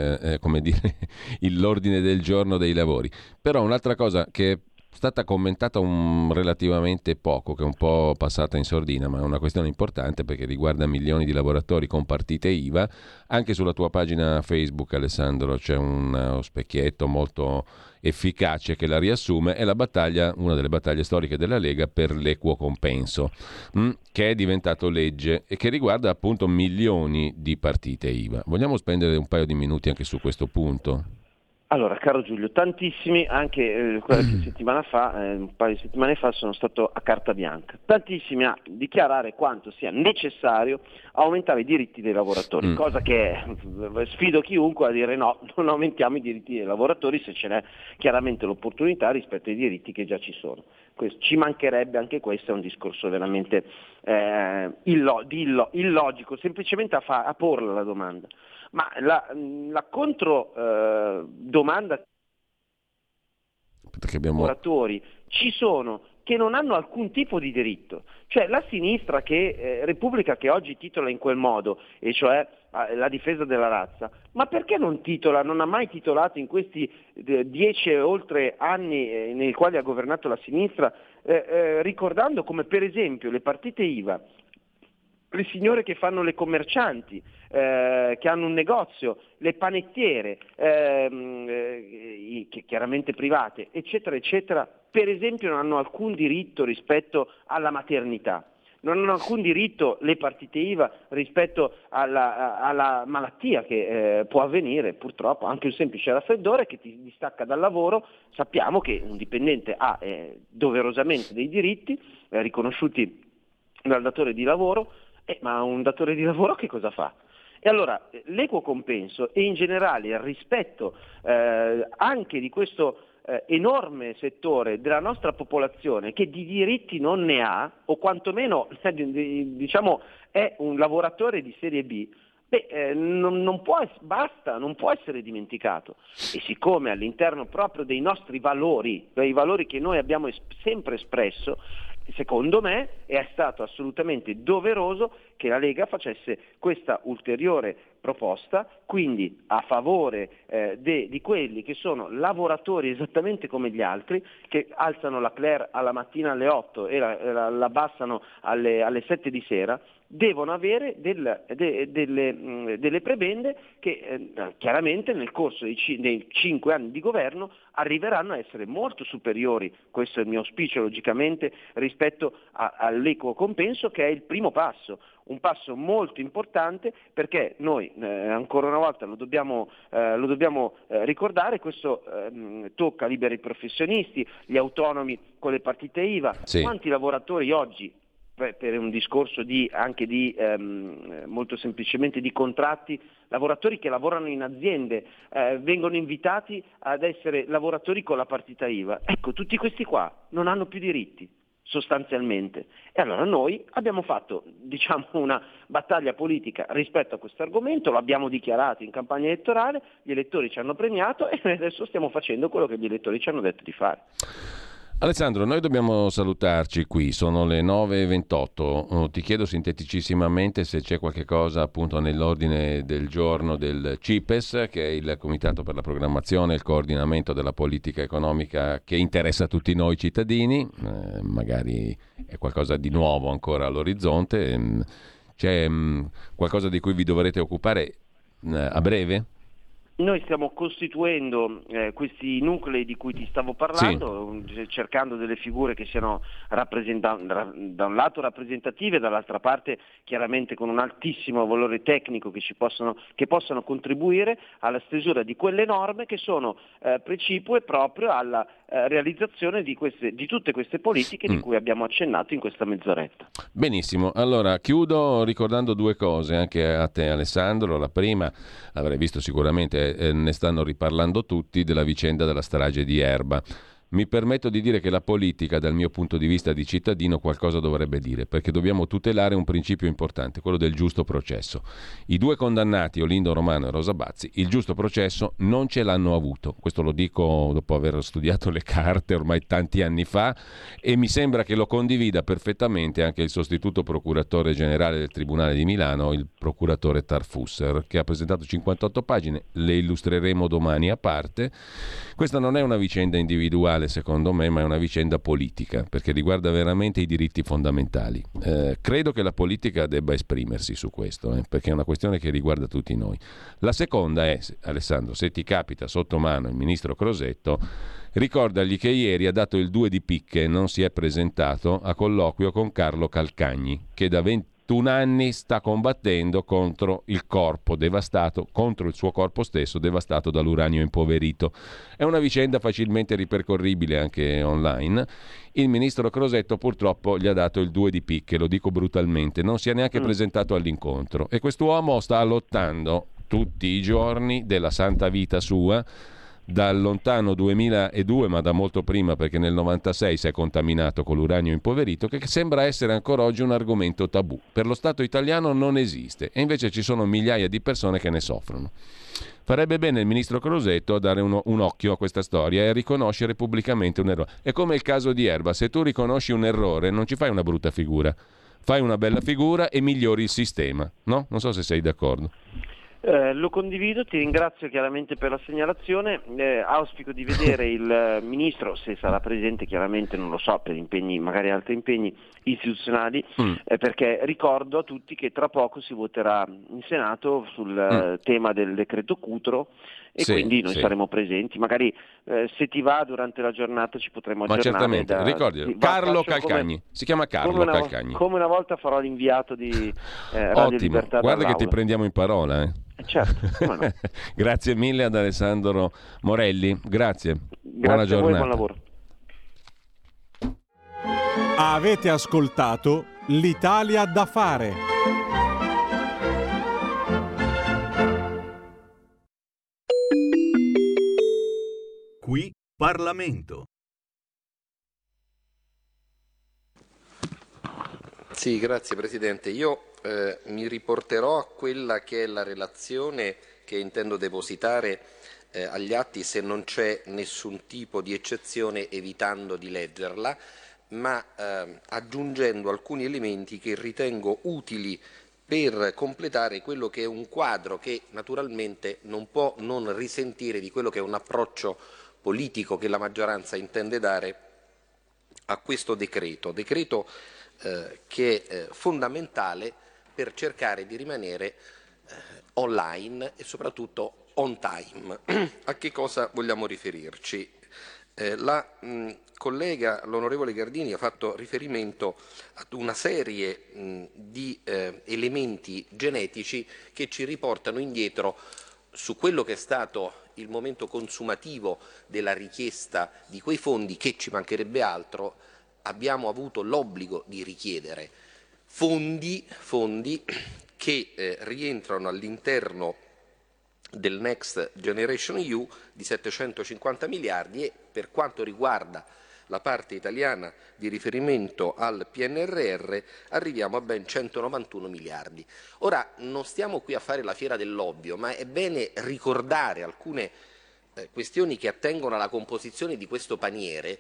l'ordine del giorno dei lavori. Però un'altra cosa che è stata commentata relativamente poco, che è un po' passata in sordina, ma è una questione importante perché riguarda milioni di lavoratori con partite IVA. Anche sulla tua pagina Facebook, Alessandro, c'è uno specchietto molto efficace che la riassume, è una delle battaglie storiche della Lega per l'equo compenso, che è diventato legge e che riguarda appunto milioni di partite IVA. Vogliamo spendere un paio di minuti anche su questo punto? Allora, caro Giulio, tantissimi, anche qualche settimana fa, un paio di settimane fa, sono stato a carta bianca, tantissimi a dichiarare quanto sia necessario aumentare i diritti dei lavoratori, cosa che sfido chiunque a dire no, non aumentiamo i diritti dei lavoratori se ce n'è chiaramente l'opportunità rispetto ai diritti che già ci sono. Ci mancherebbe, anche questo è un discorso veramente illogico, semplicemente a porla la domanda. Ma la contro domanda perché abbiamo lavoratori ci sono che non hanno alcun tipo di diritto, cioè la sinistra Repubblica che oggi titola in quel modo, e cioè la difesa della razza, ma perché non ha mai titolato in questi 10 e oltre anni nei quali ha governato la sinistra, ricordando come per esempio le partite IVA, le signore che fanno le commercianti, che hanno un negozio, le panettiere, chiaramente private, eccetera, eccetera, per esempio non hanno alcun diritto rispetto alla maternità. Non hanno alcun diritto le partite IVA rispetto alla malattia che può avvenire, purtroppo, anche un semplice raffreddore che ti distacca dal lavoro. Sappiamo che un dipendente ha doverosamente dei diritti riconosciuti dal datore di lavoro, ma un datore di lavoro che cosa fa? E allora l'equo compenso e in generale il rispetto anche di questo enorme settore della nostra popolazione che di diritti non ne ha, o quantomeno diciamo è un lavoratore di serie B, non può essere dimenticato. E siccome all'interno proprio dei nostri valori, dei valori che noi abbiamo sempre espresso, secondo me è stato assolutamente doveroso che la Lega facesse questa ulteriore proposta, quindi a favore di quelli che sono lavoratori esattamente come gli altri, che alzano la Claire alla mattina alle 8 e la abbassano alle 7 di sera, devono avere delle prebende che chiaramente nel corso dei 5 anni di governo arriveranno a essere molto superiori, questo è il mio auspicio logicamente, rispetto all'equo compenso, che è il primo passo, un passo molto importante, perché noi ancora una volta lo dobbiamo ricordare, questo tocca liberi professionisti, gli autonomi con le partite IVA, sì. Quanti lavoratori oggi, per un discorso molto semplicemente di contratti, lavoratori che lavorano in aziende vengono invitati ad essere lavoratori con la partita IVA. Ecco, tutti questi qua non hanno più diritti sostanzialmente, e allora noi abbiamo fatto una battaglia politica rispetto a questo argomento, lo abbiamo dichiarato in campagna elettorale, gli elettori ci hanno premiato e noi adesso stiamo facendo quello che gli elettori ci hanno detto di fare. Alessandro, noi dobbiamo salutarci qui, sono le 9:28. Ti chiedo sinteticisssimamente se c'è qualche cosa appunto nell'ordine del giorno del CIPES, che è il Comitato per la Programmazione e il Coordinamento della Politica Economica che interessa tutti noi cittadini, magari è qualcosa di nuovo ancora all'orizzonte, c'è qualcosa di cui vi dovrete occupare a breve? Noi stiamo costituendo questi nuclei di cui ti stavo parlando, cercando delle figure che siano da un lato rappresentative, dall'altra parte chiaramente con un altissimo valore tecnico che possano contribuire alla stesura di quelle norme che sono precipue proprio alla realizzazione di tutte queste politiche di cui abbiamo accennato in questa mezz'oretta. Benissimo, allora chiudo ricordando due cose anche a te Alessandro. La prima, avrai visto sicuramente, ne stanno riparlando tutti, della vicenda della strage di Erba. Mi permetto di dire che la politica, dal mio punto di vista di cittadino, qualcosa dovrebbe dire, perché dobbiamo tutelare un principio importante, quello del giusto processo. I due condannati, Olindo Romano e Rosa Bazzi, il giusto processo non ce l'hanno avuto. Questo lo dico dopo aver studiato le carte ormai tanti anni fa, e mi sembra che lo condivida perfettamente anche il sostituto procuratore generale del Tribunale di Milano, il procuratore Tarfusser, che ha presentato 58 pagine, le illustreremo domani a parte. Questa non è una vicenda individuale, secondo me, ma è una vicenda politica, perché riguarda veramente i diritti fondamentali. Credo che la politica debba esprimersi su questo, perché è una questione che riguarda tutti noi. La seconda è, Alessandro, se ti capita sotto mano il ministro Crosetto, ricordagli che ieri ha dato il 2 di picche e non si è presentato a colloquio con Carlo Calcagni, che da 21 anni sta combattendo contro il corpo devastato, contro il suo corpo stesso devastato dall'uranio impoverito. È una vicenda facilmente ripercorribile anche online. Il ministro Crosetto purtroppo gli ha dato il 2 di picche, lo dico brutalmente, non si è neanche presentato all'incontro, e quest'uomo sta lottando tutti i giorni della santa vita sua, dal lontano 2002, ma da molto prima, perché nel 96 si è contaminato con l'uranio impoverito, che sembra essere ancora oggi un argomento tabù. Per lo Stato italiano non esiste, e invece ci sono migliaia di persone che ne soffrono. Farebbe bene il ministro Crosetto a dare un occhio a questa storia e a riconoscere pubblicamente un errore. È come il caso di Erba: se tu riconosci un errore non ci fai una brutta figura, fai una bella figura e migliori il sistema, no? Non so se sei d'accordo. Lo condivido, ti ringrazio chiaramente per la segnalazione, auspico di vedere il Ministro, se sarà presente, chiaramente non lo so, per impegni, magari altri impegni istituzionali, perché ricordo a tutti che tra poco si voterà in Senato sul tema del decreto Cutro, e quindi noi saremo presenti, magari se ti va durante la giornata ci potremo aggiornare. Ma certamente, ricordi, Carlo Calcagni, si chiama Carlo Calcagni. Come una volta farò l'inviato di Radio Ottimo. Libertà. Guarda che ti prendiamo in parola. Certo, no. Grazie mille ad Alessandro Morelli, grazie. Buona giornata. A voi, buon lavoro. Avete ascoltato L'Italia da fare. Qui Parlamento. Sì, grazie Presidente. Io mi riporterò a quella che è la relazione che intendo depositare agli atti, se non c'è nessun tipo di eccezione, evitando di leggerla, ma aggiungendo alcuni elementi che ritengo utili per completare quello che è un quadro che naturalmente non può non risentire di quello che è un approccio politico che la maggioranza intende dare a questo decreto che è fondamentale per cercare di rimanere online e soprattutto on time. A che cosa vogliamo riferirci? La collega, l'onorevole Gardini, ha fatto riferimento ad una serie di elementi genetici che ci riportano indietro su quello che è stato il momento consumativo della richiesta di quei fondi che, ci mancherebbe altro, abbiamo avuto l'obbligo di richiedere. Fondi che rientrano all'interno del Next Generation EU di 750 miliardi e, per quanto riguarda la parte italiana di riferimento al PNRR, arriviamo a ben 191 miliardi. Ora, non stiamo qui a fare la fiera dell'ovvio, ma è bene ricordare alcune questioni che attengono alla composizione di questo paniere,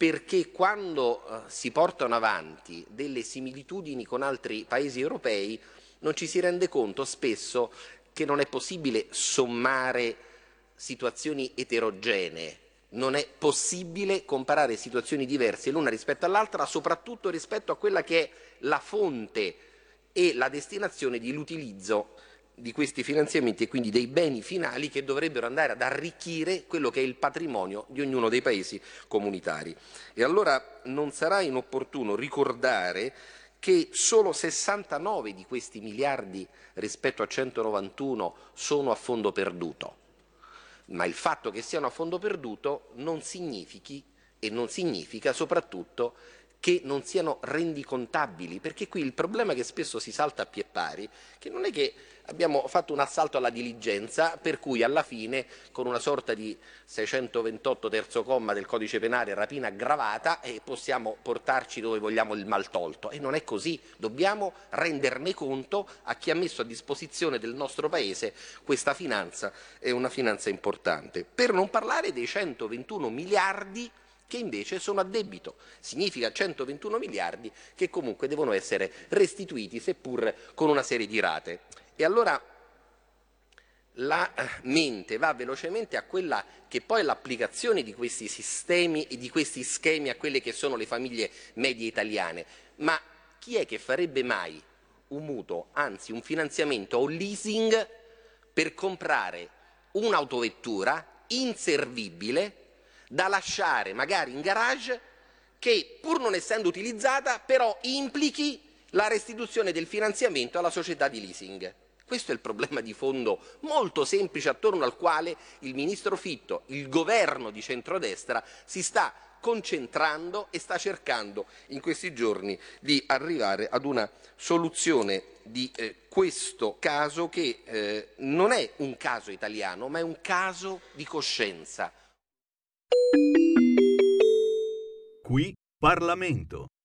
perché quando si portano avanti delle similitudini con altri paesi europei non ci si rende conto spesso che non è possibile sommare situazioni eterogenee, non è possibile comparare situazioni diverse l'una rispetto all'altra, soprattutto rispetto a quella che è la fonte e la destinazione dell'utilizzo di questi finanziamenti e quindi dei beni finali che dovrebbero andare ad arricchire quello che è il patrimonio di ognuno dei paesi comunitari. E allora non sarà inopportuno ricordare che solo 69 di questi miliardi rispetto a 191 sono a fondo perduto. Ma il fatto che siano a fondo perduto non significa soprattutto che non siano rendicontabili, perché qui il problema che spesso si salta a pie pari, che non è che abbiamo fatto un assalto alla diligenza per cui alla fine con una sorta di 628 terzo comma del codice penale rapina aggravata possiamo portarci dove vogliamo il mal tolto, e non è così, dobbiamo renderne conto a chi ha messo a disposizione del nostro Paese questa finanza, è una finanza importante, per non parlare dei 121 miliardi che invece sono a debito. Significa 121 miliardi che comunque devono essere restituiti, seppur con una serie di rate. E allora la mente va velocemente a quella che poi è l'applicazione di questi sistemi e di questi schemi a quelle che sono le famiglie medie italiane. Ma chi è che farebbe mai un mutuo, anzi un finanziamento o leasing per comprare un'autovettura inservibile da lasciare magari in garage, che pur non essendo utilizzata però implichi la restituzione del finanziamento alla società di leasing? Questo è il problema di fondo molto semplice attorno al quale il ministro Fitto, il governo di centrodestra si sta concentrando e sta cercando in questi giorni di arrivare ad una soluzione di questo caso che non è un caso italiano, ma è un caso di coscienza. Qui Parlamento.